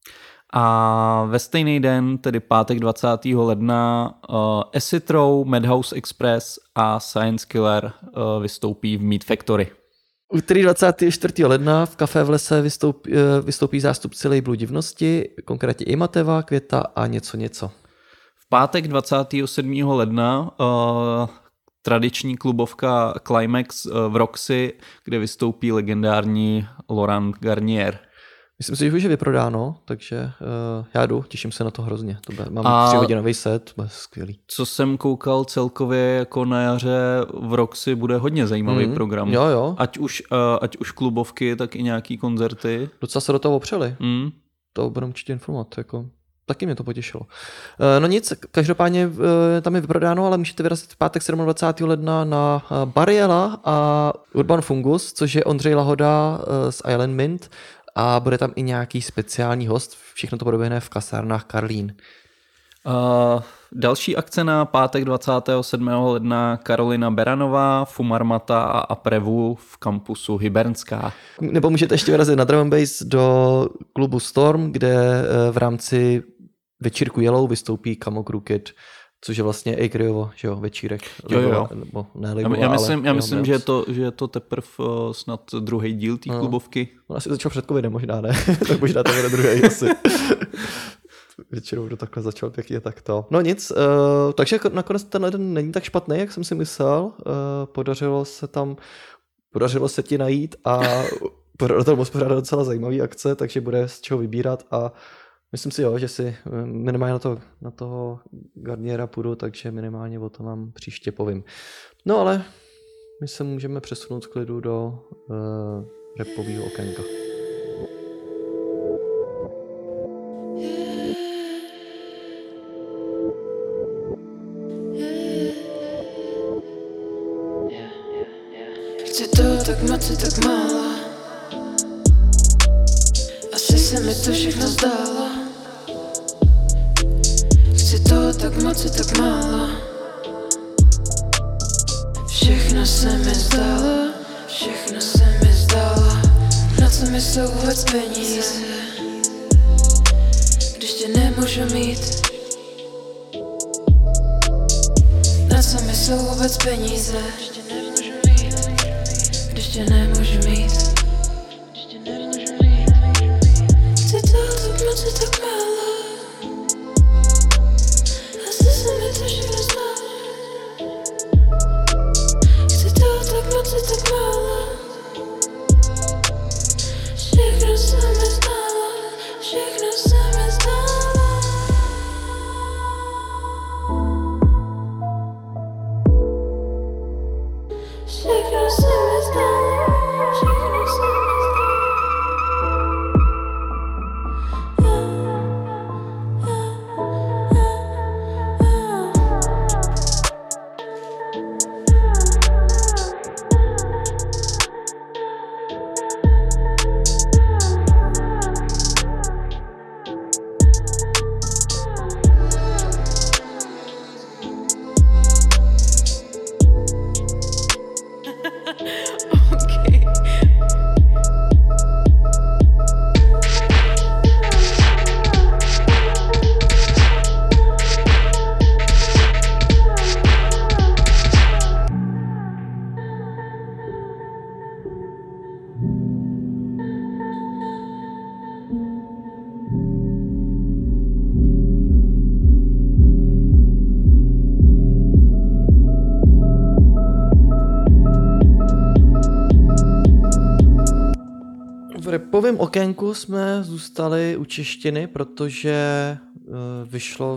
A ve stejný den, tedy pátek dvacátého ledna, uh, Acid Row, Madhouse Express a Science Killer uh, vystoupí v Meat Factory. Úterý dvacátého čtvrtého ledna v Café v lese vystoupí, vystoupí zástupci labelu Divnosti, konkrétně Imateva, Květa a něco něco. V pátek dvacátého sedmého ledna uh, tradiční klubovka Climax uh, v Roxy, kde vystoupí legendární Laurent Garnier. Myslím si, že už je vyprodáno, takže uh, já jdu, těším se na to hrozně. To bude, mám a třihodinový set, bude skvělý. Co jsem koukal celkově jako na jaře v Roxy bude hodně zajímavý mm, program. Jo, jo. Ať už, uh, ať už klubovky, tak i nějaký koncerty. Docela se do toho opřeli. Mm. To budu určitě informovat. Jako. Taky mě to potěšilo. Uh, no nic, každopádně uh, tam je vyprodáno, ale můžete vyrazit v pátek dvacátého sedmého ledna na uh, Bariela a Urban Fungus, což je Ondřej Lahoda uh, z Island Mint. A bude tam i nějaký speciální host. Všechno to proběhne v kasárnách Karlín. Uh, další akce na pátek dvacátého sedmého ledna Karolina Beranová, Fumarmata a Aprevu v kampusu Hybernská. Nebo můžete ještě vyrazit na drum and bass do klubu Storm, kde v rámci večírku Yellow vystoupí Camo Crooked, což je vlastně Akriovo, že jo, večírek. Jo, jo. Nebo ne Libo, já, já myslím, ale, já myslím že, je to, že je to teprve uh, snad druhý díl té no. klubovky. On asi začal před covidem, možná ne. Tak možná to bude druhý asi. Většinou kdo takhle začal pěkně takto. No nic, uh, takže nakonec ten leden není tak špatný, jak jsem si myslel. Uh, podařilo se tam, podařilo se ti najít a podařilo tam uspořádat docela zajímavý akce, takže bude z čeho vybírat a myslím si, jo, že si minimálně na, to, na toho Garniera půjdu, takže minimálně o tom vám příště povím. No ale my se můžeme přesunout z klidu do uh, rapového okénka. Chci to tak moc i tak málo, asi se mi to všechno zdálo. Chci to tak moc i tak málo, všechno se mi zdálo, všechno se mi zdálo. Na co mi jsou vůbec peníze, když tě nemůžu mít? Na co mi jsou vůbec peníze, když tě nemůžu mít? Chci to tak moc i tak málo, asi se mi to všechno zdálo. Chci to tak moc i tak málo, všechno se mi zdálo, všechno se mi zdálo. Všechno se mi zdálo, všechno se mi zdálo. V rapovém okénku jsme zůstali u češtiny, protože uh, vyšlo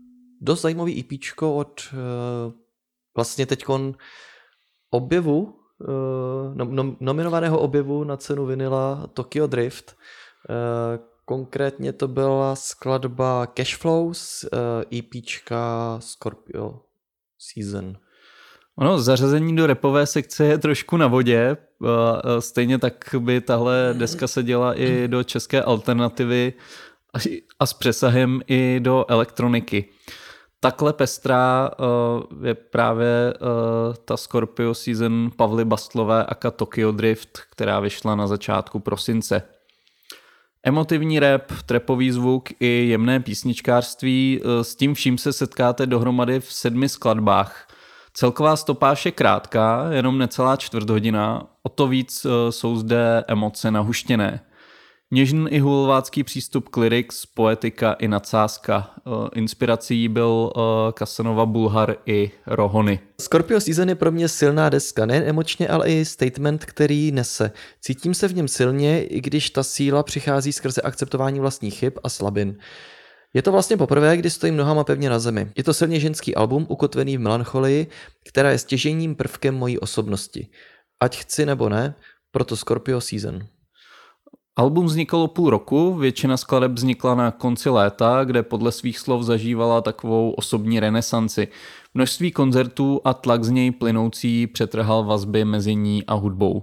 dost zajímavý EPčko od uh, vlastně teďkon objevu nom, nom, nominovaného objevu na cenu vinila Tokyo Drift. Konkrétně to byla skladba Cashflow z EPčka Scorpio Season. Ono, zařazení do rapové sekce je trošku na vodě. Stejně tak by tahle deska se děla i do české alternativy a s přesahem i do elektroniky. Takhle pestrá je právě ta Scorpio Season Pavly Bastlové aka Tokyo Drift, která vyšla na začátku prosince. Emotivní rap, trapový zvuk i jemné písničkářství, s tím vším se setkáte dohromady v sedmi skladbách. Celková stopáž je krátká, jenom necelá čtvrt hodina, o to víc jsou zde emoce nahuštěné. Něžný i hulvácký přístup k lyrics, poetika i nadsázka. Inspirací byl Casanova Bulhar i Rohony. Scorpio Season je pro mě silná deska, nejen emočně, ale i statement, který nese. Cítím se v něm silně, i když ta síla přichází skrze akceptování vlastních chyb a slabin. Je to vlastně poprvé, kdy stojím nohama pevně na zemi. Je to silně ženský album, ukotvený v melancholii, která je stěžejním prvkem mojí osobnosti. Ať chci nebo ne, proto Scorpio Season. Album vznikalo půl roku, většina skladeb vznikla na konci léta, kde podle svých slov zažívala takovou osobní renesanci. Množství koncertů a tlak z něj plynoucí přetrhal vazby mezi ní a hudbou.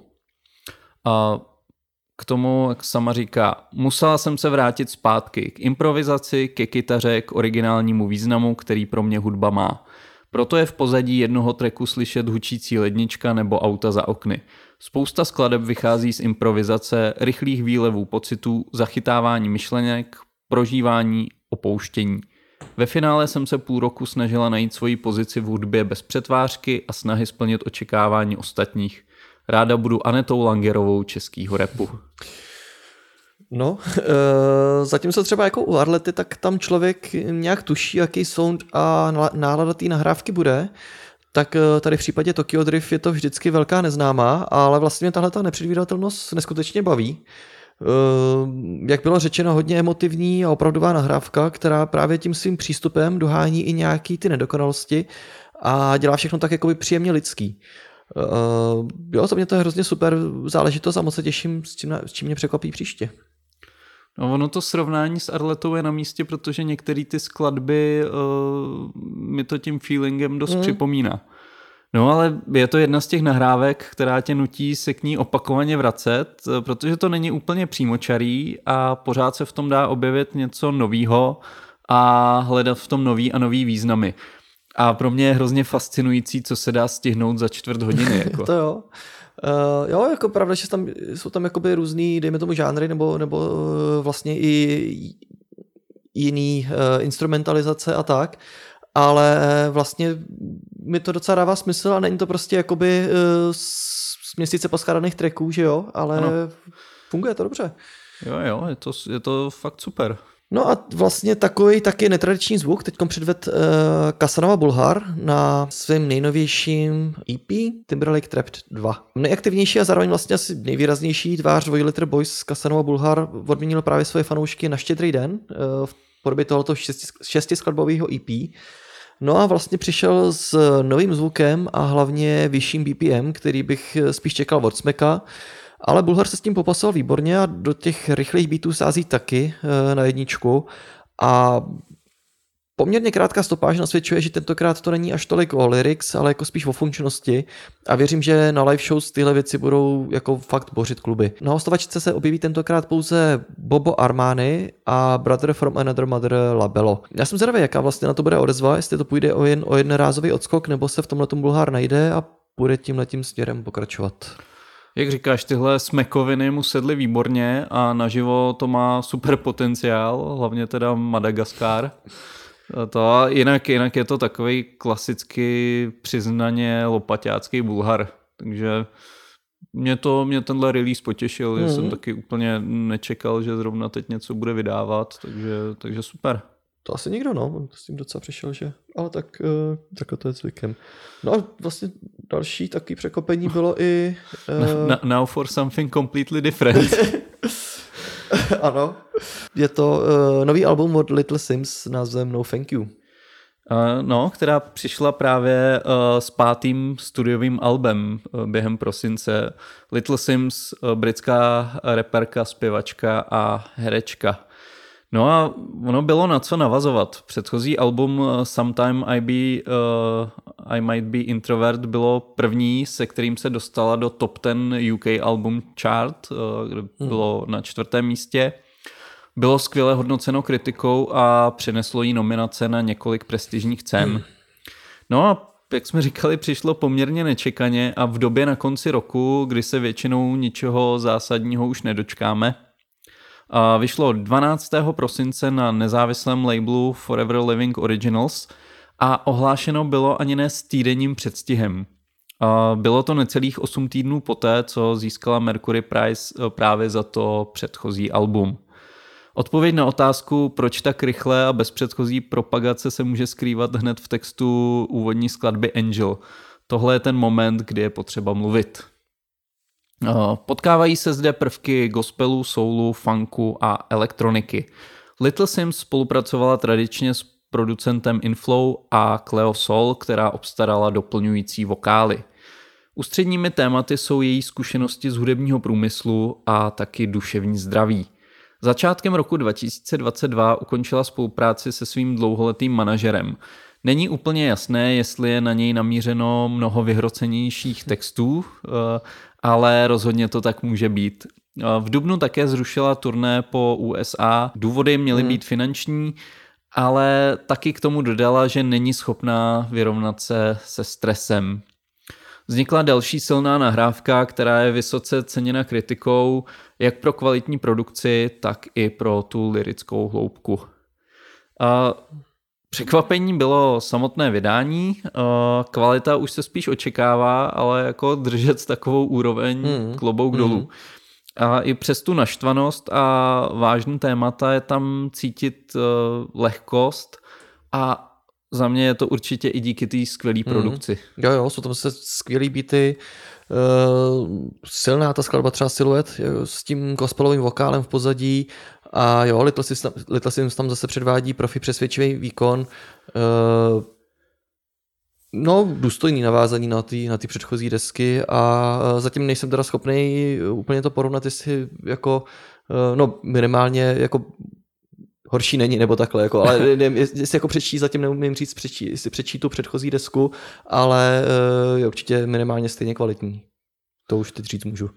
A k tomu, jak sama říká, musela jsem se vrátit zpátky k improvizaci, ke kytaře, k originálnímu významu, který pro mě hudba má. Proto je v pozadí jednoho tracku slyšet hučící lednička nebo auta za okny. Spousta skladeb vychází z improvizace, rychlých výlevů pocitů, zachytávání myšlenek, prožívání, opouštění. Ve finále jsem se půl roku snažila najít svoji pozici v hudbě bez přetvářky a snahy splnit očekávání ostatních. Ráda budu Anetou Langerovou českýho rapu. No, e, zatímco třeba jako u Arlety, tak tam člověk nějak tuší, jaký sound a nálada té nahrávky bude. Tak tady v případě Tokyo Drift je to vždycky velká neznámá, ale vlastně tahle ta nepředvídatelnost neskutečně baví. Jak bylo řečeno, hodně emotivní a opravdová nahrávka, která právě tím svým přístupem dohání i nějaký ty nedokonalosti a dělá všechno tak jakoby příjemně lidský. Jo, za mě to je hrozně super záležitost a moc se těším, s čím, s čím mě překvapí příště. No, ono to srovnání s Arletou je na místě, protože některé ty skladby uh, mi to tím feelingem dost mm. připomíná. No ale je to jedna z těch nahrávek, která tě nutí se k ní opakovaně vracet, protože to není úplně přímočarý a pořád se v tom dá objevit něco novýho a hledat v tom nový a nový významy. A pro mě je hrozně fascinující, co se dá stihnout za čtvrt hodiny. Jako. To jo. Uh, jo, jako pravda, že tam, jsou tam jakoby různý, dejme tomu žánry, nebo, nebo uh, vlastně i jiný uh, instrumentalizace a tak, ale vlastně mi to docela dává smysl a není to prostě jakoby uh, směsice poskládaných tracků, že jo, ale ano. Funguje to dobře. Jo, jo, je to, je to fakt super. No a vlastně takový taky netradiční zvuk teďkom předved uh, Casanova Bulhar na svém nejnovějším E P Timberlake Trapped dva. Nejaktivnější a zároveň vlastně asi nejvýraznější tvář Dvojlitr Boys z Casanova Bulhar odměnil právě svoje fanoušky na Štědrý den uh, v podobě tohoto šesti, šestiskladbového E P. No a vlastně přišel s novým zvukem a hlavně vyšším B P M, který bych spíš čekal od Smeka. Ale Bulhar se s tím popasoval výborně a do těch rychlých beatů sází taky e, na jedničku a poměrně krátká stopáž nasvědčuje, že tentokrát to není až tolik o lyrics, ale jako spíš o funkčnosti a věřím, že na live shows tyhle věci budou jako fakt bořit kluby. Na hostovačce se objeví tentokrát pouze Bobo Armani a Brother from Another Mother Labello. Já jsem zvědavý, jaká vlastně na to bude odezva, jestli to půjde o jen o jednorázový odskok, nebo se v tomhletom Bulhar najde a bude tímhletím směrem pokračovat. Jak říkáš, tyhle smekoviny mu sedly výborně a naživo to má super potenciál, hlavně teda Madagaskar. To, jinak, jinak je to takový klasicky přiznaně lopaťácký Bulhar, takže mě, to, mě tenhle release potěšil, mm. že jsem taky úplně nečekal, že zrovna teď něco bude vydávat, takže, takže super. To asi nikdo, no, on s tím docela přišel, že, ale tak, uh, takhle to je zvykem. No a vlastně další takový překvapení bylo i... Uh... Now, now for something completely different. Ano, je to uh, nový album od Little Sims s názvem No Thank You. Uh, no, která přišla právě uh, s pátým studiovým albem uh, během prosince. Little Sims, uh, britská reperka, zpěvačka a herečka. No a ono bylo na co navazovat. Předchozí album uh, Sometime I, be, uh, I Might Be Introvert bylo první, se kterým se dostala do top ten U K album chart, uh, kde hmm. bylo na čtvrtém místě. Bylo skvěle hodnoceno kritikou a přineslo jí nominace na několik prestižních cen. Hmm. No a jak jsme říkali, přišlo poměrně nečekaně a v době na konci roku, kdy se většinou ničeho zásadního už nedočkáme. A vyšlo dvanáctého prosince na nezávislém labelu Forever Living Originals a ohlášeno bylo ani ne s týdenním předstihem. A bylo to necelých osm týdnů poté, co získala Mercury Prize právě za to předchozí album. Odpověď na otázku, proč tak rychle a bez předchozí propagace se může skrývat hned v textu úvodní skladby Angel. Tohle je ten moment, kdy je potřeba mluvit. Potkávají se zde prvky gospelu, soulu, funku a elektroniky. Little Sims spolupracovala tradičně s producentem Inflow a Cleo Sol, která obstarala doplňující vokály. Ústředními tématy jsou její zkušenosti z hudebního průmyslu a taky duševní zdraví. Začátkem roku dva tisíce dvacet dva ukončila spolupráci se svým dlouholetým manažerem. Není úplně jasné, jestli je na něj namířeno mnoho vyhrocenějších textů, ale rozhodně to tak může být. V dubnu také zrušila turné po U S A. Důvody měly hmm. být finanční, ale taky k tomu dodala, že není schopná vyrovnat se se stresem. Vznikla další silná nahrávka, která je vysoce ceněna kritikou, jak pro kvalitní produkci, tak i pro tu lyrickou hloubku. A překvapení bylo samotné vydání, a kvalita už se spíš očekává, ale jako držet takovou úroveň mm. klobouk mm. dolů. A i přes tu naštvanost a vážný témata je tam cítit uh, lehkost a za mě je to určitě i díky té skvělé produkci. Mm. Jo, jo, jsou tam se skvělý beaty, uh, silná ta skladba třeba Silhouette s tím gospelovým vokálem v pozadí a jo, Little Sims, Little Sims tam zase předvádí profi přesvědčivý výkon. Uh, no, důstojný navázání na ty na ty předchozí desky a uh, zatím nejsem teda schopný úplně to porovnat, jestli jako, uh, no minimálně jako horší není, nebo takhle, jako, ale nevím, jestli jako přečtí, zatím neumím říct, přečtí, jestli přečtí tu předchozí desku, ale uh, je určitě minimálně stejně kvalitní. To už teď říct můžu.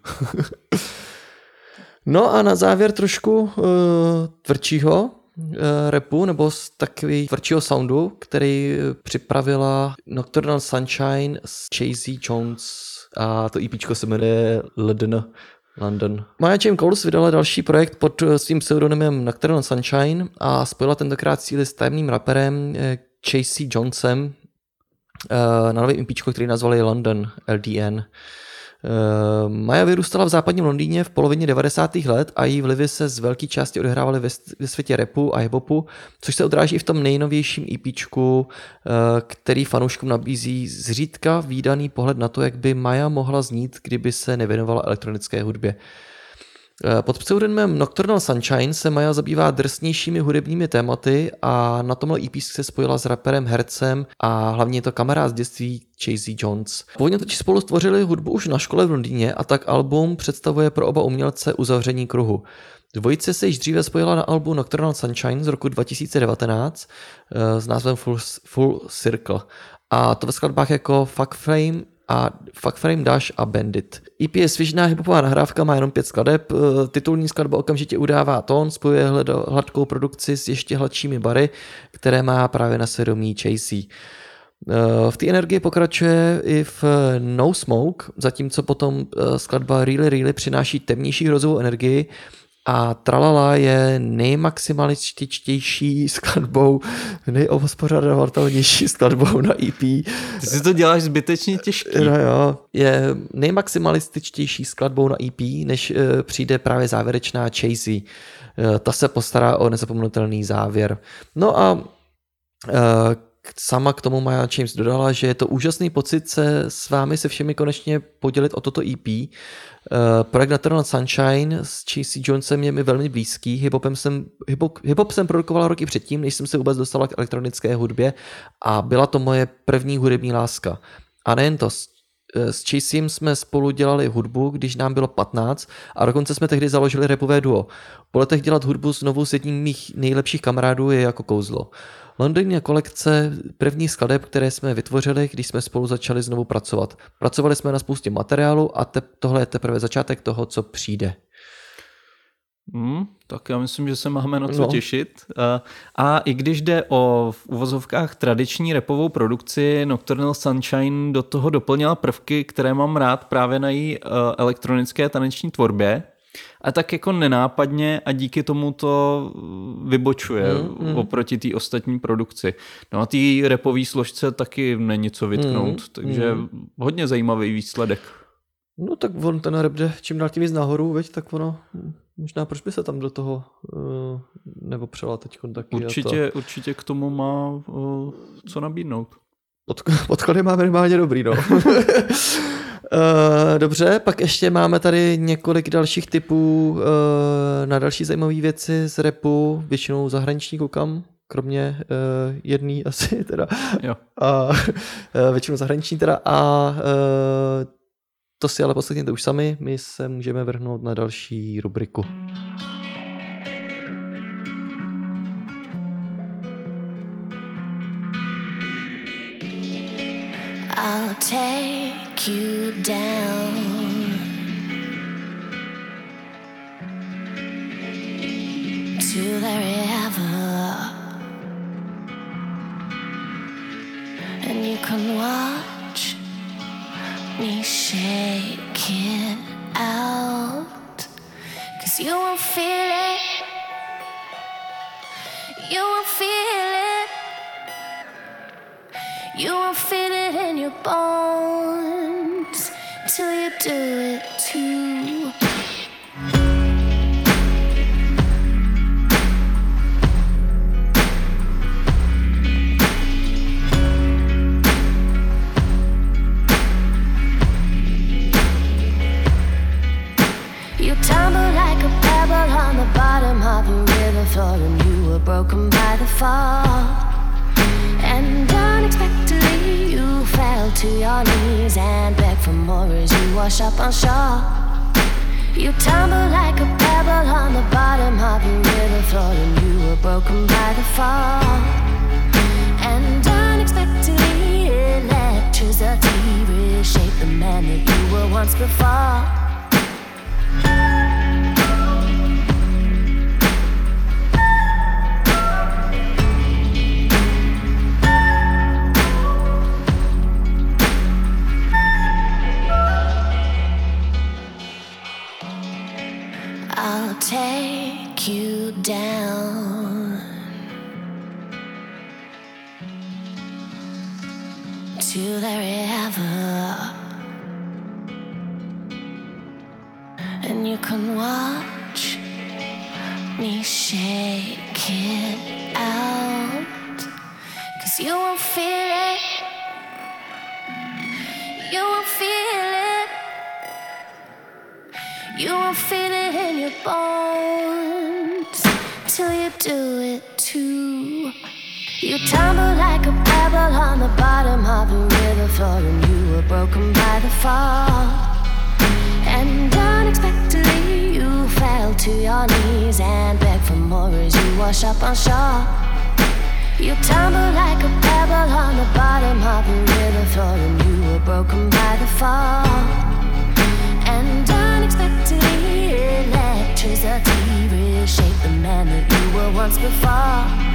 No a na závěr trošku uh, tvrdšího uh, rapu, nebo z takový tvrdšího soundu, který připravila Nocturnal Sunshine s Chasey Jones a to EPčko se jmenuje London. London. Maya Jane Coles vydala další projekt pod svým pseudonymem Nocturnal Sunshine a spojila tentokrát síly s tajemným raperem Chasey Jonesem na novém EPčko, který nazvali London L D N. Maya vyrůstala v západním Londýně v polovině devadesátých let a její vlivy se z velké části odehrávaly ve, ve světě rapu a hiphopu, což se odráží i v tom nejnovějším EPčku, který fanouškům nabízí zřídka vídaný pohled na to, jak by Maya mohla znít, kdyby se nevěnovala elektronické hudbě. Pod pseudonymem Nocturnal Sunshine se Maya zabývá drsnějšími hudebními tématy a na tomhle E P se spojila s raperem, hercem a hlavně je to kamarád z dětství Chasey Jones. Původně totiž spolu stvořili hudbu už na škole v Londýně a tak album představuje pro oba umělce uzavření kruhu. Dvojice se již dříve spojila na albu Nocturnal Sunshine z roku dva tisíce devatenáct s názvem Full, Full Circle a to ve skladbách jako Fuck Frame a Fuck Frame, Dash a Bandit. E P je svěžná hiphopová nahrávka, má jenom pět skladeb, titulní skladba okamžitě udává tón, spojuje hladkou produkci s ještě hladšími bary, které má právě na svědomí Chasey. V té energii pokračuje i v No Smoke, zatímco potom skladba Really Really přináší temnější hrozovou energii a Tralala je nejmaximalističtější skladbou, nejobhospodarovatelnější skladbou na E P. Ty si to děláš zbytečně těžký. No jo, je nejmaximalističtější skladbou na E P, než uh, přijde právě závěrečná Chasey. Uh, ta se postará o nezapomenutelný závěr. No a uh, sama k tomu Maya James dodala, že je to úžasný pocit se s vámi se všemi konečně podělit o toto E P. Uh, projekt Nocturnal Sunshine s Casey Jonesem je mi velmi blízký. Hip-hopem jsem, hip-hop, hip-hop jsem produkoval roky předtím, než jsem se vůbec dostala k elektronické hudbě a byla to moje první hudební láska. A nejen to, s Chasem jsme spolu dělali hudbu, když nám bylo patnáct a dokonce jsme tehdy založili rapové duo. Po letech dělat hudbu znovu s jedním mých nejlepších kamarádů je jako kouzlo. Londýn je kolekce prvních skladeb, které jsme vytvořili, když jsme spolu začali znovu pracovat. Pracovali jsme na spoustě materiálu a te- tohle je teprve začátek toho, co přijde. Hmm, tak já myslím, že se máme na co no. těšit. A, a i když jde o v uvozovkách tradiční rapovou produkci, Nocturnal Sunshine do toho doplnila prvky, které mám rád právě na její uh, elektronické taneční tvorbě. A tak jako nenápadně a díky tomu to vybočuje mm, mm. oproti té ostatní produkci. No a té rapové složce taky není co vytknout, mm, takže mm. hodně zajímavý výsledek. No tak on ten rap jde čím dál tím víc nahoru, veď, tak ono, možná proč by se tam do toho uh, nebo přela teď taky. Určitě, určitě k tomu má uh, co nabídnout. Pod, podklady má minimálně dobrý, no. Uh, dobře, pak ještě máme tady několik dalších typů uh, na další zajímavé věci z rapu, většinou zahraniční koukám, kromě uh, jedný asi teda. Jo. A, uh, většinou zahraniční teda a uh, to si ale poslechněte už sami, my se můžeme vrhnout na další rubriku. I'll take you down to the river, and you can watch me shake it out, 'cause you won't feel it, you won't feel it, you won't feel it in your bones till you do it too. You tumble like a pebble on the bottom of a river floor, and you were broken by the fall. And unexpectedly you fell to your knees and begged for more as you wash up on shore. You tumbled like a pebble on the bottom of the river floor, and you were broken by the fall. And unexpectedly electricity reshaped the man that you were once before. I'll take you down to the river, and you can watch me shake it out, 'cause you won't feel it, you won't feel it, you won't feel it in your bones till you do it too. You tumble like a pebble on the bottom of the river floor, and you were broken by the fall. And unexpectedly you fell to your knees and begged for more as you wash up on shore. You tumble like a pebble on the bottom of the river floor, and you were broken by the fall. And unexpectedly electricity reshaped the man that you were once before.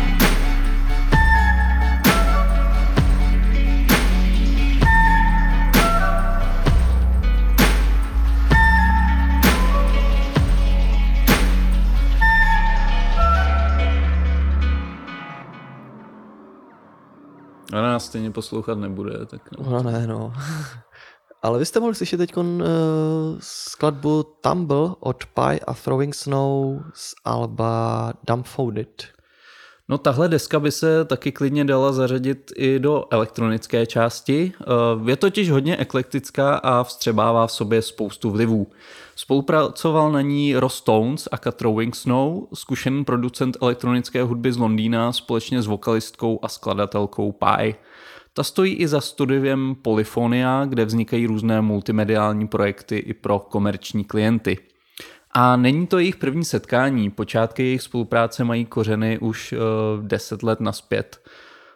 A nás stejně poslouchat nebude. Tak no ne, no. Ale vy jste mohli slyšet teď uh, skladbu Tumble od Pie a Throwing Snow z alba Dumbfounded. No tahle deska by se taky klidně dala zařadit i do elektronické části. Je totiž hodně eklektická a vstřebává v sobě spoustu vlivů. Spolupracoval na ní Ross Stones aka Throwing Snow, zkušený producent elektronické hudby z Londýna společně s vokalistkou a skladatelkou Pye. Ta stojí i za studiem Polyphonia, kde vznikají různé multimediální projekty i pro komerční klienty. A není to jejich první setkání, počátky jejich spolupráce mají kořeny už uh, deset let nazpět.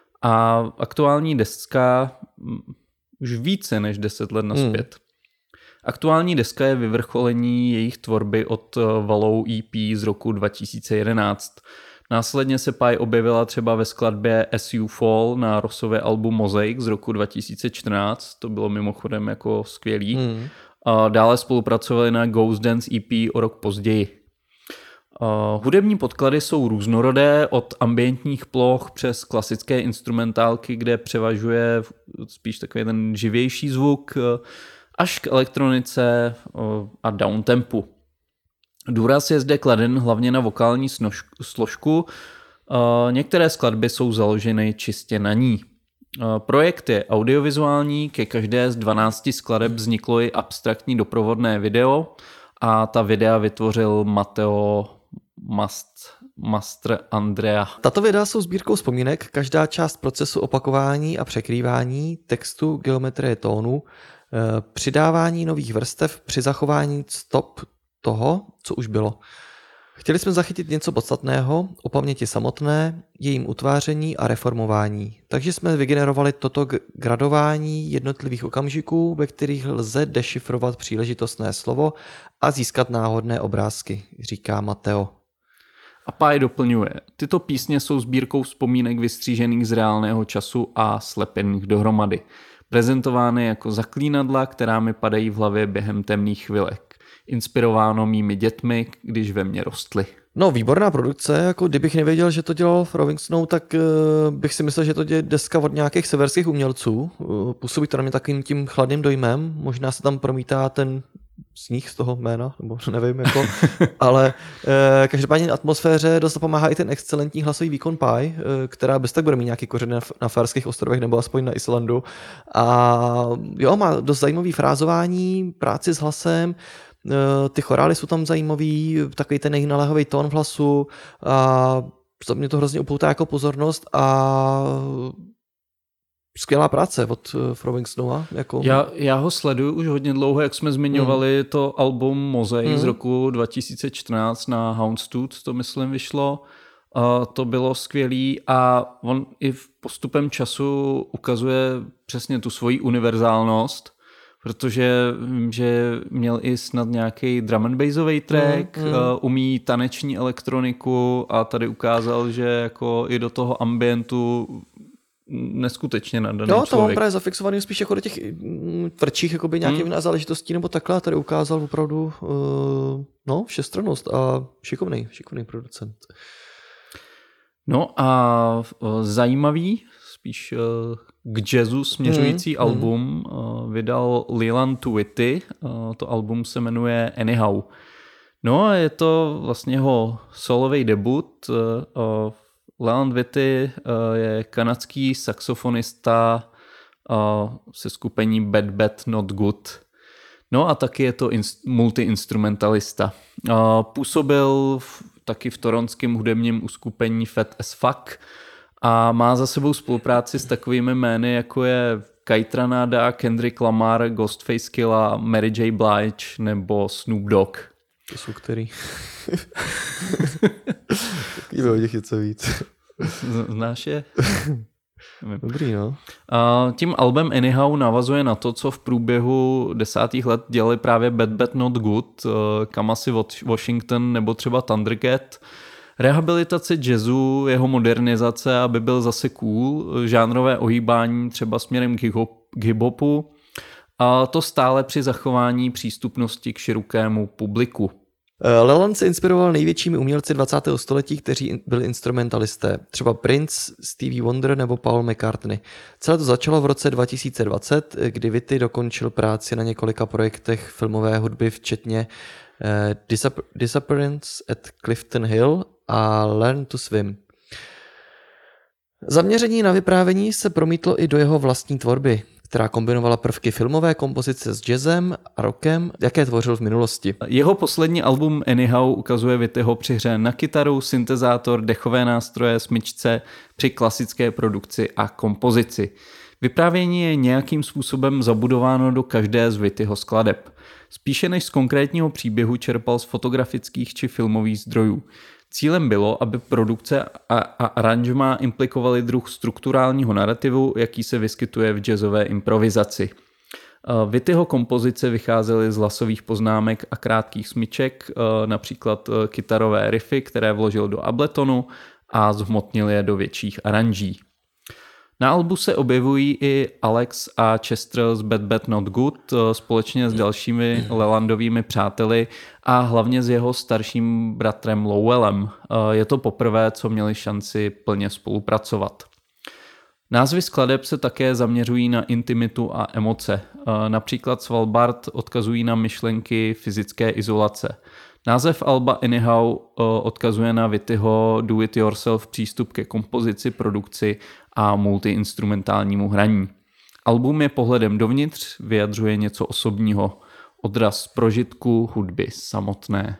A aktuální deska um, už více než deset let nazpět. Hmm. Aktuální deska je vyvrcholení jejich tvorby od uh, Wallow E P z roku dva tisíce jedenáct. Následně se Pye objevila třeba ve skladbě As You Fall na Rossově albu Mosaic z roku dva tisíce čtrnáct, to bylo mimochodem jako skvělý. Hmm. A dále spolupracovali na Ghost Dance E P o rok později. Uh, hudební podklady jsou různorodé, od ambientních ploch přes klasické instrumentálky, kde převažuje spíš takový ten živější zvuk, až k elektronice uh, a downtempu. Důraz je zde kladen hlavně na vokální složku, uh, některé skladby jsou založeny čistě na ní. Projekt je audiovizuální, ke každé z dvanácti skladeb vzniklo i abstraktní doprovodné video a ta videa vytvořil Matteo Mast, Mastr Andrea. Tato videa jsou sbírkou vzpomínek, každá část procesu opakování a překrývání textu, geometrie tónu, přidávání nových vrstev při zachování stop toho, co už bylo. Chtěli jsme zachytit něco podstatného o paměti samotné, jejím utváření a reformování. Takže jsme vygenerovali toto gradování jednotlivých okamžiků, ve kterých lze dešifrovat příležitostné slovo a získat náhodné obrázky, říká Matteo. A Pye doplňuje, tyto písně jsou sbírkou vzpomínek vystřížených z reálného času a slepených dohromady. Prezentovány jako zaklínadla, která mi padají v hlavě během temných chvilek. Inspirováno mými dětmi, když ve mně rostly. No, výborná produkce, jako kdybych nevěděl, že to dělal Throwing Snow, tak uh, bych si myslel, že to je deska od nějakých severských umělců. Uh, působí to na mě takovým tím chladným dojmem, možná se tam promítá ten sníh z toho jména, nebo nevím, jako, ale uh, každopádně atmosféře dost pomáhá i ten excelentní hlasový výkon Pye, uh, která bez tak bude mít nějaký kořeny na, na Faerských ostrovech nebo aspoň na Islandu. A jo, má dost zajímavý frázování, práci s hlasem, ty chorály jsou tam zajímavý, takový ten naléhavý tón v hlasu a to mě to hrozně upoutá jako pozornost a skvělá práce od Throwing Snowa. Jako... Já, já ho sleduju už hodně dlouho, jak jsme zmiňovali hmm. to album Mosaic hmm. z roku dva tisíce čtrnáct na Houndstooth, to myslím vyšlo. Uh, to bylo skvělý a on i v postupem času ukazuje přesně tu svoji univerzálnost, protože vím, že měl i snad nějaký drum and bassový track, mm, mm. Uh, umí taneční elektroniku a tady ukázal, že jako i do toho ambientu neskutečně nadaný člověk. Jo, to mám právě zafixovaný spíš jako do těch tvrdších jakoby nějakých mm. záležitostí nebo takhle a tady ukázal opravdu uh, no, všestrannost a šikovný, šikovný producent. No a uh, zajímavý, spíš uh, k jazzu směřující mm, album mm. Uh, vydal Leland Whitty, uh, to album se jmenuje Anyhow. No a je to vlastně jeho solový debut. Uh, uh, Leland Whitty uh, je kanadský saxofonista uh, se skupením Bad Bad Not Good. No a taky je to inst- multiinstrumentalista. Uh, působil v, taky v toronském hudebním uskupení Fat as Fuck a má za sebou spolupráci s takovými jmény, jako je Kate Ranada, Kendrick Lamar, Ghostface Killah, Mary J. Blige nebo Snoop Dogg. To jsou který? Taky bylo těch něco víc. Znáš je? Dobrý, no. A tím albem Anyhow navazuje na to, co v průběhu desátých let dělali právě Bad Bad Not Good, Kamasi Washington nebo třeba Thundercat. Rehabilitace jazzu, jeho modernizace, aby byl zase cool, žánrové ohýbání třeba směrem k hip-hopu a to stále při zachování přístupnosti k širokému publiku. Leland se inspiroval největšími umělci dvacátého století, kteří byli instrumentalisté, třeba Prince, Stevie Wonder nebo Paul McCartney. Celé to začalo v roce dva tisíce dvacet, kdy Whitty dokončil práci na několika projektech filmové hudby, včetně Disappearance at Clifton Hill a Learn to Swim. Zaměření na vyprávění se promítlo i do jeho vlastní tvorby, která kombinovala prvky filmové kompozice s jazzem a rockem, jaké tvořil v minulosti. Jeho poslední album Anyhow ukazuje Whittyho při hře na kytaru, syntezátor, dechové nástroje, smyčce při klasické produkci a kompozici. Vyprávění je nějakým způsobem zabudováno do každé z Whittyho skladeb. Spíše než z konkrétního příběhu čerpal z fotografických či filmových zdrojů. Cílem bylo, aby produkce a, a aranžma implikovaly druh strukturálního narrativu, jaký se vyskytuje v jazzové improvizaci. Whittyho kompozice vycházely z hlasových poznámek a krátkých smyček, například kytarové riffy, které vložil do Abletonu a zhmotnil je do větších aranží. Na albu se objevují i Alex a Chester z Bad Bad Not Good společně s dalšími Lelandovými přáteli a hlavně s jeho starším bratrem Lowellem. Je to poprvé, co měli šanci plně spolupracovat. Názvy skladeb se také zaměřují na intimitu a emoce. Například Svalbard odkazují na myšlenky fyzické izolace. Název alba Anyhow odkazuje na Whittyho do-it-yourself přístup ke kompozici, produkci a multiinstrumentálnímu hraní. Album je pohledem dovnitř, vyjadřuje něco osobního, odraz prožitku hudby samotné.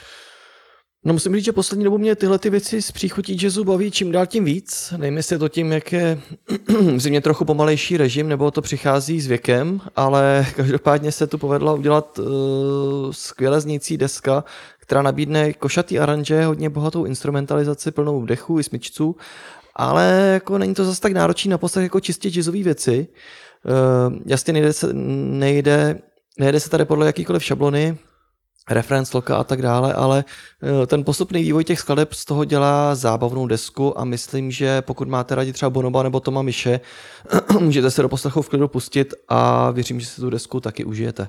No musím říct, že poslední dobou mě tyhle ty věci z příchutí jazzu baví čím dál tím víc. Nevím, jestli je to tím, jak je zřejmě trochu pomalejší režim, nebo to přichází s věkem, ale každopádně se tu povedla udělat uh, skvěle znějící deska, která nabídne košatý aranže, hodně bohatou instrumentalizaci, plnou dechů i smyčců, ale jako není to zase tak náročný na poslech jako čistě jazzové věci. Uh, jasně nejde se, nejde, nejde se tady podle jakýkoliv šablony, reference sloka a tak dále, ale ten postupný vývoj těch skladeb z toho dělá zábavnou desku a myslím, že pokud máte rádi třeba Bonoba nebo Toma Miše, můžete se do poslechu v klidu pustit a věřím, že si tu desku taky užijete.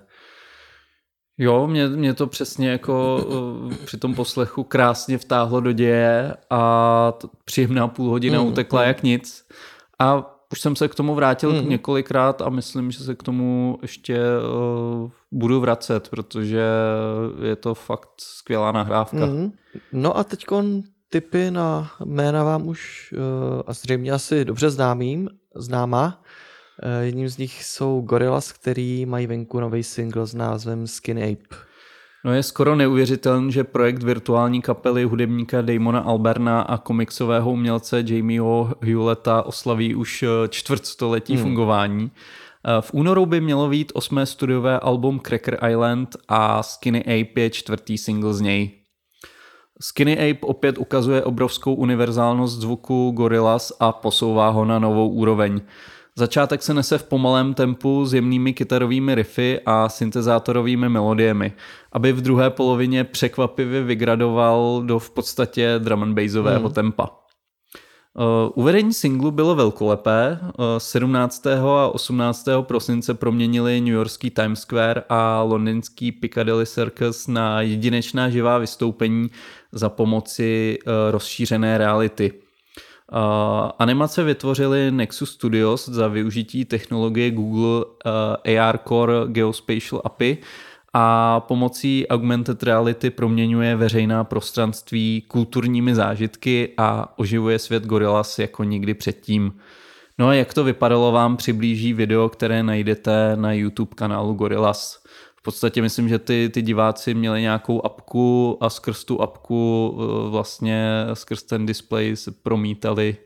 Jo, mě, mě to přesně jako při tom poslechu krásně vtáhlo do děje a příjemná půl hodina mm, utekla mm. jak nic. A už jsem se k tomu vrátil mm. několikrát a myslím, že se k tomu ještě uh, budu vracet, protože je to fakt skvělá nahrávka. Mm. No a teďkon tipy na jména vám už uh, a zřejmě asi dobře známým, známá. Uh, jedním z nich jsou Gorillaz, který mají venku nový single s názvem Skinny Ape. No je skoro neuvěřitelný, že projekt virtuální kapely hudebníka Damona Albarna a komiksového umělce Jamieho Hewletta oslaví už čtvrtstoletí hmm. fungování. V únoru by mělo vyjít osmé studiové album Cracker Island a Skinny Ape je čtvrtý single z něj. Skinny Ape opět ukazuje obrovskou univerzálnost zvuku Gorillaz a posouvá ho na novou úroveň. Začátek se nese v pomalém tempu s jemnými kytarovými riffy a syntezátorovými melodiemi, aby v druhé polovině překvapivě vygradoval do v podstatě drum and bassového hmm. tempa. Uh, uvedení singlu bylo velkolepé. Uh, sedmnáctého a osmnáctého prosince proměnili newyorský Times Square a londýnský Piccadilly Circus na jedinečná živá vystoupení za pomoci uh, rozšířené reality. Uh, animace vytvořili Nexus Studios za využití technologie Google uh, A R Core Geospatial A P I a pomocí augmented reality proměňuje veřejná prostranství kulturními zážitky a oživuje svět Gorillaz jako nikdy předtím. No a jak to vypadalo, vám přiblíží video, které najdete na YouTube kanálu Gorillaz. V podstatě myslím, že ty, ty diváci měli nějakou apku a skrz tu apku vlastně skrz ten display se promítali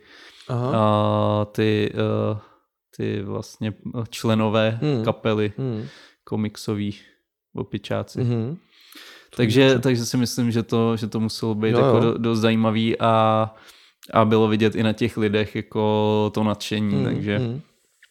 a ty, ty vlastně členové hmm. kapely hmm. komiksový opičáci. Hmm. Takže, takže si myslím, že to, že to muselo být jo, jako do, dost zajímavý a, a bylo vidět i na těch lidech jako to nadšení, hmm. takže hmm.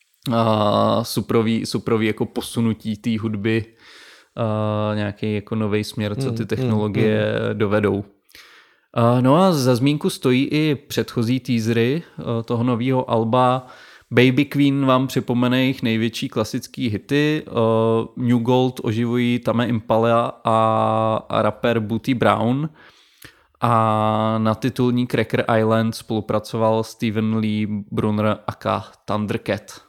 A suprový, suprový jako posunutí té hudby, a nějaký jako nový směr, co ty technologie mm, mm. dovedou. A no a za zmínku stojí i předchozí teasery toho nového alba. Baby Queen vám připomene jejich největší klasický hity. New Gold oživují Tame Impala a rapper Booty Brown. A na titulní Cracker Island spolupracoval Steven Lee Brunner aka Thundercat.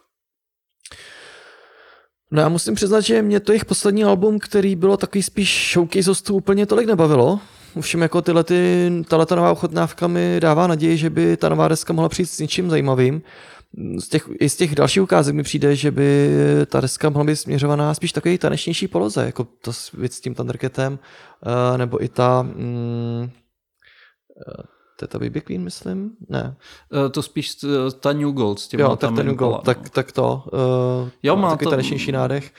No já musím přiznat, že mě to jejich poslední album, který bylo takový spíš showcase hostů, úplně tolik nebavilo. ovšem jako tyhle ty, tato nová ochotnávka mi dává naději, že by ta nová deska mohla přijít s něčím zajímavým. Z těch, i z těch dalších ukázek mi přijde, že by ta deska mohla být směřovaná spíš takový tanečnější poloze, jako to věc s tím Thundercatem, nebo i ta mm, to je ta Baby Queen, myslím? Ne. To spíš ta New Gold s těma jo, tak ta New Gold, tak, tak to. Uh, jo, má takový to... tanečnější nádech.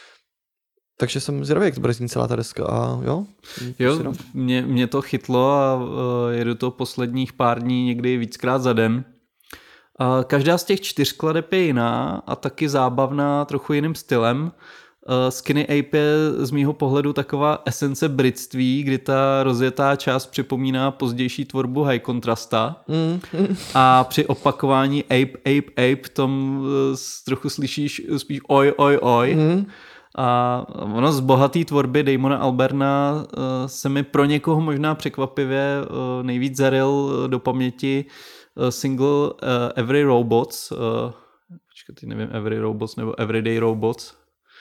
Takže jsem zvědavý, jak to bude znít celá ta deska a jo. Jo, mě, mě to chytlo a uh, jedu to posledních pár dní někdy víckrát za den. Uh, každá z těch čtyř skladeb je jiná a taky zábavná trochu jiným stylem. Uh, Skinny Ape je z mýho pohledu taková esence britství, kdy ta rozjetá část připomíná pozdější tvorbu High Contrasta mm. a při opakování Ape, Ape, Ape tom uh, trochu slyšíš spíš oj, oj, oj. Mm. A ono z bohatý tvorby Damona Albarna uh, se mi pro někoho možná překvapivě uh, nejvíc zaril do paměti uh, single uh, Every Robots. Uh, počkej, nevím, Every Robots nebo Everyday Robots.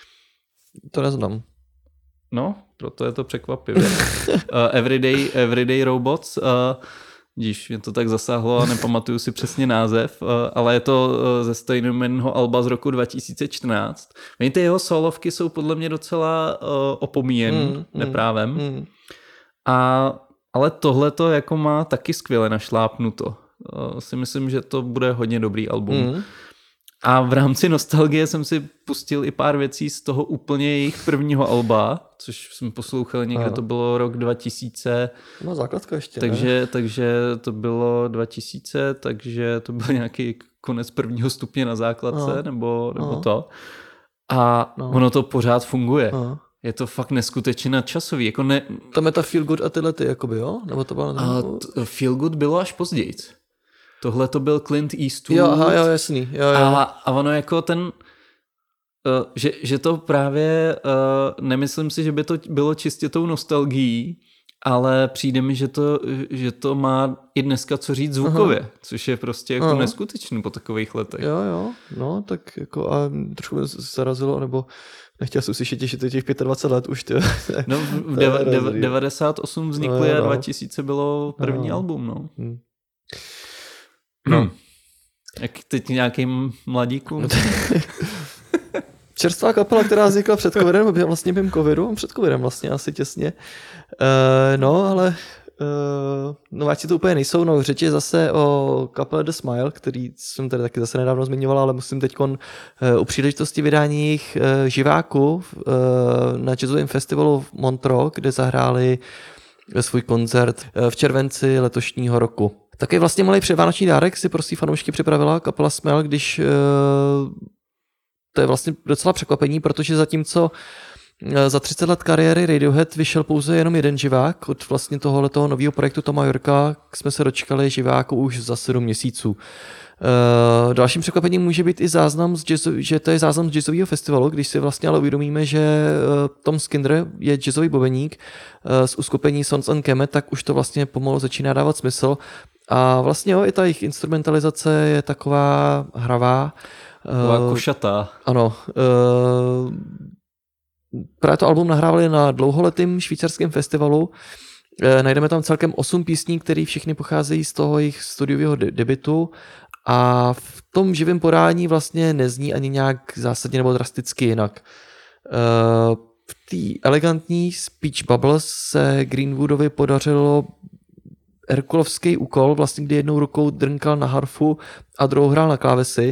To neznám. No, proto je to překvapivě. uh, Everyday, Everyday Robots. Uh, Díš, mě to tak zasáhlo a nepamatuju si přesně název, ale je to ze stejnojmenného alba z roku dva tisíce čtrnáct. Oni ty jeho solovky jsou podle mě docela uh, opomíjený mm, neprávem. Mm. A, ale tohle to jako má taky skvěle našlápnuto. Uh, si myslím, že to bude hodně dobrý album. Mm. A v rámci nostalgie jsem si pustil i pár věcí z toho úplně jejich prvního alba, což jsem poslouchal někde, Aha. to bylo rok dva tisíce. No základka ještě, takže, takže to bylo dva tisíce, takže to byl nějaký konec prvního stupně na základce, Aha. nebo, nebo Aha. to. A no. ono to pořád funguje. Aha. Je to fakt neskutečně nadčasový. Jako ne... Tam je ta Feel Good a tyhle ty, jakoby, jo? Nebo to bylo... A t- Feel Good bylo až pozdějc. Tohle to byl Clint Eastwood. Jo, aha, jo, jasný. Jo, jo. A, a ono jako ten, uh, že, že to právě, uh, nemyslím si, že by to bylo čistě tou nostalgií, ale přijde mi, že to, že to má i dneska co říct zvukově, aha. což je prostě jako aha. neskutečný po takových letech. Jo, jo, no, tak jako a trošku mě zarazilo, nebo nechtěl jsem slyšet, že to je těch dvacet pět let už. Ty. No, v deva, deva, devadesát osm vznikly no, no. a dva tisíce bylo první no. album, no. Hmm. No. Hmm. Jak teď nějakým mladíkům? Čerstvá kapela, která vznikla před covidem, byla vlastně během covidu, před covidem vlastně asi těsně. Uh, no, ale uh, nováčci to úplně nejsou. No, řeč je zase o kapele The Smile, který jsem tady taky zase nedávno zmiňoval, ale musím teď uh, u příležitosti vydání jejich uh, živáku uh, na jazzovém festivalu v Montreux, kde zahráli svůj koncert uh, v červenci letošního roku. Taky vlastně malý předvánoční dárek si pro svý fanoušky připravila kapela Smell, když uh, to je vlastně docela překvapení, protože zatímco uh, za třicet let kariéry Radiohead vyšel pouze jenom jeden živák, od vlastně tohoto nového projektu Toma Yorka jsme se dočkali živáku už za sedm měsíců. Uh, dalším překvapením může být i záznam, z jazz, že to je záznam z jazzového festivalu, když si vlastně ale uvědomíme, že uh, Tom Skinner je jazzový bubeník uh, z uskupení Sons and Kemet, tak už to vlastně pomalu začíná dávat smysl. A vlastně jo, i ta jejich instrumentalizace je taková hravá. Taková uh, košatá. Ano. Uh, právě to album nahrávali na dlouholetým švýcarském festivalu. Uh, najdeme tam celkem osm písní, které všechny pocházejí z toho jejich studiového de- debutu a v tom živém podání vlastně nezní ani nějak zásadně nebo drasticky jinak. Uh, v té elegantní Speech Bubbles se Greenwoodovi podařilo herkulovský úkol, vlastně kdy jednou rukou drnkal na harfu a druhou hrál na klávesy.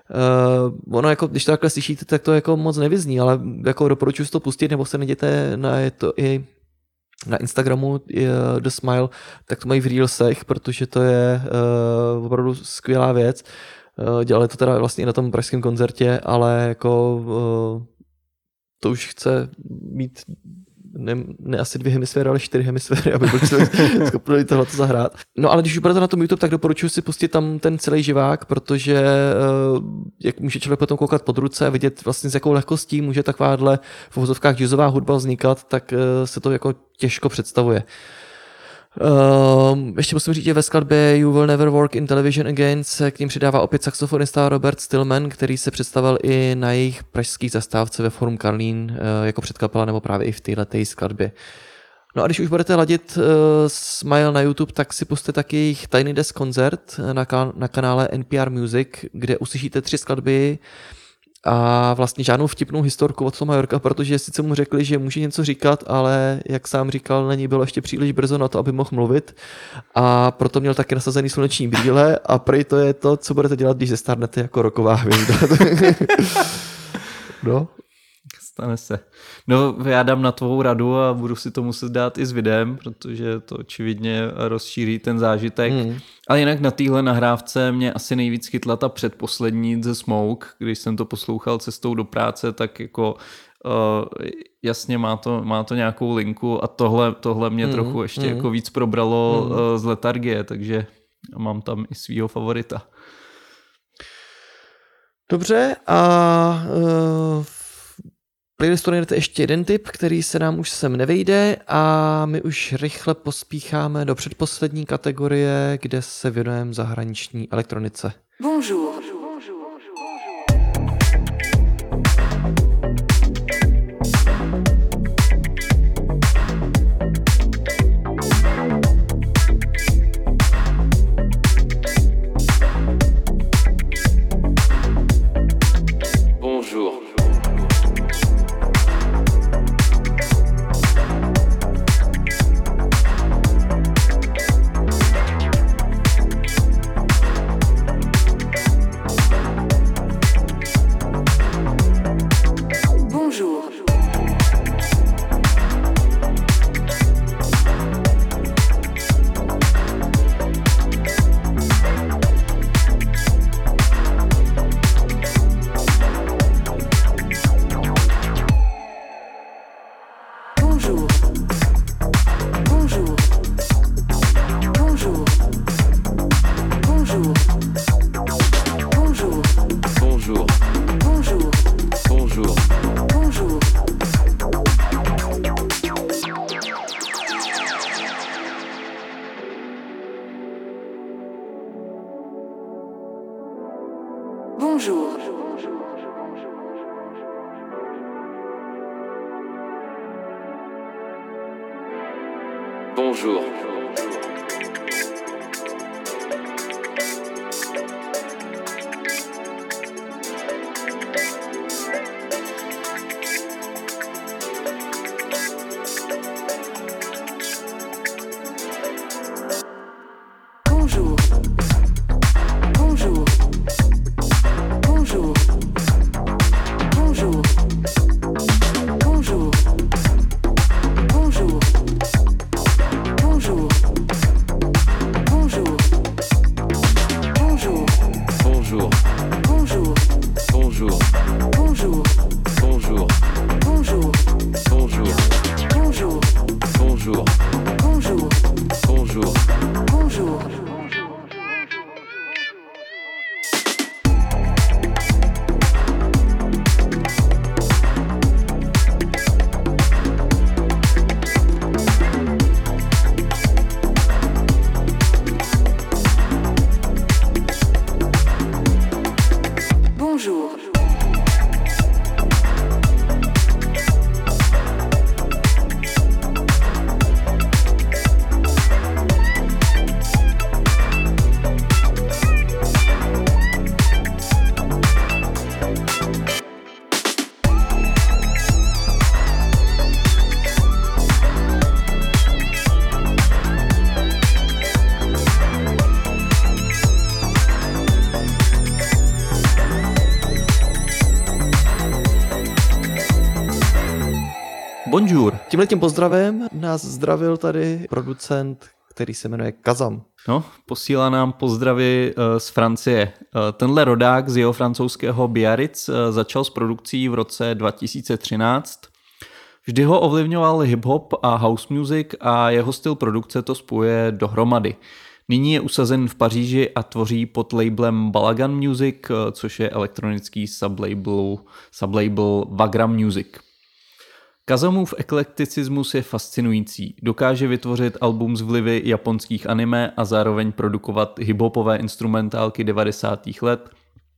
Uh, ono jako, když to takhle slyšíte, tak to jako moc nevyzní, ale jako doporučuji si to pustit, nebo se najděte na, je to i na Instagramu je The Smile, tak to mají v Reelsech, protože to je uh, opravdu skvělá věc. Uh, dělali to teda vlastně i na tom pražském koncertě, ale jako uh, to už chce mít Ne, ne asi dvě hemisféry, ale čtyři hemisféry, aby byl člověk schopný tohle zahrát. No ale když už budete na tom YouTube, tak doporučuji si pustit tam ten celý živák, protože uh, jak může člověk potom koukat pod ruce a vidět vlastně s jakou lehkostí může takováhle v uvozovkách jazzová hudba vznikat, tak uh, se to jako těžko představuje. Uh, ještě musím říct, že ve skladbě You Will Never Work in Television Again se k ním přidává opět saxofonista Robert Stillman, který se představil i na jejich pražských zastávce ve Forum Karlín uh, jako předkapela nebo právě i v této skladbě. No a když už budete ladit uh, Smile na YouTube, tak si puste taky jejich Tiny Desk koncert na, kan- na kanále N P R Music, kde uslyšíte tři skladby a vlastně žádnou vtipnou historku od Toma Yorka, protože sice mu řekli, že může něco říkat, ale jak sám říkal, na něj bylo ještě příliš brzo na to, aby mohl mluvit a proto měl taky nasazený sluneční brýle a prej to je to, co budete dělat, když zestárnete jako rocková hvězda. No. Stane se. No, já dám na tvou radu a budu si to muset dát i s videem, protože to očividně rozšíří ten zážitek. Hmm. Ale jinak na téhle nahrávce mě asi nejvíc chytla ta předposlední The Smoke, když jsem to poslouchal cestou do práce, tak jako uh, jasně má to, má to nějakou linku a tohle, tohle mě hmm. trochu ještě hmm. jako víc probralo hmm. uh, z letargie, takže mám tam i svýho favorita. Dobře a uh... playlistu najdete ještě jeden tip, který se nám už sem nevejde a my už rychle pospícháme do předposlední kategorie, kde se věnujeme zahraniční elektronice. Bonjour. Bonjour. Bonjour. Bonjour. Tímhletím pozdravem nás zdravil tady producent, který se jmenuje Kazam. No, posílá nám pozdravy uh, z Francie. Uh, tenhle rodák z jeho francouzského Biarritz uh, začal s produkcí v roce dva tisíce třináct. Vždy ho ovlivňoval hip-hop a house music a jeho styl produkce to spojuje dohromady. Nyní je usazen v Paříži a tvoří pod labelem Balagan Music, uh, což je elektronický sublabel, sublabel Vagram Music. Kazamův eklekticismus je fascinující. Dokáže vytvořit album z vlivy japonských anime a zároveň produkovat hiphopové instrumentálky devadesátých let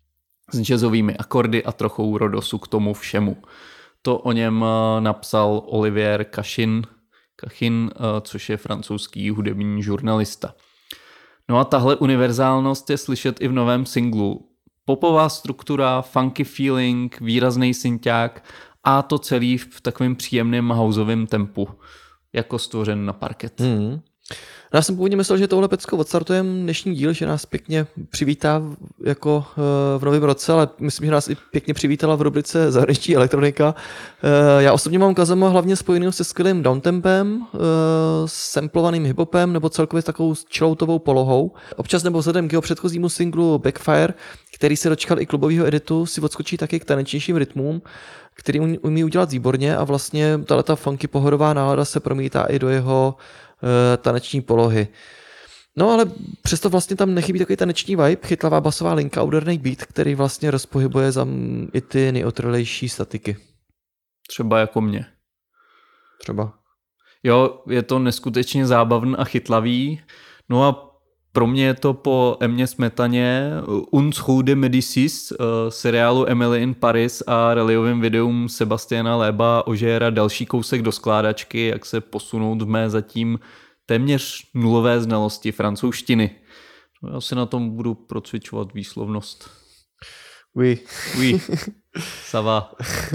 s jazzovými akordy a trochou rodosu k tomu všemu. To o něm napsal Olivier Cachin, Cachin, což je francouzský hudební žurnalista. No a tahle univerzálnost je slyšet i v novém singlu. Popová struktura, funky feeling, výrazný synťák a to celý v takovém příjemném houseovém tempu, jako stvořen na parket. Hmm. Já jsem původně myslel, že tohle peckou odstartujeme dnešní díl, že nás pěkně přivítá jako v novém roce, ale myslím, že nás i pěkně přivítala v rubrice Zahraniční elektronika. Já osobně mám Kazama hlavně spojený se skvělým downtempem, samplovaným hiphopem nebo celkově s takovou chilloutovou polohou. Občas nebo vzhledem k jeho předchozímu singlu Backfire, který se dočkal i klubového editu, si odskočí taky k tanečnějším rytmům, který umí udělat výborně a vlastně tato funky pohodová nálada se promítá i do jeho taneční polohy. No ale přesto vlastně tam nechybí takový taneční vibe, chytlavá basová linka, úderný beat, který vlastně rozpohybuje za i ty nejotrlejší statiky. Třeba jako mě. Třeba. Jo, je to neskutečně zábavný a chytlavý. No a pro mě je to po Emě Smetaně, Uns Houde Medicis, seriálu Emily in Paris a rallyovým videum Sebastiana Léba Ožéra další kousek do skládačky, jak se posunout v mé zatím téměř nulové znalosti francouzštiny. Já si na tom budu procvičovat výslovnost. Oui. Oui. Ça va.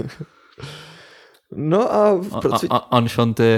No a... Procvič... A, a, enchanté.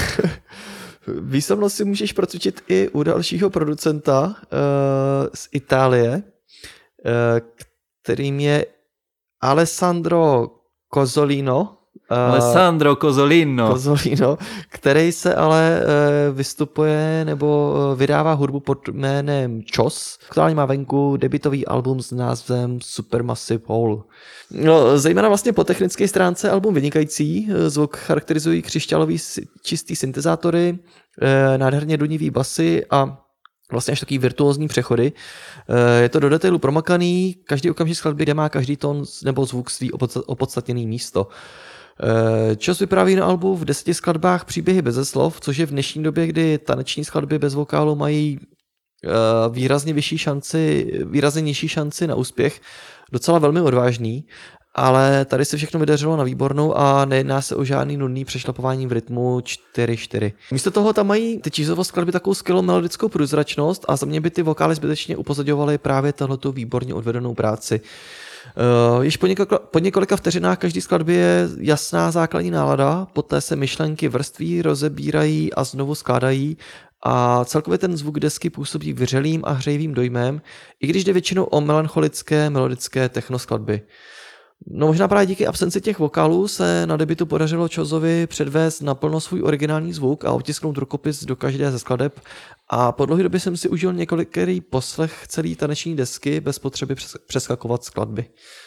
Výslovnost si můžeš procvičit i u dalšího producenta uh, z Itálie, uh, kterým je Alessandro Cozzolino. Uh, Alessandro Cozzolino. Cozzolino, který se ale uh, vystupuje nebo uh, vydává hudbu pod jménem Chos, který má venku debutový album s názvem Supermassive Hole. No, zejména vlastně po technické stránce album vynikající, zvuk charakterizují křišťálový čistý syntezátory, nádherně dunivý basy a vlastně až takový virtuózní přechody. Je to do detailu promakaný, každý okamžik skladby, kde má každý tón nebo zvuk svý opodstatněný místo. Čas vypráví na albu v deseti skladbách příběhy beze slov, což je v dnešní době, kdy taneční skladby bez vokálu mají výrazně vyšší šanci, výrazně nižší šanci na úspěch, docela velmi odvážný, ale tady se všechno vydařilo na výbornou a nejedná se o žádný nudný přešlapování v rytmu čtyři čtyři. Místo toho tam mají ty čízovost skladby takovou skvělou melodickou průzračnost a za mě by ty vokály zbytečně upozaďovaly právě tohleto výborně odvedenou práci. Uh, již po několika, po několika vteřinách každý skladby je jasná základní nálada, poté se myšlenky vrství, rozebírají a znovu skládají a celkově ten zvuk desky působí vyřelým a hřejivým dojmem, i když jde většinou o melancholické, melodické technoskladby. No možná právě díky absenci těch vokálů se na debutu podařilo Chosovi předvést naplno svůj originální zvuk a otisknout rukopis do každé ze skladeb a po dlouhé době jsem si užil několikerý poslech celý taneční desky bez potřeby přeskakovat skladby.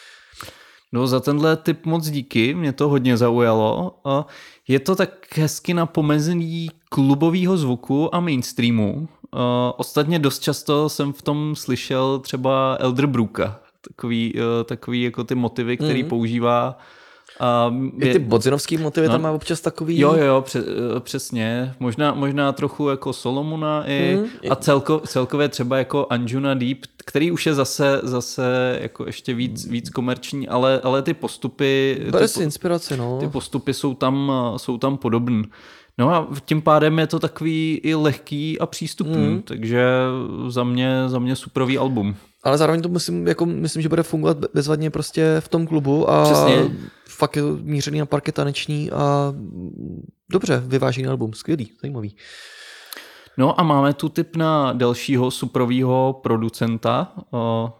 No za tenhle tip moc díky, mě to hodně zaujalo. Je to tak hezky na pomezení klubového zvuku a mainstreamu. Ostatně dost často jsem v tom slyšel třeba Elderbrooka. Takový, takový jako ty motivy, který mm. používá. A je, I ty bodzinovský motivy no, tam má občas takový... Jo, jo, přes, přesně. Možná, možná trochu jako Solomona i, mm. a celko, celkově třeba jako Anjuna Deep, který už je zase, zase jako ještě víc, víc komerční, ale, ale ty postupy... Bez ty, inspirace, no. Ty postupy jsou tam, jsou tam podobné. No a tím pádem je to takový i lehký a přístupný, mm. takže za mě, za mě superový album. Ale zároveň to musím, jako, myslím, že bude fungovat bezvadně prostě v tom klubu a přesně. Fakt je mířený na parket taneční a dobře vyvážený album, skvělý, zajímavý. No a máme tu tip na dalšího superovýho producenta, uh,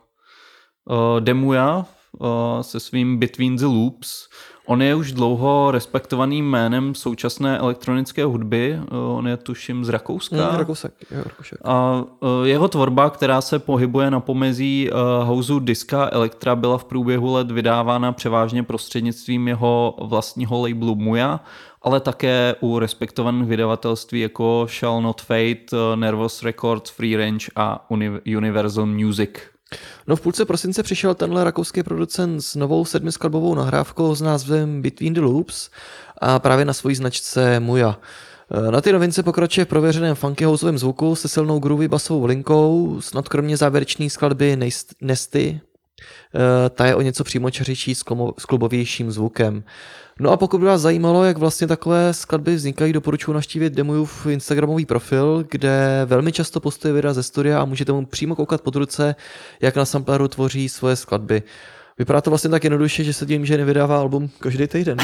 uh, Demuya uh, se svým Between the Loops. On je už dlouho respektovaným jménem současné elektronické hudby. On je tuším z Rakouska. Mm, Rakousak, jo, Rakoušek. A jeho tvorba, která se pohybuje na pomezí houseu, diska, elektra, byla v průběhu let vydávána převážně prostřednictvím jeho vlastního labelu Muya, ale také u respektovaných vydavatelství jako Shall Not Fade, Nervous Records, Free Range a Universal Music. No v půlce prosince přišel tenhle rakouský producent s novou sedmiskladbovou nahrávkou s názvem Between the Loops a právě na svojí značce Muya. Na ty novince pokračuje v prověřeném funky houseovém zvuku se silnou groovy basovou linkou, snad kromě závěrečné skladby Nesty Ta je o něco přímočařejší s klubovějším zvukem. No a pokud by vás zajímalo, jak vlastně takové skladby vznikají, doporučuji navštívit Demujův Instagramový profil, kde velmi často postuje videa ze studia a můžete mu přímo koukat pod ruce, jak na sampleru tvoří svoje skladby. Vypadá to vlastně tak jednoduše, že se tím, že nevydává album každý týden.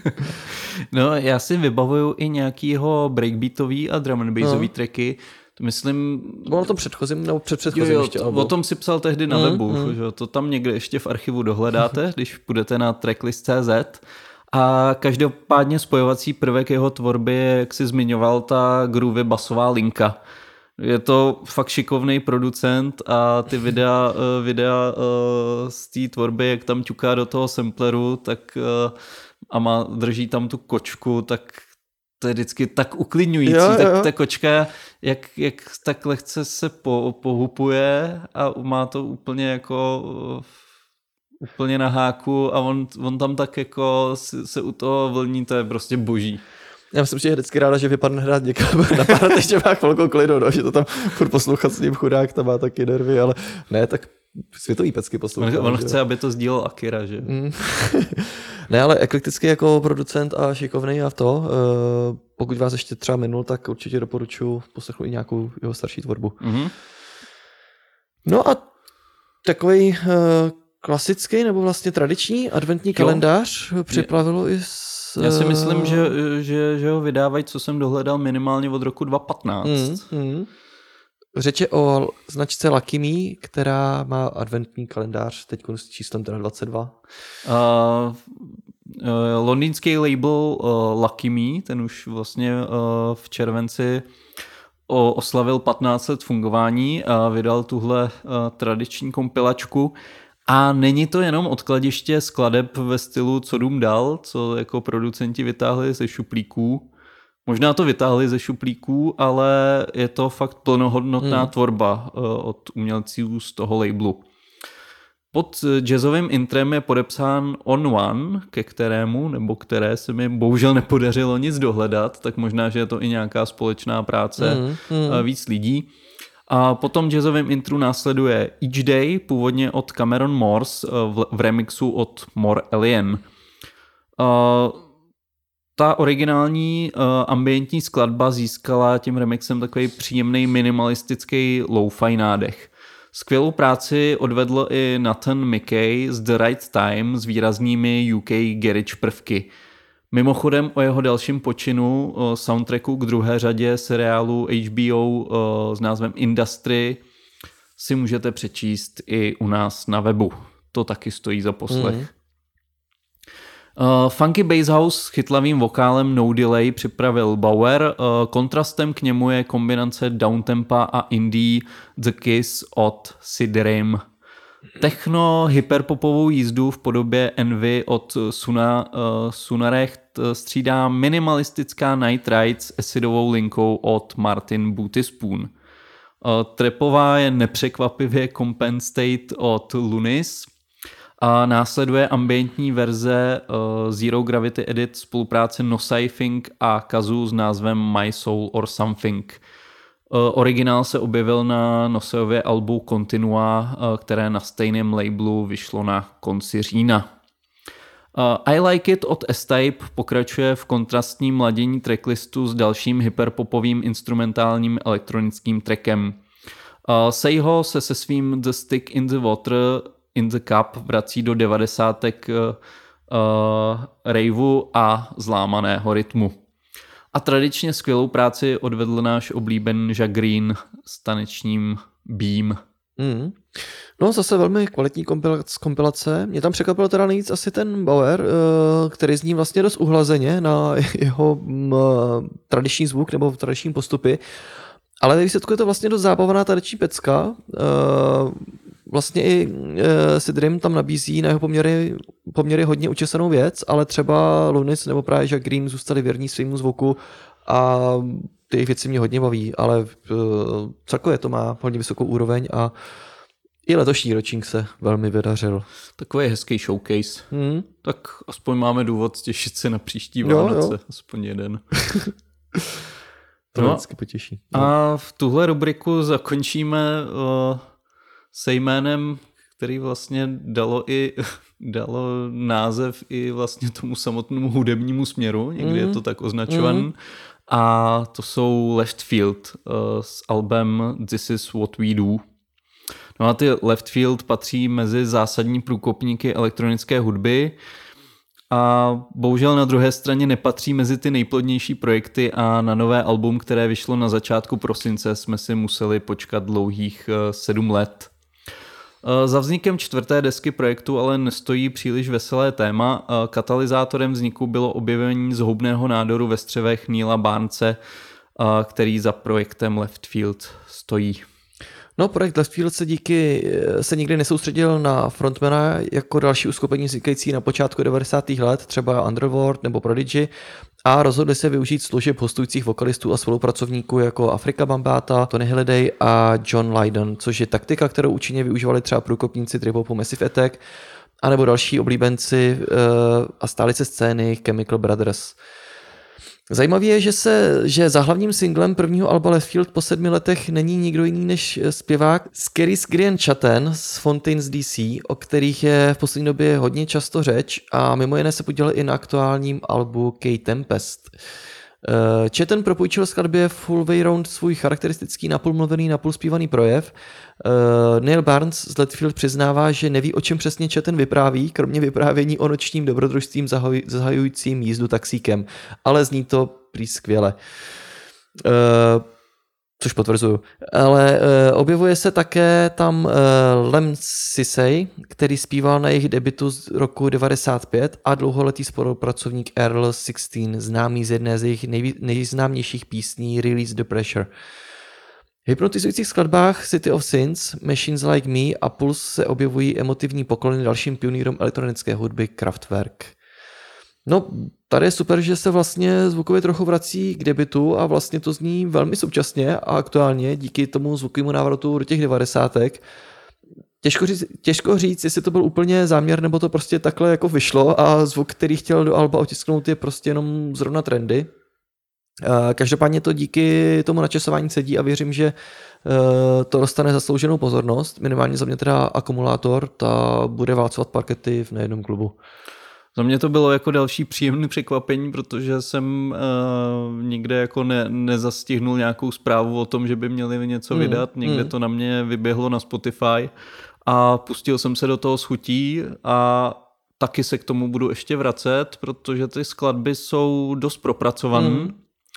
No, já si vybavuju i nějakýho breakbeatový a drum and bassový no. tracky. To myslím... Bylo na tom předchozím, nebo předpředchozím jo, jo, ještě album. O tom si psal tehdy na mm, webu, mm. Že? To tam někde ještě v archivu dohledáte, když půjdete na tracklist tečka cé zet. A každopádně spojovací prvek jeho tvorby je, jak jsi zmiňoval, ta groovy basová linka. Je to fakt šikovný producent a ty videa, videa z té tvorby, jak tam ťuká do toho sampleru, tak a má, drží tam tu kočku, tak to je vždycky tak uklidňující. Jo, jo. Tak ta kočka, jak, jak tak lehce se po, pohupuje a má to úplně jako úplně na háku a on, on tam tak jako se u toho vlní, to je prostě boží. Já myslím, že je vždycky ráda, že vypadne hrát někam na pár, ještě má chvilkou klidu, no, že to tam furt poslouchat s ním chudák, tam má taky nervy, ale ne, tak světový pecky poslouchá. On, on chce, aby to sdílel Akira, že? Mm. Ne, ale eklekticky jako producent a šikovnej a v to, uh, pokud vás ještě třeba minul, tak určitě doporučuji poslechnout i nějakou jeho starší tvorbu. Mm-hmm. No a takovej uh, klasický nebo vlastně tradiční adventní kalendář jo. připravilo i s... Já si myslím, že, že, že ho vydávají, co jsem dohledal, minimálně od roku dva tisíce patnáct. Mm, mm. Řeč je o značce Lucky Me, která má adventní kalendář teď s číslem teda dvacet dva. Uh, uh, londýnský label uh, Lucky Me, ten už vlastně uh, v červenci o, oslavil patnáct let fungování a vydal tuhle uh, tradiční kompilačku. A není to jenom odkladiště skladeb ve stylu Co dům dal, co jako producenti vytáhli ze šuplíků. Možná to vytáhli ze šuplíků, ale je to fakt plnohodnotná hmm. tvorba od umělců z toho labelu. Pod jazzovým intrem je podepsán On One, ke kterému, nebo které se mi bohužel nepodařilo nic dohledat, tak možná, že je to i nějaká společná práce hmm. Hmm. víc lidí. A potom jazzovém intru následuje Each Day, původně od Cameron Morse v, v remixu od More Alien. Uh, ta originální uh, ambientní skladba získala tím remixem takový příjemný minimalistický lo-fi nádech. Skvělou práci odvedl i Nathan Mickey z The Right Time s výraznými U K garage prvky. Mimochodem o jeho dalším počinu, soundtracku k druhé řadě seriálu H B O s názvem Industry, si můžete přečíst i u nás na webu. To taky stojí za poslech. Mm. Uh, funky bass house s chytlavým vokálem No Delay připravil Bauer. Uh, kontrastem k němu je kombinace downtempa a indie The Kiss od Sid Rim. Techno hyperpopovou jízdu v podobě Envy od Suna, uh, Sunarecht střídá minimalistická Night Ride s acidovou linkou od Martin Bootispoon. Uh, Trapová je nepřekvapivě Compensate od Lunis a následuje ambientní verze uh, Zero Gravity Edit spolupráce Nosai Fink a Kazu s názvem My Soul or Something. Uh, originál se objevil na Nosejově albu Continua, uh, které na stejném labelu vyšlo na konci října. Uh, I Like It od S-Type pokračuje v kontrastním ladění tracklistu s dalším hyperpopovým instrumentálním elektronickým trackem. Uh, Seiho se se svým The Stick in the Water in the Cup vrací do devadesátek uh, uh, raveu a zlámaného rytmu. A tradičně skvělou práci odvedl náš oblíben Jack Green s tanečním Beam. Mm. No zase velmi kvalitní kompilace, kompilace. Mě tam překvapilo teda nejvíc asi ten Bauer, který zní vlastně dost uhlazeně na jeho tradiční zvuk nebo tradiční postupy. Ale ve výsledku je to vlastně dost zábavná taneční pecka. Vlastně i Sid Rim tam nabízí na jeho poměry, poměry hodně učesanou věc, ale třeba Lunis nebo právě Jack Green zůstali věrní svému zvuku a ty jejich věci mě hodně baví, ale celkově to má hodně vysokou úroveň a i letošní ročník se velmi vydařil. Takový hezký showcase. Hmm. Tak aspoň máme důvod těšit se na příští jo, Vánoce. Jo. Aspoň jeden. To no, vždycky potěší. No. A v tuhle rubriku zakončíme uh, se jménem, který vlastně dalo i dalo název i vlastně tomu samotnému hudebnímu směru, někdy mm. je to tak označovaný. Mm. A to jsou Left Field uh, s albem This Is What We Do. No a ty Left Field patří mezi zásadní průkopníky elektronické hudby a bohužel na druhé straně nepatří mezi ty nejplodnější projekty a na nové album, které vyšlo na začátku prosince, jsme si museli počkat dlouhých uh, sedm let. Za vznikem čtvrté desky projektu ale nestojí příliš veselé téma. Katalyzátorem vzniku bylo objevení zhoubného nádoru ve střevech Neila Barnese, který za projektem Left Field stojí. No, projekt Left Field se díky se nikdy nesoustředil na frontmana jako další uskupení vznikající na počátku devadesátých let, třeba Underworld nebo Prodigy, a rozhodli se využít služeb hostujících vokalistů a spolupracovníků jako Afrika Bambaataa, Tony Halliday a John Lydon, což je taktika, kterou účinně využívali třeba průkopníci trip-hopu Massive Attack, anebo další oblíbenci a stálice scény Chemical Brothers. Zajímavé je, že, se, že za hlavním singlem prvního alba Left Field po sedmi letech není nikdo jiný než zpěvák Skeris Grian Chaten z Fontaines D C, o kterých je v poslední době hodně často řeč a mimo jiné se podílel i na aktuálním albu K-Tempest. Chaten propůjčil skladbě Full Way Round svůj charakteristický napůl mluvený, napůl zpívaný projev. Neil Barnes z Left Field přiznává, že neví, o čem přesně Chaten vypráví, kromě vyprávění o nočním dobrodružstvím zahajujícím jízdu taxíkem, ale zní to prý skvěle. Což potvrzuju. Ale uh, objevuje se také tam uh, Lem Sissay, který zpíval na jejich debutu z roku devadesát pět a dlouholetý spolupracovník Earl šestnáct, známý z jedné z jejich nej, nejznámějších písní Release the Pressure. V hypnotizujících skladbách City of Sins, Machines Like Me a Pulse se objevují emotivní poklony dalším pionýrům elektronické hudby Kraftwerk. No, tady je super, že se vlastně zvukově trochu vrací k debutu a vlastně to zní velmi současně a aktuálně díky tomu zvukovému návratu do těch devadesátek. Těžko říct, těžko říct, jestli to byl úplně záměr, nebo to prostě takhle jako vyšlo a zvuk, který chtěl do alba otisknout, je prostě jenom zrovna trendy. Každopádně to díky tomu načasování sedí a věřím, že to dostane zaslouženou pozornost. Minimálně za mě teda Akumulátor, ta bude válcovat parkety v nejednom klubu. Za mě to bylo jako další příjemné překvapení, protože jsem uh, nikde jako ne, nezastihnul nějakou zprávu o tom, že by měli něco mm, vydat. Někde mm. to na mě vyběhlo na Spotify a pustil jsem se do toho s chutí a taky se k tomu budu ještě vracet, protože ty skladby jsou dost propracované mm.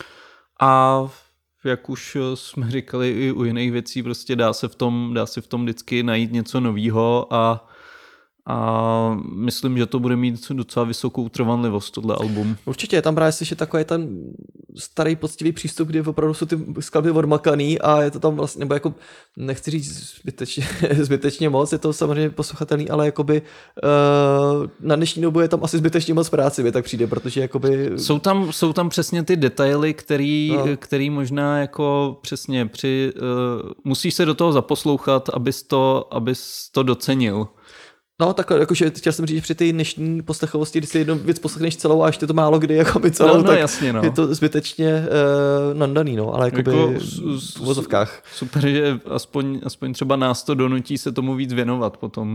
a jak už jsme říkali i u jiných věcí, prostě dá se v tom, dá se v tom vždycky najít něco novýho a a myslím, že to bude mít docela vysokou trvanlivost, tohle album. Určitě, tam právě slyšet takový ten starý poctivý přístup, kdy opravdu jsou ty skladby odmakaný a je to tam vlastně, nebo jako, nechci říct zbytečně, zbytečně moc, je to samozřejmě posluchatelný, ale jakoby uh, na dnešní dobu je tam asi zbytečně moc práce, mi tak přijde, protože jakoby... Jsou tam, jsou tam přesně ty detaily, který, no. který možná jako přesně při... Uh, musíš se do toho zaposlouchat, abys to, abys to docenil. No, tak jakože chtěl jsem říct, při té dnešní poslechovosti, když si jednu věc poslechneš celou a ještě to málo kdy jako by celou, no, no, tak jasně, no. je to zbytečně uh, nandaný, no, ale jakoby jako v uvozovkách. Super, že aspoň, aspoň třeba nás to donutí se tomu víc věnovat potom.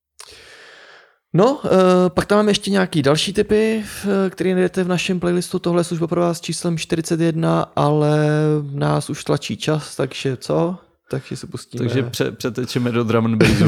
No, uh, pak tam máme ještě nějaký další tipy, které najdete v našem playlistu. Tohle je služba pro vás číslem čtyřicet jedna, ale nás už tlačí čas, takže co? Takže se pustíme. Takže pře- přetečeme do drum and bassu.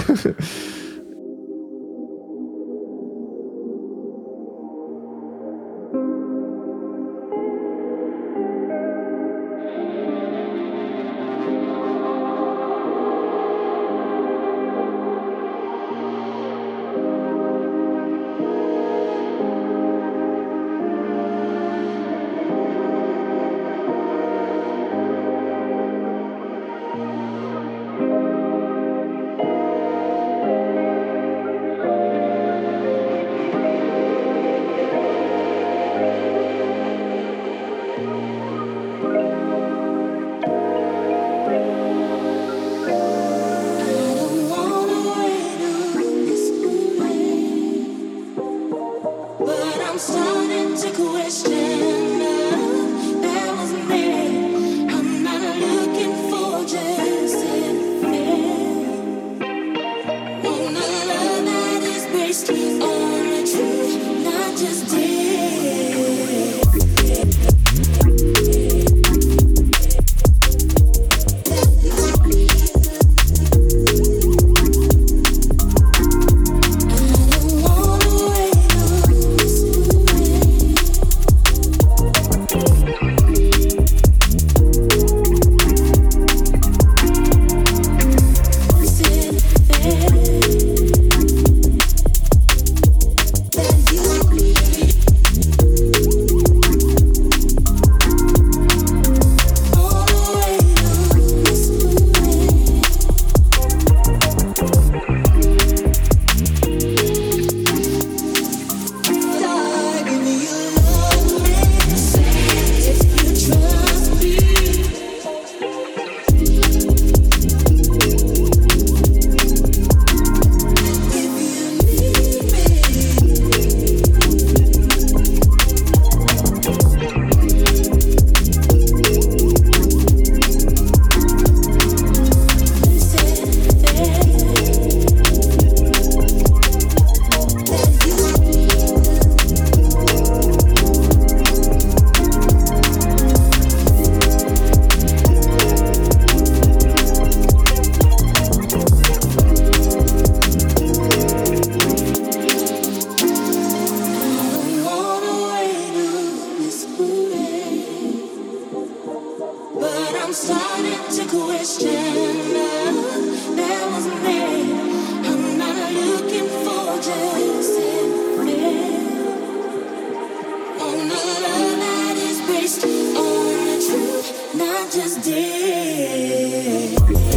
started to question love that was made. I'm not looking for just fair. On a love that is based on the truth, not just dead.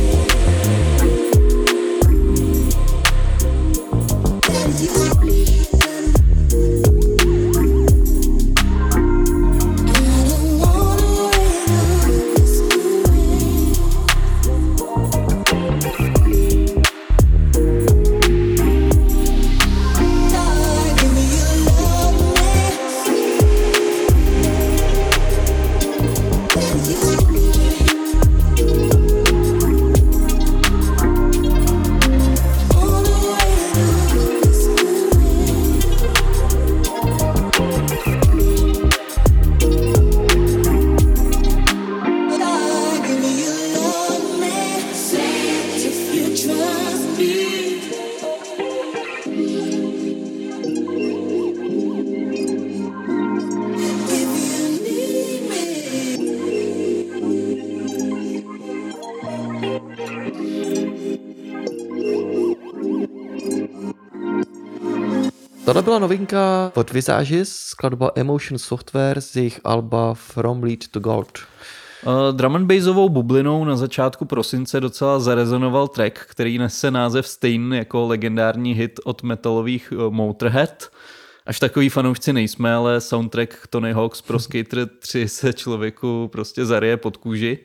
Tohle byla novinka od Visages, skladba Emotion Software z jejich alba From Lead to Gold. Uh, drum and bassovou bublinou na začátku prosince docela zarezonoval track, který nese název stejný jako legendární hit od metalových uh, Motorhead. Až takový fanoušci nejsme, ale soundtrack Tony Hawk's Pro Skater tři se člověku prostě zaryje pod kůži.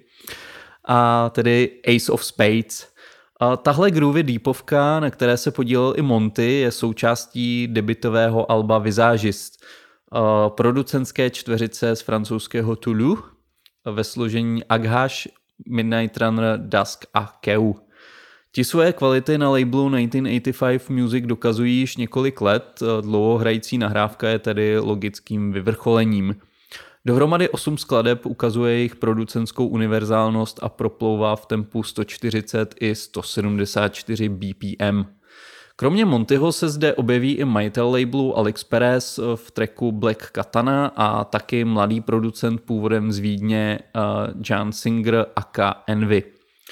A tedy Ace of Spades. A tahle groovy deepovka, na které se podílel i Monty, je součástí debutového alba Visages. Uh, producentské čtveřice z francouzského Toulouse ve složení Aghash, Midnight Runner, Dusk a Keu. Ti svoje kvality na labelu devatenáct set osmdesát pět Music dokazují již několik let, dlouho hrající nahrávka je tedy logickým vyvrcholením. Dohromady osm skladeb ukazuje jejich producentskou univerzálnost a proplouvá v tempu sto čtyřicet i sto sedmdesát čtyři B P M. Kromě Montyho se zde objeví i majitel labelu Alex Perez v tracku Black Katana a taky mladý producent původem z Vídně Jan Singer aka Envy.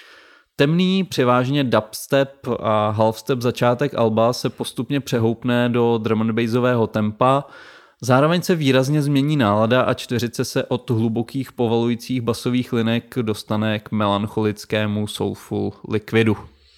Temný, převážně dubstep a halfstep začátek alba se postupně přehoupne do drum and bassového tempa, zároveň se výrazně změní nálada a čtveřice se od hlubokých povalujících basových linek dostane k melancholickému soulful likvidu.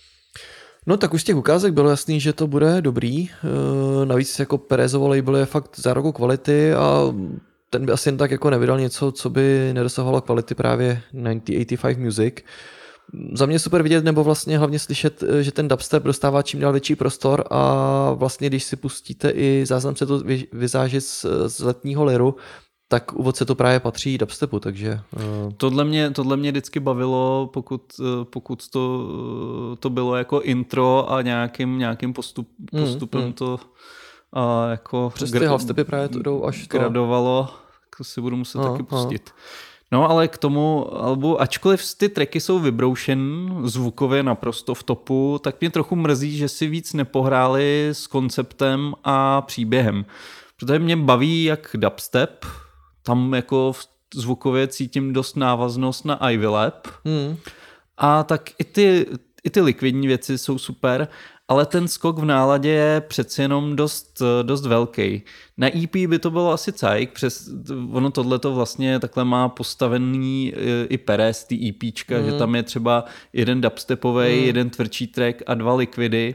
No tak už z těch ukázek bylo jasný, že to bude dobrý. Navíc jako Perezovo label je fakt za roku kvality a ten by asi jen tak jako nevydal něco, co by nedosahovalo kvality právě devatenáct set osmdesát pět Music. Za mě super vidět, nebo vlastně hlavně slyšet, že ten dubstep dostává čím dál větší prostor a vlastně když si pustíte i záznam se to Visages z, z letního liru, tak úvod se to právě patří dubstepu, takže... Uh... Tohle mě, tohle mě vždycky bavilo, pokud, pokud to, to bylo jako intro a nějakým, nějakým postup, postupem mm, to a jako... Přes ty halfstepy právě to jdou až to... Gradovalo, to si budu muset no, taky pustit. No. No ale k tomu albu, ačkoliv ty tracky jsou vybroušen, zvukově naprosto v topu, tak mě trochu mrzí, že si víc nepohráli s konceptem a příběhem. Protože mě baví jak dubstep, tam jako zvukově cítím dost návaznost na Ivy Lab hmm. a tak i ty, i ty likvidní věci jsou super, ale ten skok v náladě je přeci jenom dost, dost velký. Na E P by to bylo asi cajk, přes, ono tohleto vlastně takhle má postavený i Perez, ty EPčka, mm. že tam je třeba jeden dubstepovej, mm. jeden tvrdší track a dva likvidy,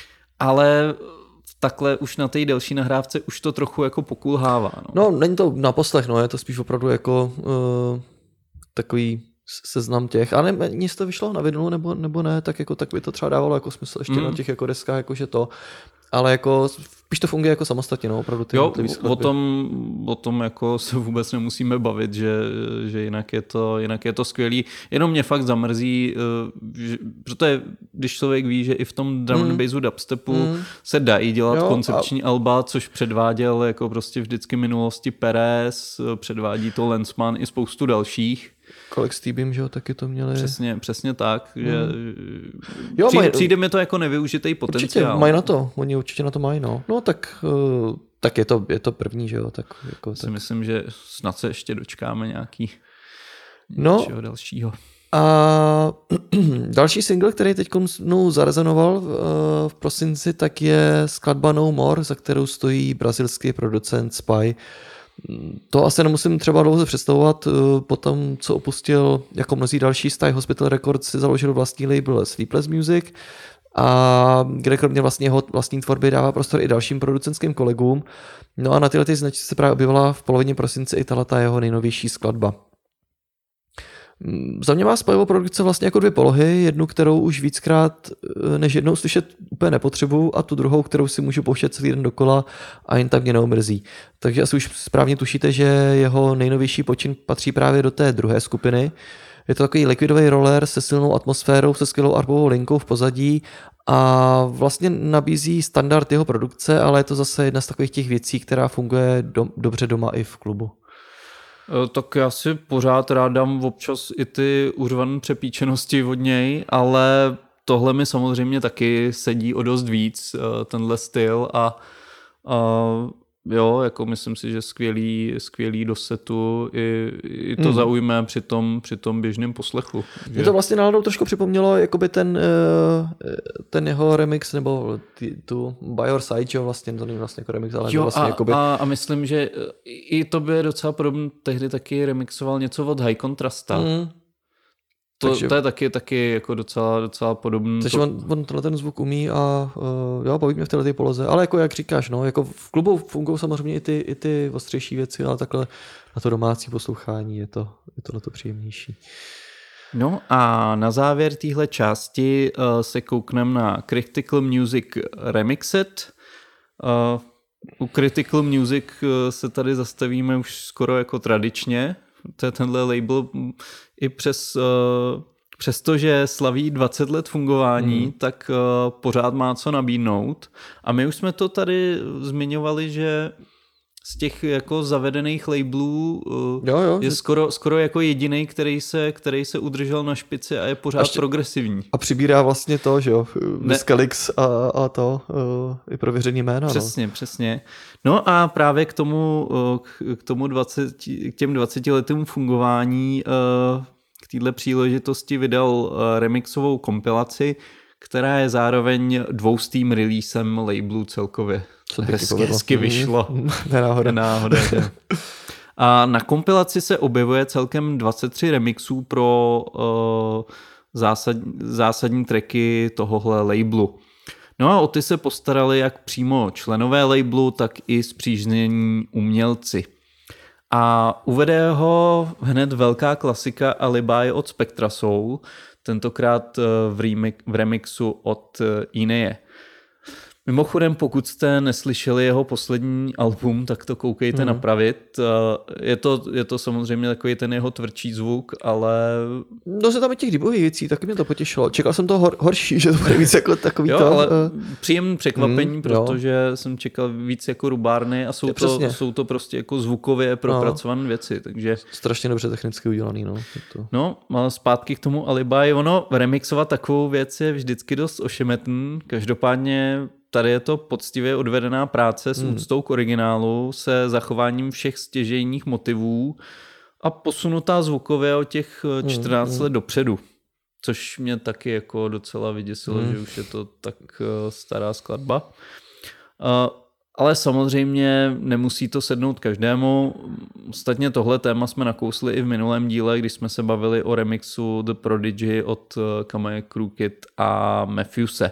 ale takhle už na té delší nahrávce už to trochu jako pokulhává. No, no není to na poslech, no, je to spíš opravdu jako uh, takový seznam těch, ale ne, nic to vyšlo na vinylu nebo, nebo ne, tak jako tak by to třeba dávalo jako smysl ještě mm. na těch jako deskách, jakože to, ale jako spíš to funguje jako samostatně, no, opravdu ty jo, o tom, o tom jako se vůbec nemusíme bavit, že, že jinak, je to, jinak je to skvělý, jenom mě fakt zamrzí, že, protože když člověk ví, že i v tom drum and mm. bassu dubstepu mm. se dají dělat jo, koncepční a... alba, což předváděl jako prostě vždycky minulosti Perez, předvádí to Lensman i spoustu dalších. Kolik s T-Beam, že jo, taky to měli. Přesně, přesně tak, že hmm. jo, přijde, maj... přijde mi to jako nevyužitý potenciál. Určitě, mají na to, oni určitě na to mají, no. No tak, uh, tak je, to, je to první, že jo. Tak, jako, si tak. myslím, že snad se ještě dočkáme nějaký no, dalšího. A další single, který teď mnou zarezonoval v prosinci, tak je skladba No More, za kterou stojí brazilský producent Spy. To asi nemusím třeba dlouze představovat. Potom, co opustil jako mnozí další, Sty Hospital Records si založil vlastní label Sleepless Music, a kde kromě vlastně jeho vlastní tvorby dává prostor i dalším producentským kolegům. No a na tyhle ty značky se právě objevila v polovině prosince i tato jeho nejnovější skladba. Za mě má Spyho produkce vlastně jako dvě polohy, jednu, kterou už víckrát než jednou slyšet úplně nepotřebuju, a tu druhou, kterou si můžu pouštět celý den dokola a jen tak mě neomrzí. Takže asi už správně tušíte, že jeho nejnovější počin patří právě do té druhé skupiny. Je to takový liquidový roller se silnou atmosférou, se skvělou arbovou linkou v pozadí a vlastně nabízí standard jeho produkce, ale je to zase jedna z takových těch věcí, která funguje do, dobře doma i v klubu. Tak já si pořád rád dám občas i ty uřvané přepíčenosti od něj, ale tohle mi samozřejmě taky sedí o dost víc, tenhle styl, a, a jo, jako myslím si, že skvělý, skvělý do setu, i, i to hmm. zaujme při tom, při tom běžném poslechu. Mě to vlastně náhodou trošku připomnělo jakoby ten, ten jeho remix, nebo ty, tu By Your Side, jo, vlastně to není vlastně jako remix, ale jo, vlastně a, jakoby... a, a myslím, že i to by docela podobně, tehdy taky remixoval něco od High Contrasta. Hmm. To, takže, to je taky, taky jako docela, docela podobný. Takže on, on tenhle ten zvuk umí a uh, jo, baví mě v této poloze. Ale jako jak říkáš, no, jako v klubu fungují samozřejmě i ty, i ty ostřejší věci, ale takhle na to domácí poslouchání je to, je to na to příjemnější. No a na závěr téhle části uh, se koukneme na Critical Music Remixed. Uh, u Critical Music uh, se tady zastavíme už skoro jako tradičně. To je tenhle label i přes, uh, přesto, že slaví dvacet let fungování, hmm. tak uh, pořád má co nabídnout. A my už jsme to tady zmiňovali, že z těch jako zavedených labelů uh, jo, jo. je skoro, skoro jako jedinej, který se, který se udržel na špici a je pořád Až progresivní. A přibírá vlastně to, že jo, Miskelix a, a to, uh, i prověřený jména. Přesně, no. přesně. No a právě k tomu, k tomu dvacet, k těm dvaceti letům fungování uh, k téhle příležitosti vydal uh, remixovou kompilaci, která je zároveň dvoustým releasem labelu celkově. Co hezky, hezky vyšlo. Nenáhoda. Nenáhoda. A na kompilaci se objevuje celkem dvacet tři remixů pro uh, zásad, zásadní tracky tohohle labelu. No a o ty se postarali jak přímo členové labelu, tak i spříznění umělci. A uvede ho hned velká klasika Alibi od Spectra Soul, tentokrát v, remix, v remixu od Ineje. Mimochodem, pokud jste neslyšeli jeho poslední album, tak to koukejte mm. napravit. Je to, je to samozřejmě takový ten jeho tvrdší zvuk, ale... No se tam i těch deebových věcí, taky mě to potěšilo. Čekal jsem to hor, horší, že to bude víc jako takový jo, to... ale příjemné překvapení, mm, protože jo. jsem čekal víc jako rubárny a jsou, to, jsou to prostě jako zvukově propracované no. věci, takže... Strašně dobře technicky udělaný, no. To... No, ale zpátky k tomu Alibi. Ono, remixovat takovou věc je vždycky dost ošemetný. Každopádně tady je to poctivě odvedená práce s úctou k originálu, se zachováním všech stěžejních motivů a posunutá zvukově o těch čtrnáct mm, let mm. dopředu. Což mě taky jako docela vyděsilo, mm. že už je to tak stará skladba. Ale samozřejmě nemusí to sednout každému. Ostatně tohle téma jsme nakousli i v minulém díle, když jsme se bavili o remixu The Prodigy od Kamae Crooked a Matthewse.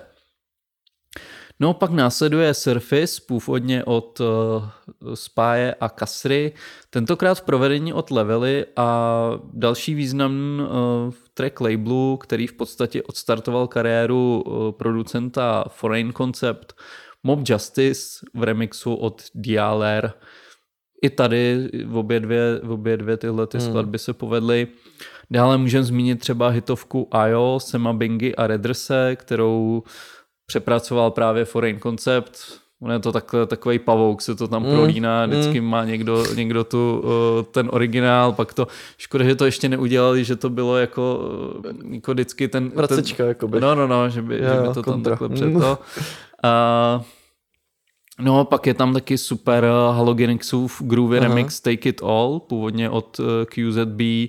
No pak následuje Surface, původně od uh, Spye a Kasry, tentokrát v provedení od Levely a další významný uh, track labelu, který v podstatě odstartoval kariéru uh, producenta Foreign Concept, Mob Justice v remixu od D L R. I tady v obě dvě, v obě dvě tyhle ty skladby hmm. se povedly. Dále můžeme zmínit třeba hitovku I O, Sema Bingy a Redrse, kterou přepracoval právě Foreign Concept. On je to takhle, takovej pavouk, se to tam mm, prolíná, vždycky mm. má někdo, někdo tu, ten originál, pak to, škoda, že to ještě neudělali, že to bylo jako, jako vždycky ten... Vracečka, ten, jakoby. No, no, no, že by, jo, že by to kontra. Tam takhle přeto. A, no, pak je tam taky super Halogenixův groovy remix Take It All, původně od Q Z B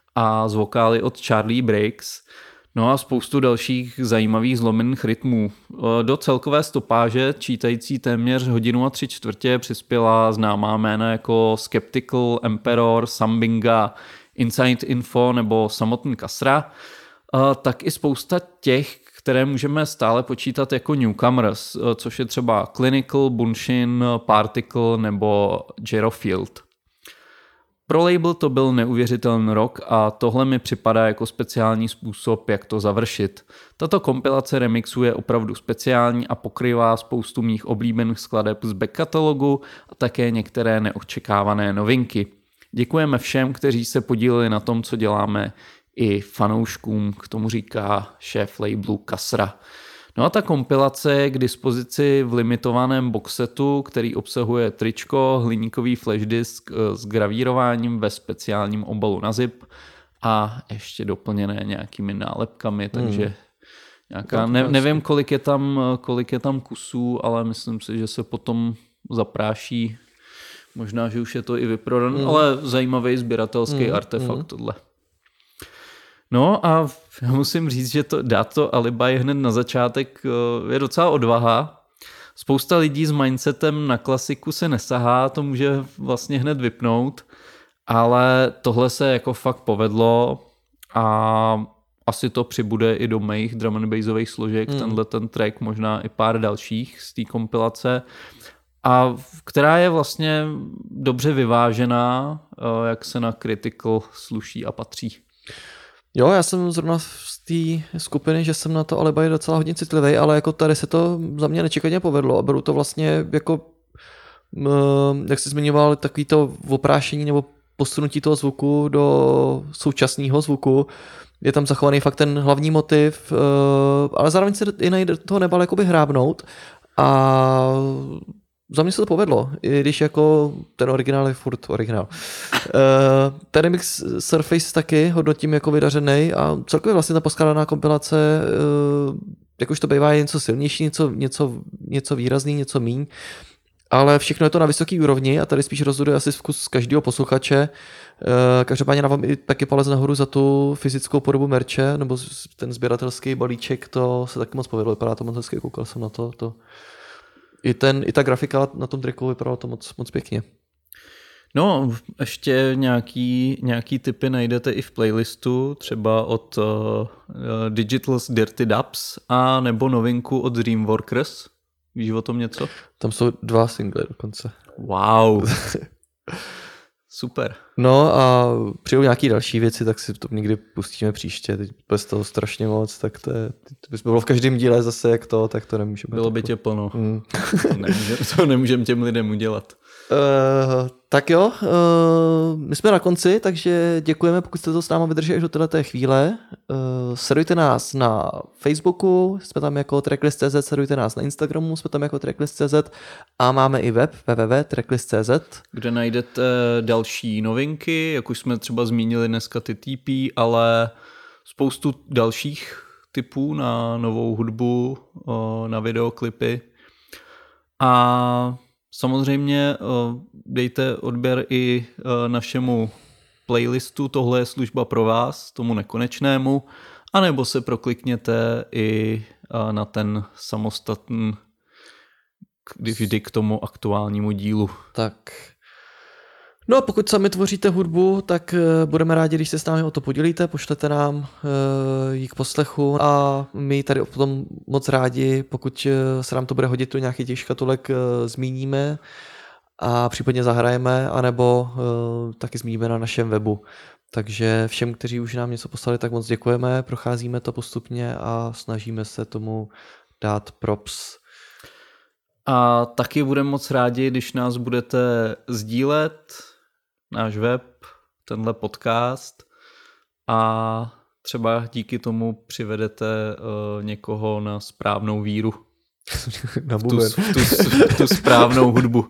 a z vokály od Charlie Briggs. No a spoustu dalších zajímavých zlomených rytmů. Do celkové stopáže, čítající téměř hodinu a tři čtvrtě, přispěla známá jména jako Skeptical, Emperor, Sambinga, Inside Info nebo samotný Kasra, tak i spousta těch, které můžeme stále počítat jako newcomers, což je třeba Clinical, Bunshin, Particle nebo Gerofield. Pro label to byl neuvěřitelný rok a tohle mi připadá jako speciální způsob, jak to završit. Tato kompilace remixů je opravdu speciální a pokrývá spoustu mých oblíbených skladeb z back katalogu a také některé neočekávané novinky. Děkujeme všem, kteří se podíleli na tom, co děláme, i fanouškům, k tomu říká šéf labelu Kasra. No a ta kompilace je k dispozici v limitovaném boxsetu, který obsahuje tričko, hliníkový flashdisk s gravírováním ve speciálním obalu na zip a ještě doplněné nějakými nálepkami, takže hmm. nějaká, ne, nevím, kolik je, tam, kolik je tam kusů, ale myslím si, že se potom zapráší. Možná, že už je to i vyprodané, hmm. ale zajímavý sběratelský hmm. artefakt hmm. tohle. No a já musím říct, že to, dát to alibi hned na začátek je docela odvaha. Spousta lidí s mindsetem na klasiku se nesahá, to může vlastně hned vypnout, ale tohle se jako fakt povedlo a asi to přibude i do mých drum and bassových složek, hmm. tenhle ten track, možná i pár dalších z té kompilace, a která je vlastně dobře vyvážená, jak se na Critical sluší a patří. Jo, já jsem zrovna z té skupiny, že jsem na to alibi docela hodně citlivý, ale jako tady se to za mě nečekaně povedlo a beru to vlastně jako, jak jsi zmiňoval, takový to oprášení nebo posunutí toho zvuku do současného zvuku. Je tam zachovaný fakt ten hlavní motiv, ale zároveň se i nejde toho nebal jakoby hrábnout a za mě se to povedlo, i když jako ten originál je furt originál. Uh, ten remix Surface taky hodnotím jako vydařený a celkově vlastně ta poskládaná kompilace, uh, jak už to bývá, je něco silnější, něco, něco, něco výrazný, něco míň, ale všechno je to na vysoký úrovni a tady spíš rozhoduje asi vkus každého posluchače. Uh, každopádně dávám i taky palec nahoru za tu fyzickou podobu merče, nebo ten sběratelský balíček, to se taky moc povedlo, vypadá to moc hezky, koukal jsem na to, to I, ten, I ta grafika na tom triku vypadala to moc, moc pěkně. No, ještě nějaký, nějaký tipy najdete i v playlistu, třeba od uh, Digital's Dirty Dubs a nebo novinku od Dreamworkers. Víš o tom něco? Tam jsou dva singly dokonce. Wow. Super. No a přijdou nějaký další věci, tak si to někdy pustíme příště. Teď bez toho strašně moc, tak to, je, to by bylo v každém díle zase jak to, tak to nemůžeme. Bylo by tě plno. Mm. Nemůžem, to nemůžeme těm lidem udělat. Uh, tak jo, uh, my jsme na konci, takže děkujeme, pokud jste to s náma vydrželi až do této chvíle. Uh, sledujte nás na Facebooku, jsme tam jako tracklist tečka cz, sledujte nás na Instagramu, jsme tam jako tracklist tečka cz a máme i web w w w tečka tracklist tečka cz, kde najdete další novinky, jak už jsme třeba zmínili dneska ty T P, ale spoustu dalších typů na novou hudbu, na videoklipy. A samozřejmě dejte odběr i našemu playlistu, tohle je služba pro vás, tomu nekonečnému, anebo se proklikněte i na ten samostatný vždy k tomu aktuálnímu dílu. Tak. No a pokud sami tvoříte hudbu, tak budeme rádi, když se s námi o to podělíte, pošlete nám ji k poslechu a my tady potom moc rádi, pokud se nám to bude hodit do nějakých těch škatulek, zmíníme a případně zahrajeme, anebo taky zmíníme na našem webu. Takže všem, kteří už nám něco poslali, tak moc děkujeme, procházíme to postupně a snažíme se tomu dát props. A taky budeme moc rádi, když nás budete sdílet, náš web, tenhle podcast a třeba díky tomu přivedete uh, někoho na správnou víru. Na v, tu, v, tu, v tu správnou hudbu.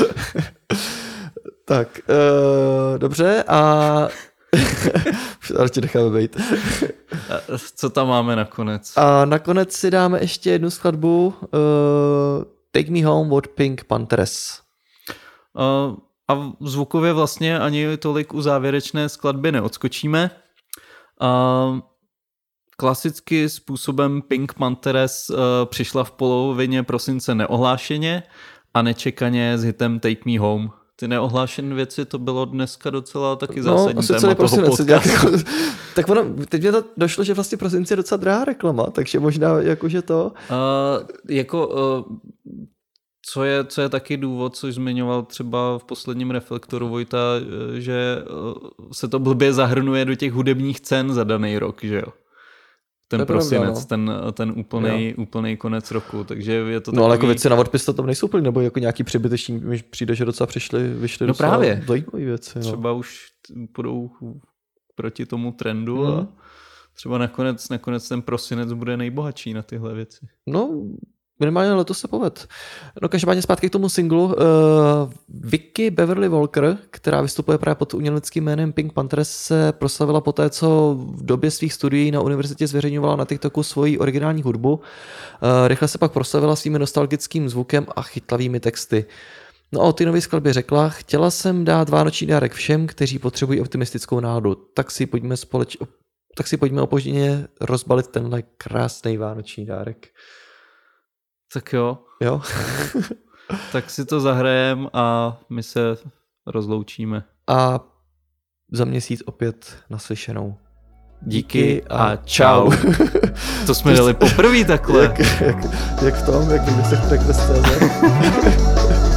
Tak, uh, dobře a ale tě necháme být. Co tam máme nakonec? A nakonec si dáme ještě jednu skladbu uh, Take Me Home od Pink Panthers. Uh, a zvukově vlastně ani tolik u závěrečné skladby neodskočíme. Uh, klasicky způsobem Pink Panthers uh, přišla v polovině prosince neohlášeně a nečekaně s hitem Take Me Home. Ty neohlášené věci, to bylo dneska docela taky zásadní no, téma toho podcastu. Tak ono, teď mě to došlo, že vlastně prosince je docela drahá reklama, takže možná jakože to... Uh, jako... Uh, Co je, co je taky důvod, což zmiňoval třeba v posledním Reflektoru Vojta, že se to blbě zahrnuje do těch hudebních cen za daný rok, že jo? Ten to prosinec, pravda, no. ten, ten úplnej, úplnej konec roku, takže je to No takový... ale jako věci na odpis to tam nejsou úplně, nebo jako nějaký přibyteční, mi přijde, že docela přišli, vyšly no docela právě. zajímavé věci. No. Třeba už půjdou proti tomu trendu hmm. a třeba nakonec, nakonec ten prosinec bude nejbohatší na tyhle věci. No... Minimálně letos se poved. No každopádně zpátky k tomu singlu. Uh, Vicky Beverly Walker, která vystupuje právě pod uměleckým jménem Pink Panthers, se proslavila poté, co v době svých studií na univerzitě zveřejňovala na TikToku svoji originální hudbu. Uh, rychle se pak proslavila svými nostalgickým zvukem a chytlavými texty. No a o ty nové skladbě řekla, chtěla jsem dát vánoční dárek všem, kteří potřebují optimistickou náladu. Tak si pojďme společ... tak si pojďme opožděně rozbalit tenhle krásný vánoční dárek. Tak jo. Jo. Tak si to zahrajem a my se rozloučíme. A za měsíc opět naslyšenou. Díky a čau. To jsme dali poprvé takhle. Jak, jak, jak v tom, jak kdyby se track